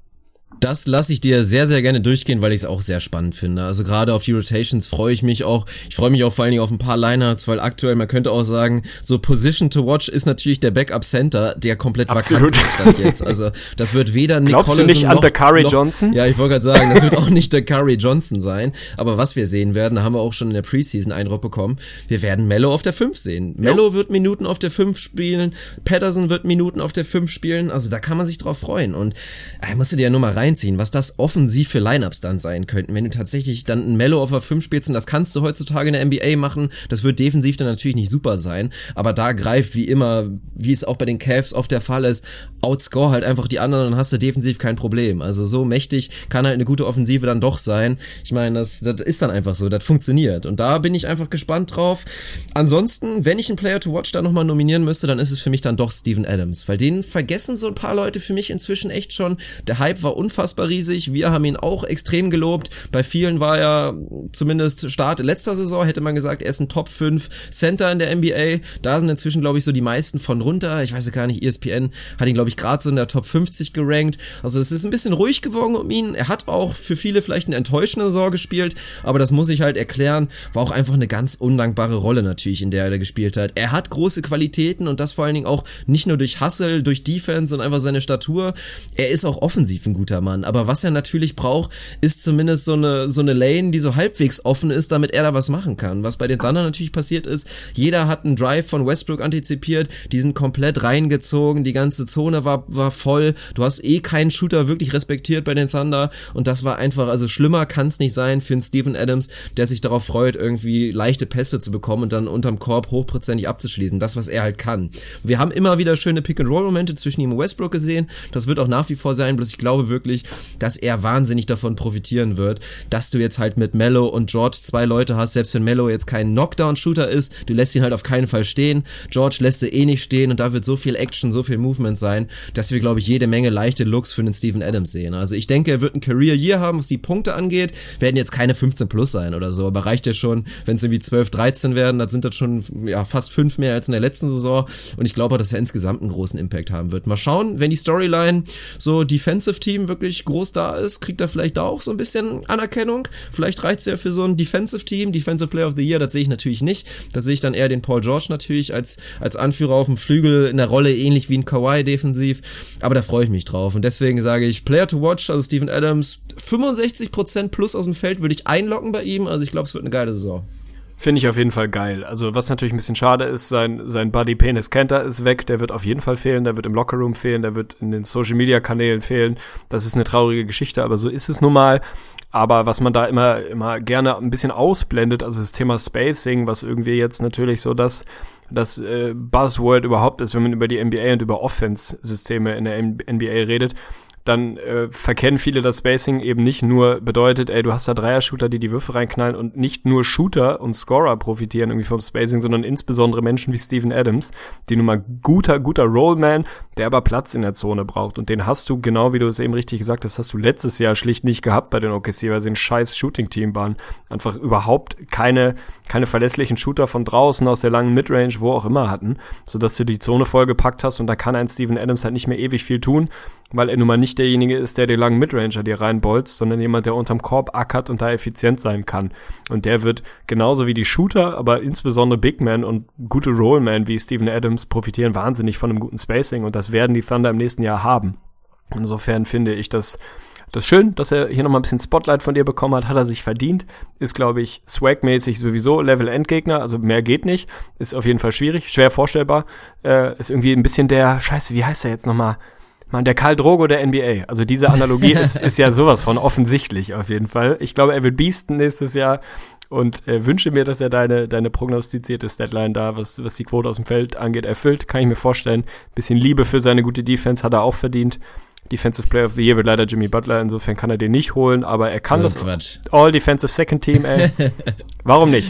Das lasse ich dir sehr, sehr gerne durchgehen, weil ich es auch sehr spannend finde. Also gerade auf die Rotations freue ich mich auch. Ich freue mich auch vor allen Dingen auf ein paar Lineups, weil aktuell, man könnte auch sagen, so Position to watch ist natürlich der Backup Center, der komplett vakant ist stand jetzt. Also das wird weder Nick Collison Glaubst du nicht an der Curry Johnson? Ja, ich wollte gerade sagen, das wird auch nicht der Curry Johnson sein. Aber was wir sehen werden, da haben wir auch schon in der Preseason Eindruck bekommen, wir werden Melo auf der 5 sehen. Melo wird Minuten auf der 5 spielen, Patterson wird Minuten auf der 5 spielen. Also da kann man sich drauf freuen. Und musst du dir ja nur mal reinziehen, was das offensiv für Lineups dann sein könnten, wenn du tatsächlich dann einen Mello auf der 5 spielst, und das kannst du heutzutage in der NBA machen, das wird defensiv dann natürlich nicht super sein, aber da greift wie immer, wie es auch bei den Cavs oft der Fall ist, outscore halt einfach die anderen und hast du defensiv kein Problem. Also so mächtig kann halt eine gute Offensive dann doch sein. Ich meine, das ist dann einfach so, das funktioniert und da bin ich einfach gespannt drauf. Ansonsten, wenn ich einen Player to Watch da nochmal nominieren müsste, dann ist es für mich dann doch Steven Adams, weil den vergessen so ein paar Leute für mich inzwischen echt schon. Der Hype war unfassbar riesig, wir haben ihn auch extrem gelobt, bei vielen war er zumindest Start letzter Saison, hätte man gesagt, er ist ein Top 5 Center in der NBA, da sind inzwischen, glaube ich, so die meisten von runter, ich weiß ja gar nicht, ESPN hat ihn, glaube ich, gerade so in der Top 50 gerankt, also es ist ein bisschen ruhig geworden um ihn, er hat auch für viele vielleicht eine enttäuschende Saison gespielt, aber das muss ich halt erklären, war auch einfach eine ganz undankbare Rolle natürlich, in der er gespielt hat. Er hat große Qualitäten und das vor allen Dingen auch nicht nur durch Hustle, durch Defense und einfach seine Statur, er ist auch offensiv ein guter Mann, aber was er natürlich braucht, ist zumindest so eine Lane, die so halbwegs offen ist, damit er da was machen kann. Was bei den Thunder natürlich passiert ist, jeder hat einen Drive von Westbrook antizipiert, die sind komplett reingezogen, die ganze Zone war voll, du hast keinen Shooter wirklich respektiert bei den Thunder und das war einfach, also schlimmer kann es nicht sein für einen Steven Adams, der sich darauf freut, irgendwie leichte Pässe zu bekommen und dann unterm Korb hochprozentig abzuschließen, das, was er halt kann. Wir haben immer wieder schöne Pick-and-Roll-Momente zwischen ihm und Westbrook gesehen, das wird auch nach wie vor sein, bloß ich glaube wirklich, dass er wahnsinnig davon profitieren wird, dass du jetzt halt mit Melo und George zwei Leute hast, selbst wenn Melo jetzt kein Knockdown-Shooter ist, du lässt ihn halt auf keinen Fall stehen, George lässt du nicht stehen und da wird so viel Action, so viel Movement sein, dass wir, glaube ich, jede Menge leichte Looks für den Steven Adams sehen. Also ich denke, er wird ein Career-Year haben, was die Punkte angeht, werden jetzt keine 15 plus sein oder so, aber reicht ja schon, wenn es irgendwie 12, 13 werden, das sind das schon fast 5 mehr als in der letzten Saison und ich glaube, dass er insgesamt einen großen Impact haben wird. Mal schauen, wenn die Storyline so Defensive Team wirklich groß da ist, kriegt er vielleicht da auch so ein bisschen Anerkennung. Vielleicht reicht es ja für so ein Defensive Team, Defensive Player of the Year, das sehe ich natürlich nicht. Da sehe ich dann eher den Paul George natürlich als Anführer auf dem Flügel in der Rolle, ähnlich wie ein Kawhi defensiv. Aber da freue ich mich drauf. Und deswegen sage ich, Player to watch, also Steven Adams, 65% plus aus dem Feld würde ich einloggen bei ihm. Also ich glaube, es wird eine geile Saison. Finde ich auf jeden Fall geil. Also was natürlich ein bisschen schade ist, sein Buddy Penis Kanter ist weg, der wird auf jeden Fall fehlen, der wird im Lockerroom fehlen, der wird in den Social-Media-Kanälen fehlen. Das ist eine traurige Geschichte, aber so ist es nun mal. Aber was man da immer gerne ein bisschen ausblendet, also das Thema Spacing, was irgendwie jetzt natürlich so das Buzzword überhaupt ist, wenn man über die NBA und über Offense-Systeme in der NBA redet, dann verkennen viele, dass Spacing eben nicht nur bedeutet, du hast da Dreier-Shooter, die Würfe reinknallen und nicht nur Shooter und Scorer profitieren irgendwie vom Spacing, sondern insbesondere Menschen wie Steven Adams, die nun mal guter Rollman, der aber Platz in der Zone braucht. Und den hast du, genau wie du es eben richtig gesagt hast, hast du letztes Jahr schlicht nicht gehabt bei den OKC, weil sie ein scheiß Shooting-Team waren. Einfach überhaupt keine verlässlichen Shooter von draußen aus der langen Midrange, wo auch immer hatten, sodass du die Zone vollgepackt hast und da kann ein Steven Adams halt nicht mehr ewig viel tun, weil er nun mal nicht derjenige ist, der den langen Midranger dir reinbolzt, sondern jemand, der unterm Korb ackert und da effizient sein kann. Und der wird genauso wie die Shooter, aber insbesondere Big Man und gute Rollman wie Steven Adams profitieren wahnsinnig von einem guten Spacing und das werden die Thunder im nächsten Jahr haben. Insofern finde ich das schön, dass er hier nochmal ein bisschen Spotlight von dir bekommen hat er sich verdient, ist, glaube ich, swagmäßig sowieso Level-Endgegner, also mehr geht nicht, ist auf jeden Fall schwierig, schwer vorstellbar, ist irgendwie ein bisschen der, scheiße, wie heißt er jetzt nochmal? Mann, der Khal Drogo der NBA. Also diese Analogie ist ja sowas von offensichtlich auf jeden Fall. Ich glaube, er wird beasten nächstes Jahr und wünsche mir, dass er deine prognostizierte Deadline da, was die Quote aus dem Feld angeht, erfüllt. Kann ich mir vorstellen. Bisschen Liebe für seine gute Defense hat er auch verdient. Defensive Player of the Year wird leider Jimmy Butler, insofern kann er den nicht holen, aber er kann das Quatsch. All-Defensive Second Team, ey. Warum nicht?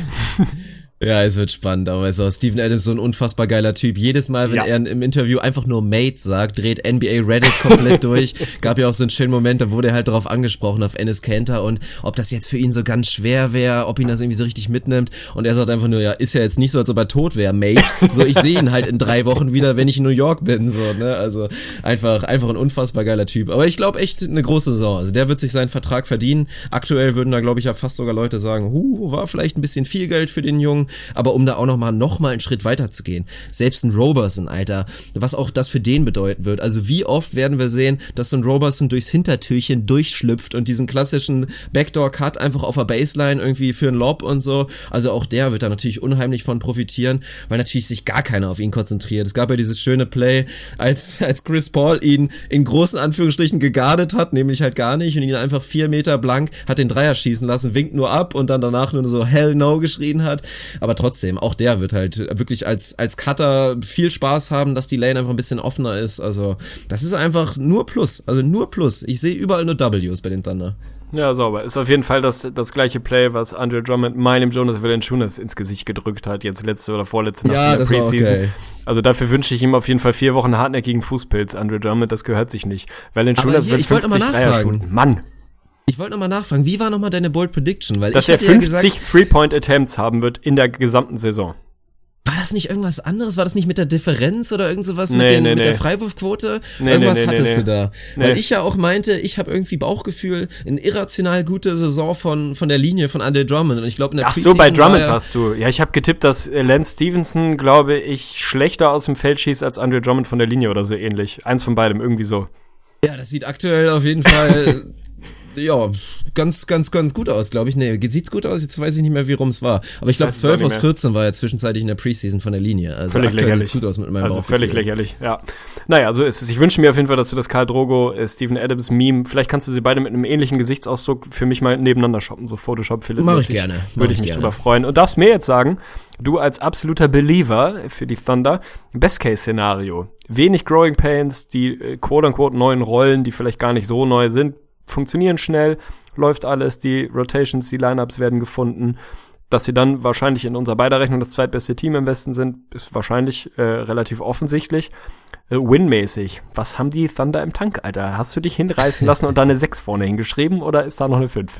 Ja, es wird spannend, aber so Steven Adams so ein unfassbar geiler Typ. Jedes Mal, wenn er im Interview einfach nur Mate sagt, dreht NBA Reddit komplett durch. Gab ja auch so einen schönen Moment, da wurde er halt drauf angesprochen auf Enes Kanter und ob das jetzt für ihn so ganz schwer wäre, ob ihn das irgendwie so richtig mitnimmt. Und er sagt einfach nur, ja, ist ja jetzt nicht so, als ob er tot wäre, Mate. So, ich sehe ihn halt in 3 Wochen wieder, wenn ich in New York bin, so, ne. Also einfach ein unfassbar geiler Typ. Aber ich glaube echt eine große Saison. Also der wird sich seinen Vertrag verdienen. Aktuell würden da, glaube ich, ja fast sogar Leute sagen, war vielleicht ein bisschen viel Geld für den Jungen. Aber um da auch noch mal einen Schritt weiter zu gehen, selbst ein Roberson, Alter, was auch das für den bedeuten wird. Also wie oft werden wir sehen, dass so ein Roberson durchs Hintertürchen durchschlüpft und diesen klassischen Backdoor-Cut einfach auf der Baseline irgendwie für einen Lob und so. Also auch der wird da natürlich unheimlich von profitieren, weil natürlich sich gar keiner auf ihn konzentriert. Es gab ja dieses schöne Play, als Chris Paul ihn in großen Anführungsstrichen geguardet hat, nämlich halt gar nicht und ihn einfach 4 Meter blank hat den Dreier schießen lassen, winkt nur ab und dann danach nur so Hell no geschrien hat. Aber trotzdem, auch der wird halt wirklich als Cutter viel Spaß haben, dass die Lane einfach ein bisschen offener ist. Also das ist einfach nur Plus. Ich sehe überall nur Ws bei den Thunder. Ja, sauber. Ist auf jeden Fall das gleiche Play, was Andre Drummond meinem Jonas Valanciunas ins Gesicht gedrückt hat, jetzt letzte oder vorletzte Nacht in der Preseason. Okay. Also dafür wünsche ich ihm auf jeden Fall 4 Wochen hartnäckigen Fußpilz, Andre Drummond, das gehört sich nicht. Valanciunas wird 50 Dreier shooten. Mann! Ich wollte nochmal nachfragen, wie war nochmal deine Bold Prediction? Weil dass er 50 Three-Point-Attempts haben wird in der gesamten Saison. War das nicht irgendwas anderes? War das nicht mit der Differenz oder irgend sowas mit der Freiwurfquote? Irgendwas hattest du da. Weil ich ja auch meinte, ich habe irgendwie Bauchgefühl, eine irrational gute Saison von der Linie von Andre Drummond. Und ich glaube, in der Preseason bei Drummond warst du. Ja, ich habe getippt, dass Lance Stevenson, glaube ich, schlechter aus dem Feld schießt als Andre Drummond von der Linie oder so ähnlich. Eins von beidem, irgendwie so. Ja, das sieht aktuell auf jeden Fall... Ja, ganz gut aus, glaube ich. Nee, sieht's gut aus, jetzt weiß ich nicht mehr, wie rum es war. Aber ich glaube, 12 aus 14 war ja zwischenzeitlich in der Preseason von der Linie. Also völlig aktuell lächerlich. Sieht's gut aus mit meinem Bauchgefühl. Völlig lächerlich, ja. Naja, so ist es. Ich wünsche mir auf jeden Fall, dass du das Khal Drogo, Steven Adams Meme, vielleicht kannst du sie beide mit einem ähnlichen Gesichtsausdruck für mich mal nebeneinander shoppen, so Photoshop, Philipp. Mach ich gerne. Würde ich mich drüber freuen. Und darfst mir jetzt sagen, du als absoluter Believer für die Thunder, Best-Case-Szenario. Wenig Growing Pains, die quote-unquote neuen Rollen, die vielleicht gar nicht so neu sind, funktionieren schnell, läuft alles, die Rotations, die Lineups werden gefunden. Dass sie dann wahrscheinlich in unserer beider Rechnung das zweitbeste Team im Westen sind, ist wahrscheinlich relativ offensichtlich. Win-mäßig, was haben die Thunder im Tank, Alter? Hast du dich hinreißen lassen und da eine 6 vorne hingeschrieben oder ist da noch eine 5?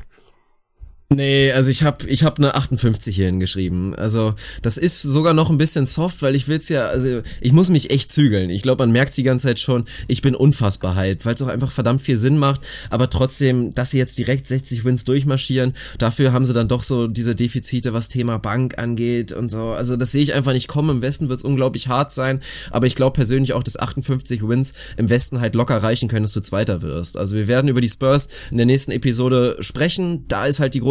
Nee, also ich hab eine 58 hier hingeschrieben. Also das ist sogar noch ein bisschen soft, weil ich muss mich echt zügeln. Ich glaube, man merkt die ganze Zeit schon, ich bin unfassbar hyped, weil es auch einfach verdammt viel Sinn macht. Aber trotzdem, dass sie jetzt direkt 60 Wins durchmarschieren, dafür haben sie dann doch so diese Defizite, was Thema Bank angeht und so. Also das sehe ich einfach nicht kommen. Im Westen wird es unglaublich hart sein. Aber ich glaube persönlich auch, dass 58 Wins im Westen halt locker reichen können, dass du Zweiter wirst. Also wir werden über die Spurs in der nächsten Episode sprechen. Da ist halt die große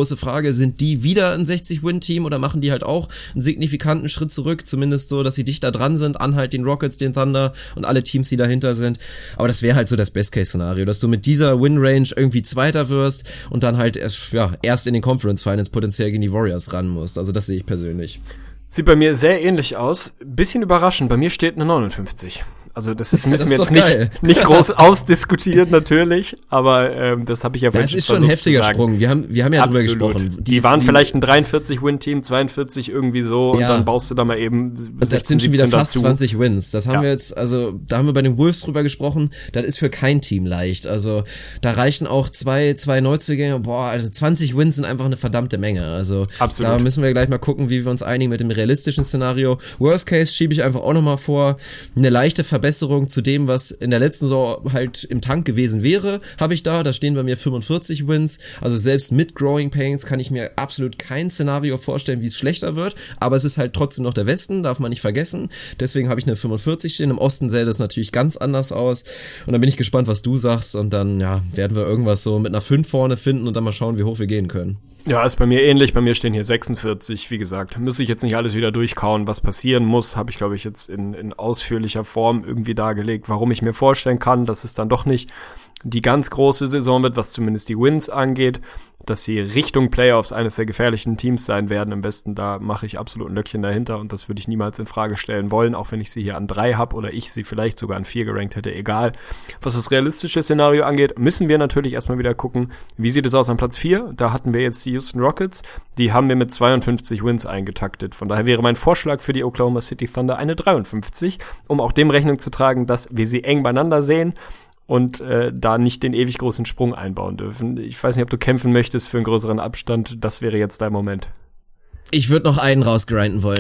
große Frage, sind die wieder ein 60-Win-Team oder machen die halt auch einen signifikanten Schritt zurück, zumindest so, dass sie dichter dran sind an halt den Rockets, den Thunder und alle Teams, die dahinter sind. Aber das wäre halt so das Best-Case-Szenario, dass du mit dieser Win-Range irgendwie Zweiter wirst und dann halt erst in den Conference-Finals potenziell gegen die Warriors ran musst. Also das sehe ich persönlich. Sieht bei mir sehr ähnlich aus. Bisschen überraschend, bei mir steht eine 59. Also müssen wir jetzt nicht groß ausdiskutieren natürlich, aber das habe ich ja vorhin schon versucht. Das ist schon ein heftiger Sprung. Wir haben ja drüber gesprochen. Die waren vielleicht ein 43-Win-Team, 42 irgendwie so und dann baust du da mal eben 16, und das sind schon wieder fast 20 Wins. Das haben wir jetzt, also da haben wir bei den Wolves drüber gesprochen, das ist für kein Team leicht. Also da reichen auch zwei Neuzugänge. Also 20 Wins sind einfach eine verdammte Menge. Also absolut. Da müssen wir gleich mal gucken, wie wir uns einigen mit dem realistischen Szenario. Worst Case schiebe ich einfach auch nochmal vor. Eine leichte Verbesserung zu dem, was in der letzten Saison halt im Tank gewesen wäre, habe ich da stehen bei mir 45 Wins, also selbst mit Growing Pains kann ich mir absolut kein Szenario vorstellen, wie es schlechter wird, aber es ist halt trotzdem noch der Westen, darf man nicht vergessen, deswegen habe ich eine 45 stehen, im Osten sähe das natürlich ganz anders aus und dann bin ich gespannt, was du sagst und dann werden wir irgendwas so mit einer 5 vorne finden und dann mal schauen, wie hoch wir gehen können. Ja, ist bei mir ähnlich. Bei mir stehen hier 46. Wie gesagt, muss ich jetzt nicht alles wieder durchkauen, was passieren muss. Habe ich, glaube ich, jetzt in ausführlicher Form irgendwie dargelegt, warum ich mir vorstellen kann, dass es dann doch nicht die ganz große Saison wird, was zumindest die Wins angeht, dass sie Richtung Playoffs eines der gefährlichen Teams sein werden im Westen. Da mache ich absolut ein Löckchen dahinter und das würde ich niemals in Frage stellen wollen, auch wenn ich sie hier an 3 habe oder ich sie vielleicht sogar an 4 gerankt hätte, egal. Was das realistische Szenario angeht, müssen wir natürlich erstmal wieder gucken, wie sieht es aus an Platz 4? Da hatten wir jetzt die Houston Rockets, die haben wir mit 52 Wins eingetaktet. Von daher wäre mein Vorschlag für die Oklahoma City Thunder eine 53, um auch dem Rechnung zu tragen, dass wir sie eng beieinander sehen und da nicht den ewig großen Sprung einbauen dürfen. Ich weiß nicht, ob du kämpfen möchtest für einen größeren Abstand. Das wäre jetzt dein Moment. Ich würde noch einen rausgrinden wollen.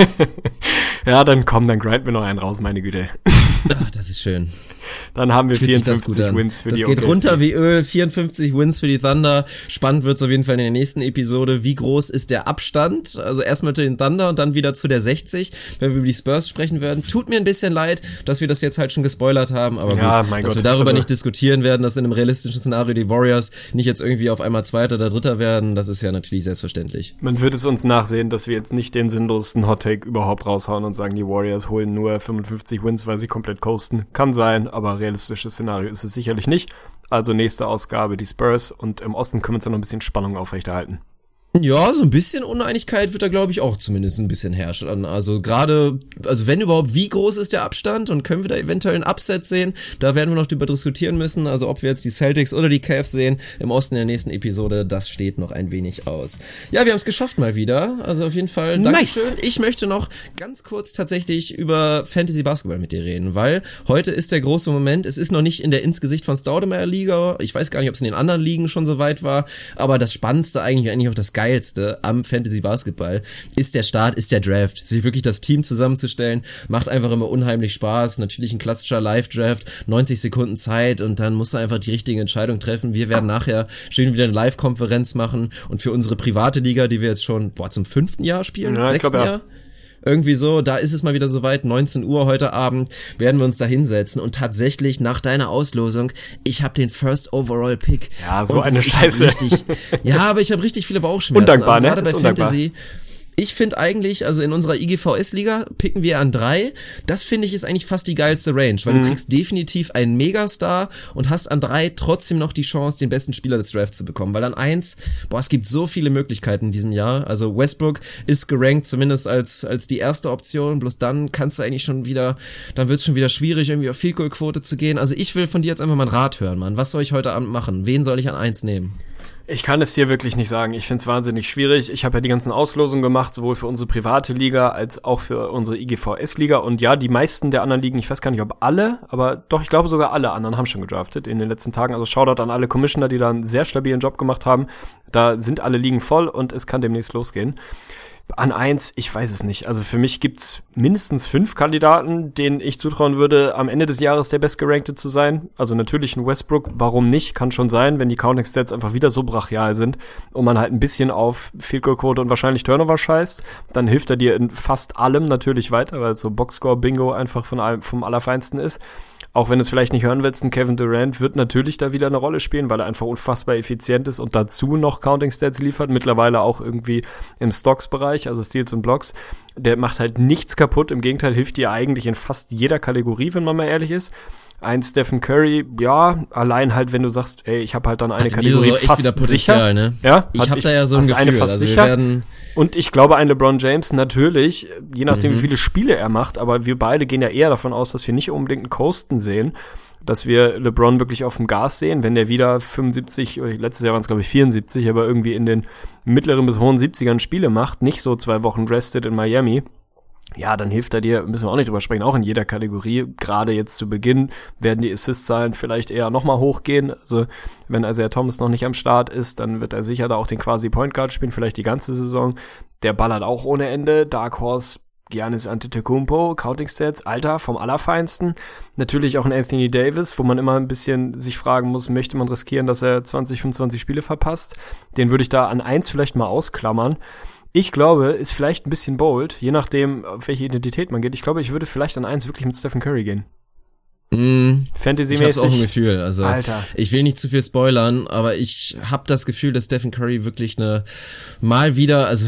Ja, dann grinden wir noch einen raus, meine Güte. Ach, das ist schön. Dann haben wir 54 Wins für die OKC. Das geht runter wie Öl, 54 Wins für die Thunder. Spannend wird's auf jeden Fall in der nächsten Episode. Wie groß ist der Abstand? Also erstmal zu den Thunder und dann wieder zu der 60, wenn wir über die Spurs sprechen werden. Tut mir ein bisschen leid, dass wir das jetzt halt schon gespoilert haben, aber ja, gut, dass wir darüber nicht diskutieren werden, dass in einem realistischen Szenario die Warriors nicht jetzt irgendwie auf einmal Zweiter oder Dritter werden, das ist ja natürlich selbstverständlich. Man wird es uns nachsehen, dass wir jetzt nicht den sinnlosesten Hot-Take überhaupt raushauen und sagen, die Warriors holen nur 55 Wins, weil sie komplett coasten. Kann sein, aber realistisches Szenario ist es sicherlich nicht. Also nächste Ausgabe die Spurs und im Osten können wir uns dann noch ein bisschen Spannung aufrechterhalten. Ja, so ein bisschen Uneinigkeit wird da, glaube ich, auch zumindest ein bisschen herrschen. Also gerade, wenn überhaupt, wie groß ist der Abstand und können wir da eventuell einen Upset sehen? Da werden wir noch drüber diskutieren müssen. Also ob wir jetzt die Celtics oder die Cavs sehen im Osten in der nächsten Episode, das steht noch ein wenig aus. Ja, wir haben es geschafft mal wieder. Also auf jeden Fall Dankeschön. Nice. Ich möchte noch ganz kurz tatsächlich über Fantasy Basketball mit dir reden, weil heute ist der große Moment. Es ist noch nicht in der Insgesicht von Staudemeyer Liga. Ich weiß gar nicht, ob es in den anderen Ligen schon so weit war, aber das Spannendste eigentlich auch das Geilste am Fantasy Basketball ist der Start, ist der Draft. Sich wirklich das Team zusammenzustellen, macht einfach immer unheimlich Spaß. Natürlich ein klassischer Live-Draft, 90 Sekunden Zeit und dann musst du einfach die richtige Entscheidung treffen. Wir werden nachher schön wieder eine Live-Konferenz machen und für unsere private Liga, die wir jetzt schon zum 5. Jahr spielen, 6. Jahr. Irgendwie so, da ist es mal wieder soweit, 19 Uhr heute Abend, werden wir uns da hinsetzen und tatsächlich nach deiner Auslosung, ich habe den First Overall Pick. Ja, so eine Scheiße. Aber ich habe richtig viele Bauchschmerzen. Undankbar, also gerade bei undankbar. Fantasy. Ich finde eigentlich, also in unserer IGVS-Liga picken wir an 3. Das finde ich ist eigentlich fast die geilste Range, weil du kriegst definitiv einen Megastar und hast an 3 trotzdem noch die Chance, den besten Spieler des Drafts zu bekommen. Weil an 1, es gibt so viele Möglichkeiten in diesem Jahr. Also Westbrook ist gerankt, zumindest als die erste Option. Bloß dann kannst du eigentlich dann wird es schon wieder schwierig, irgendwie auf Field-Goal-Quote zu gehen. Also ich will von dir jetzt einfach mal ein Rat hören, Mann. Was soll ich heute Abend machen? Wen soll ich an 1 nehmen? Ich kann es dir wirklich nicht sagen. Ich finde es wahnsinnig schwierig. Ich habe ja die ganzen Auslosungen gemacht, sowohl für unsere private Liga als auch für unsere IGVS-Liga. Und ja, die meisten der anderen Ligen, ich weiß gar nicht, ob alle, aber doch, ich glaube sogar alle anderen haben schon gedraftet in den letzten Tagen. Also Shoutout an alle Commissioner, die da einen sehr stabilen Job gemacht haben. Da sind alle Ligen voll und es kann demnächst losgehen. An 1, ich weiß es nicht. Also für mich gibt's mindestens 5 Kandidaten, denen ich zutrauen würde, am Ende des Jahres der Bestgerankte zu sein. Also natürlich ein Westbrook, warum nicht? Kann schon sein, wenn die Counting-Stats einfach wieder so brachial sind und man halt ein bisschen auf Field-Goal-Quote und wahrscheinlich Turnover scheißt, dann hilft er dir in fast allem natürlich weiter, weil es so Boxscore-Bingo einfach vom Allerfeinsten ist. Auch wenn du es vielleicht nicht hören willst, ein Kevin Durant wird natürlich da wieder eine Rolle spielen, weil er einfach unfassbar effizient ist und dazu noch Counting-Stats liefert, mittlerweile auch irgendwie im Stocks-Bereich, also Steals und Blocks. Der macht halt nichts kaputt, im Gegenteil hilft dir eigentlich in fast jeder Kategorie, wenn man mal ehrlich ist. Ein Stephen Curry, ja, allein halt, wenn du sagst, ey, ich habe halt dann eine Kategorie fast wieder Potenzial, sicher. Ne? Ja, ich habe da ja so ein Gefühl. Eine fast also sicher. Wir werden und ich glaube, ein LeBron James natürlich, je nachdem, wie viele Spiele er macht, aber wir beide gehen ja eher davon aus, dass wir nicht unbedingt einen Coasten sehen, dass wir LeBron wirklich auf dem Gas sehen, wenn der wieder 75, oder letztes Jahr waren es glaube ich 74, aber irgendwie in den mittleren bis hohen 70ern Spiele macht, nicht so 2 Wochen rested in Miami. Ja, dann hilft er dir, müssen wir auch nicht drüber sprechen, auch in jeder Kategorie. Gerade jetzt zu Beginn werden die Assist-Zahlen vielleicht eher nochmal hochgehen. Also wenn Isaiah Thomas noch nicht am Start ist, dann wird er sicher da auch den quasi Point Guard spielen, vielleicht die ganze Saison. Der ballert auch ohne Ende. Dark Horse, Giannis Antetokounmpo, Counting Stats, Alter, vom Allerfeinsten. Natürlich auch ein Anthony Davis, wo man immer ein bisschen sich fragen muss, möchte man riskieren, dass er 20, 25 Spiele verpasst? Den würde ich da an 1 vielleicht mal ausklammern. Ich glaube, ist vielleicht ein bisschen bold, je nachdem, auf welche Identität man geht. Ich glaube, ich würde vielleicht an 1 wirklich mit Stephen Curry gehen. Fantasy-mäßig. Ich hab's auch ein Gefühl, also Alter. Ich will nicht zu viel spoilern, aber ich habe das Gefühl, dass Stephen Curry wirklich mal wieder, also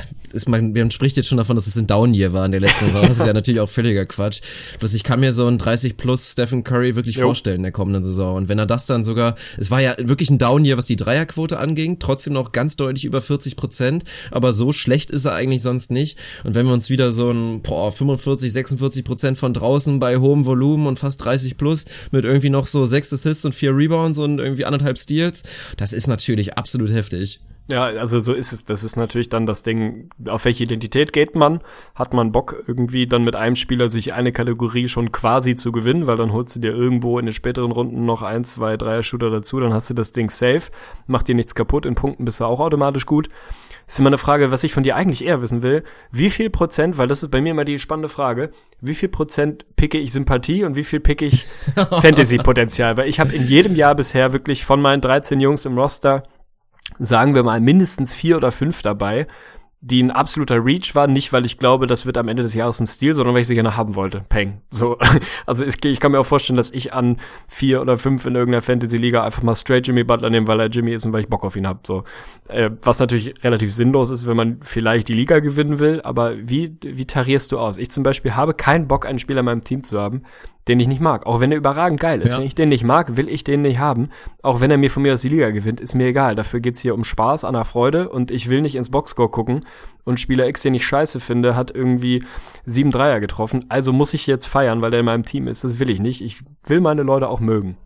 man spricht jetzt schon davon, dass es ein Down-Year war in der letzten Saison, das ist ja natürlich auch völliger Quatsch, bloß ich kann mir so einen 30+ Stephen Curry wirklich vorstellen in der kommenden Saison und wenn er das dann sogar, es war ja wirklich ein Down-Year, was die Dreierquote anging, trotzdem noch ganz deutlich über 40%, aber so schlecht ist er eigentlich sonst nicht und wenn wir uns wieder so ein 45, 46% von draußen bei hohem Volumen und fast 30+ mit irgendwie noch so 6 Assists und 4 Rebounds und irgendwie 1,5 Steals, das ist natürlich absolut heftig. Ja, also so ist es. Das ist natürlich dann das Ding, auf welche Identität geht man? Hat man Bock, irgendwie dann mit einem Spieler sich eine Kategorie schon quasi zu gewinnen, weil dann holst du dir irgendwo in den späteren Runden noch 1, 2, 3er-Shooter dazu, dann hast du das Ding safe, macht dir nichts kaputt, in Punkten bist du auch automatisch gut. Ist immer eine Frage, was ich von dir eigentlich eher wissen will, wie viel Prozent, weil das ist bei mir immer die spannende Frage, wie viel Prozent picke ich Sympathie und wie viel picke ich Fantasy-Potenzial? Weil ich habe in jedem Jahr bisher wirklich von meinen 13 Jungs im Roster, sagen wir mal, mindestens 4 oder 5 dabei, die ein absoluter Reach waren, nicht weil ich glaube, das wird am Ende des Jahres ein Stil, sondern weil ich sie gerne haben wollte. Peng. So, also ich kann mir auch vorstellen, dass ich an 4 oder 5 in irgendeiner Fantasy-Liga einfach mal straight Jimmy Butler nehme, weil er Jimmy ist und weil ich Bock auf ihn habe. So, was natürlich relativ sinnlos ist, wenn man vielleicht die Liga gewinnen will, aber wie tarierst du aus? Ich zum Beispiel habe keinen Bock, einen Spieler in meinem Team zu haben, den ich nicht mag. Auch wenn er überragend geil ist. Ja. Wenn ich den nicht mag, will ich den nicht haben. Auch wenn er mir von mir aus die Liga gewinnt, ist mir egal. Dafür geht's hier um Spaß, an der Freude und ich will nicht ins Boxscore gucken und Spieler X, den ich scheiße finde, hat irgendwie 7 Dreier getroffen. Also muss ich jetzt feiern, weil der in meinem Team ist. Das will ich nicht. Ich will meine Leute auch mögen.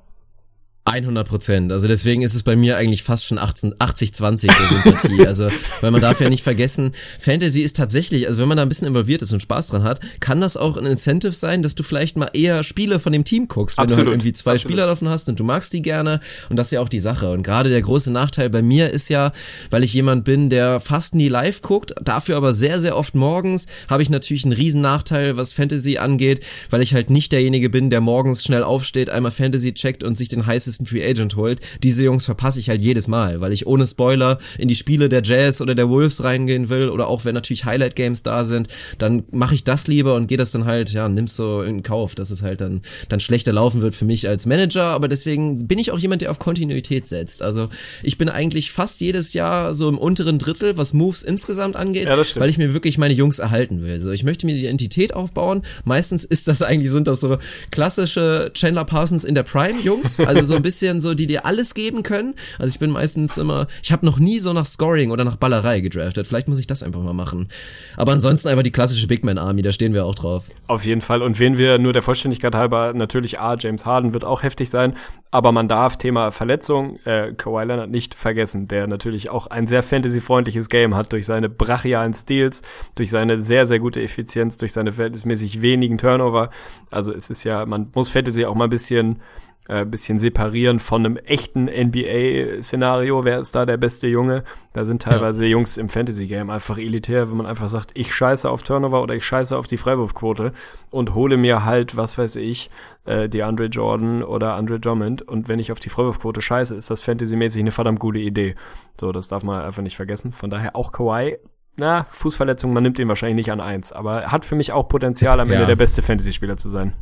100%. Also deswegen ist es bei mir eigentlich fast schon 80-20 der Sympathie. Also, weil man darf ja nicht vergessen, Fantasy ist tatsächlich, also wenn man da ein bisschen involviert ist und Spaß dran hat, kann das auch ein Incentive sein, dass du vielleicht mal eher Spiele von dem Team guckst, wenn du halt irgendwie 2 Spieler davon hast und du magst die gerne und das ist ja auch die Sache. Und gerade der große Nachteil bei mir ist ja, weil ich jemand bin, der fast nie live guckt, dafür aber sehr, sehr oft morgens, habe ich natürlich einen riesen Nachteil, was Fantasy angeht, weil ich halt nicht derjenige bin, der morgens schnell aufsteht, einmal Fantasy checkt und sich den heißesten Free Agent holt. Diese Jungs verpasse ich halt jedes Mal, weil ich ohne Spoiler in die Spiele der Jazz oder der Wolves reingehen will oder auch wenn natürlich Highlight-Games da sind, dann mache ich das lieber und gehe das dann halt, ja, nimm's so in Kauf, dass es halt dann schlechter laufen wird für mich als Manager, aber deswegen bin ich auch jemand, der auf Kontinuität setzt. Also ich bin eigentlich fast jedes Jahr so im unteren Drittel, was Moves insgesamt angeht, ja, weil ich mir wirklich meine Jungs erhalten will. So, ich möchte mir die Identität aufbauen. Meistens sind das so klassische Chandler Parsons in der Prime-Jungs, also so ein bisschen so, die dir alles geben können. Also ich bin meistens ich habe noch nie so nach Scoring oder nach Ballerei gedraftet. Vielleicht muss ich das einfach mal machen. Aber ansonsten einfach die klassische Big Man Army, da stehen wir auch drauf. Auf jeden Fall. Und wen wir nur der Vollständigkeit halber, natürlich James Harden wird auch heftig sein, aber man darf Thema Verletzung Kawhi Leonard nicht vergessen, der natürlich auch ein sehr fantasy-freundliches Game hat durch seine brachialen Steals, durch seine sehr, sehr gute Effizienz, durch seine verhältnismäßig wenigen Turnover. Also es ist ja, man muss Fantasy auch mal ein bisschen separieren von einem echten NBA-Szenario. Wer ist da der beste Junge? Da sind teilweise Jungs im Fantasy-Game einfach elitär, wenn man einfach sagt, ich scheiße auf Turnover oder ich scheiße auf die Freiwurfquote und hole mir halt, was weiß ich, DeAndre Jordan oder Andre Drummond und wenn ich auf die Freiwurfquote scheiße, ist das Fantasy-mäßig eine verdammt gute Idee. So, das darf man einfach nicht vergessen. Von daher auch Kawhi, Fußverletzung, man nimmt ihn wahrscheinlich nicht an 1, aber hat für mich auch Potenzial, am Ende der beste Fantasy-Spieler zu sein.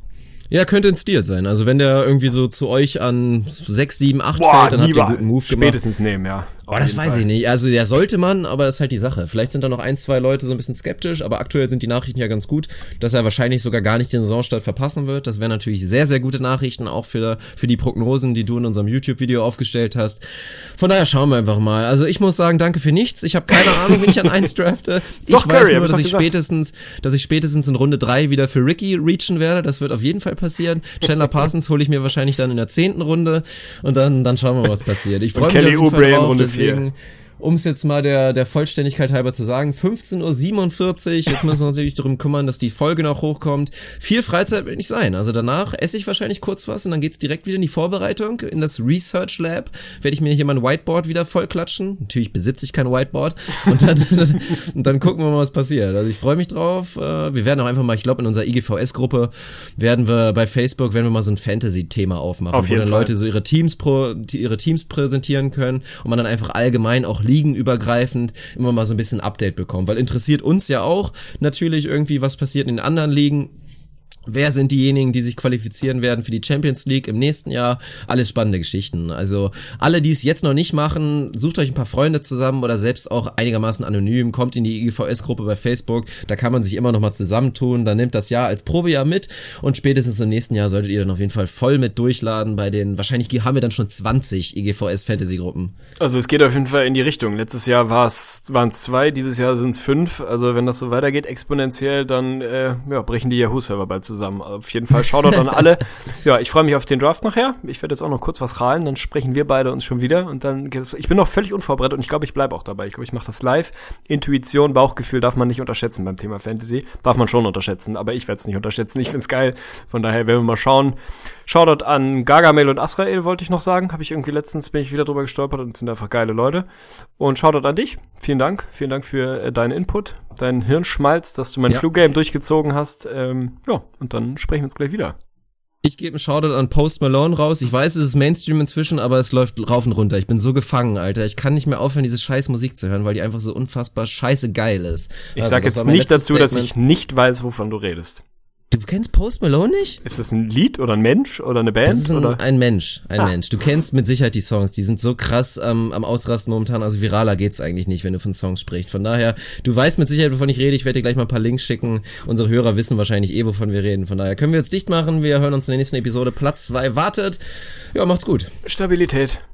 Ja, könnte ein Stil sein. Also wenn der irgendwie so zu euch an 6, 7, 8 fällt, dann habt ihr einen guten Move gemacht. Spätestens nehmen, ja. Aber das weiß ich nicht. Also ja, sollte man, aber das ist halt die Sache. Vielleicht sind da noch 1, 2 Leute so ein bisschen skeptisch, aber aktuell sind die Nachrichten ja ganz gut, dass er wahrscheinlich sogar gar nicht den Saisonstart verpassen wird. Das wären natürlich sehr, sehr gute Nachrichten, auch für die Prognosen, die du in unserem YouTube-Video aufgestellt hast. Von daher schauen wir einfach mal. Also ich muss sagen, danke für nichts. Ich habe keine Ahnung, wenn ich an 1 drafte. Ich weiß nur, dass ich spätestens in Runde 3 wieder für Ricky reachen werde. Das wird auf jeden Fall passieren. Chandler Parsons hole ich mir wahrscheinlich dann in der 10. Runde und dann schauen wir mal, was passiert. Ich freue mich auf jeden Fall drauf, deswegen, um es jetzt mal der Vollständigkeit halber zu sagen, 15:47 Uhr, jetzt müssen wir uns natürlich darum kümmern, dass die Folge noch hochkommt. Viel Freizeit wird nicht sein, also danach esse ich wahrscheinlich kurz was und dann geht's direkt wieder in die Vorbereitung, in das Research Lab, werde ich mir hier mein Whiteboard wieder voll klatschen. Natürlich besitze ich kein Whiteboard und dann gucken wir mal, was passiert. Also ich freue mich drauf. Wir werden auch einfach mal, ich glaube in unserer IGVS-Gruppe werden wir bei Facebook, mal so ein Fantasy-Thema aufmachen, wo dann Leute so ihre Teams präsentieren können und man dann einfach allgemein auch ligenübergreifend immer mal so ein bisschen Update bekommen, weil interessiert uns ja auch natürlich irgendwie, was passiert in den anderen Ligen. Wer sind diejenigen, die sich qualifizieren werden für die Champions League im nächsten Jahr? Alles spannende Geschichten. Also alle, die es jetzt noch nicht machen, sucht euch ein paar Freunde zusammen oder selbst auch einigermaßen anonym, kommt in die IGVS-Gruppe bei Facebook, da kann man sich immer noch mal zusammentun, dann nimmt das Jahr als Probejahr mit und spätestens im nächsten Jahr solltet ihr dann auf jeden Fall voll mit durchladen bei den, wahrscheinlich haben wir dann schon 20 IGVS-Fantasy-Gruppen. Also es geht auf jeden Fall in die Richtung. Letztes Jahr waren es 2, dieses Jahr sind es 5. Also wenn das so weitergeht exponentiell, dann brechen die Yahoo-Server bald zusammen. Auf jeden Fall Shoutout an alle. Ja, ich freue mich auf den Draft nachher. Ich werde jetzt auch noch kurz was rahlen, dann sprechen wir beide uns schon wieder und dann ich bin noch völlig unvorbereitet und ich glaube, ich bleibe auch dabei. Ich glaube, ich mache das live. Intuition, Bauchgefühl darf man nicht unterschätzen beim Thema Fantasy. Darf man schon unterschätzen, aber ich werde es nicht unterschätzen. Ich find's geil. Von daher werden wir mal schauen. Shoutout an Gargamel und Azrael wollte ich noch sagen. Bin ich wieder drüber gestolpert und sind einfach geile Leute. Und Shoutout an dich. Vielen Dank. Vielen Dank für deinen Input, deinen Hirnschmalz, dass du mein Flu-Game durchgezogen hast. Und dann sprechen wir uns gleich wieder. Ich gebe einen Shoutout an Post Malone raus. Ich weiß, es ist Mainstream inzwischen, aber es läuft rauf und runter. Ich bin so gefangen, Alter. Ich kann nicht mehr aufhören, diese scheiß Musik zu hören, weil die einfach so unfassbar scheiße geil ist. Ich sag jetzt nicht dazu, dass ich nicht weiß, wovon du redest. Du kennst Post Malone nicht? Ist das ein Lied oder ein Mensch oder eine Band? Das ist ein Mensch, Mensch. Du kennst mit Sicherheit die Songs, die sind so krass am Ausrasten momentan, also viraler geht's eigentlich nicht, wenn du von Songs sprichst. Von daher, du weißt mit Sicherheit, wovon ich rede, ich werde dir gleich mal ein paar Links schicken. Unsere Hörer wissen wahrscheinlich wovon wir reden. Von daher können wir jetzt dicht machen, wir hören uns in der nächsten Episode. Platz 2 wartet. Ja, macht's gut. Stabilität.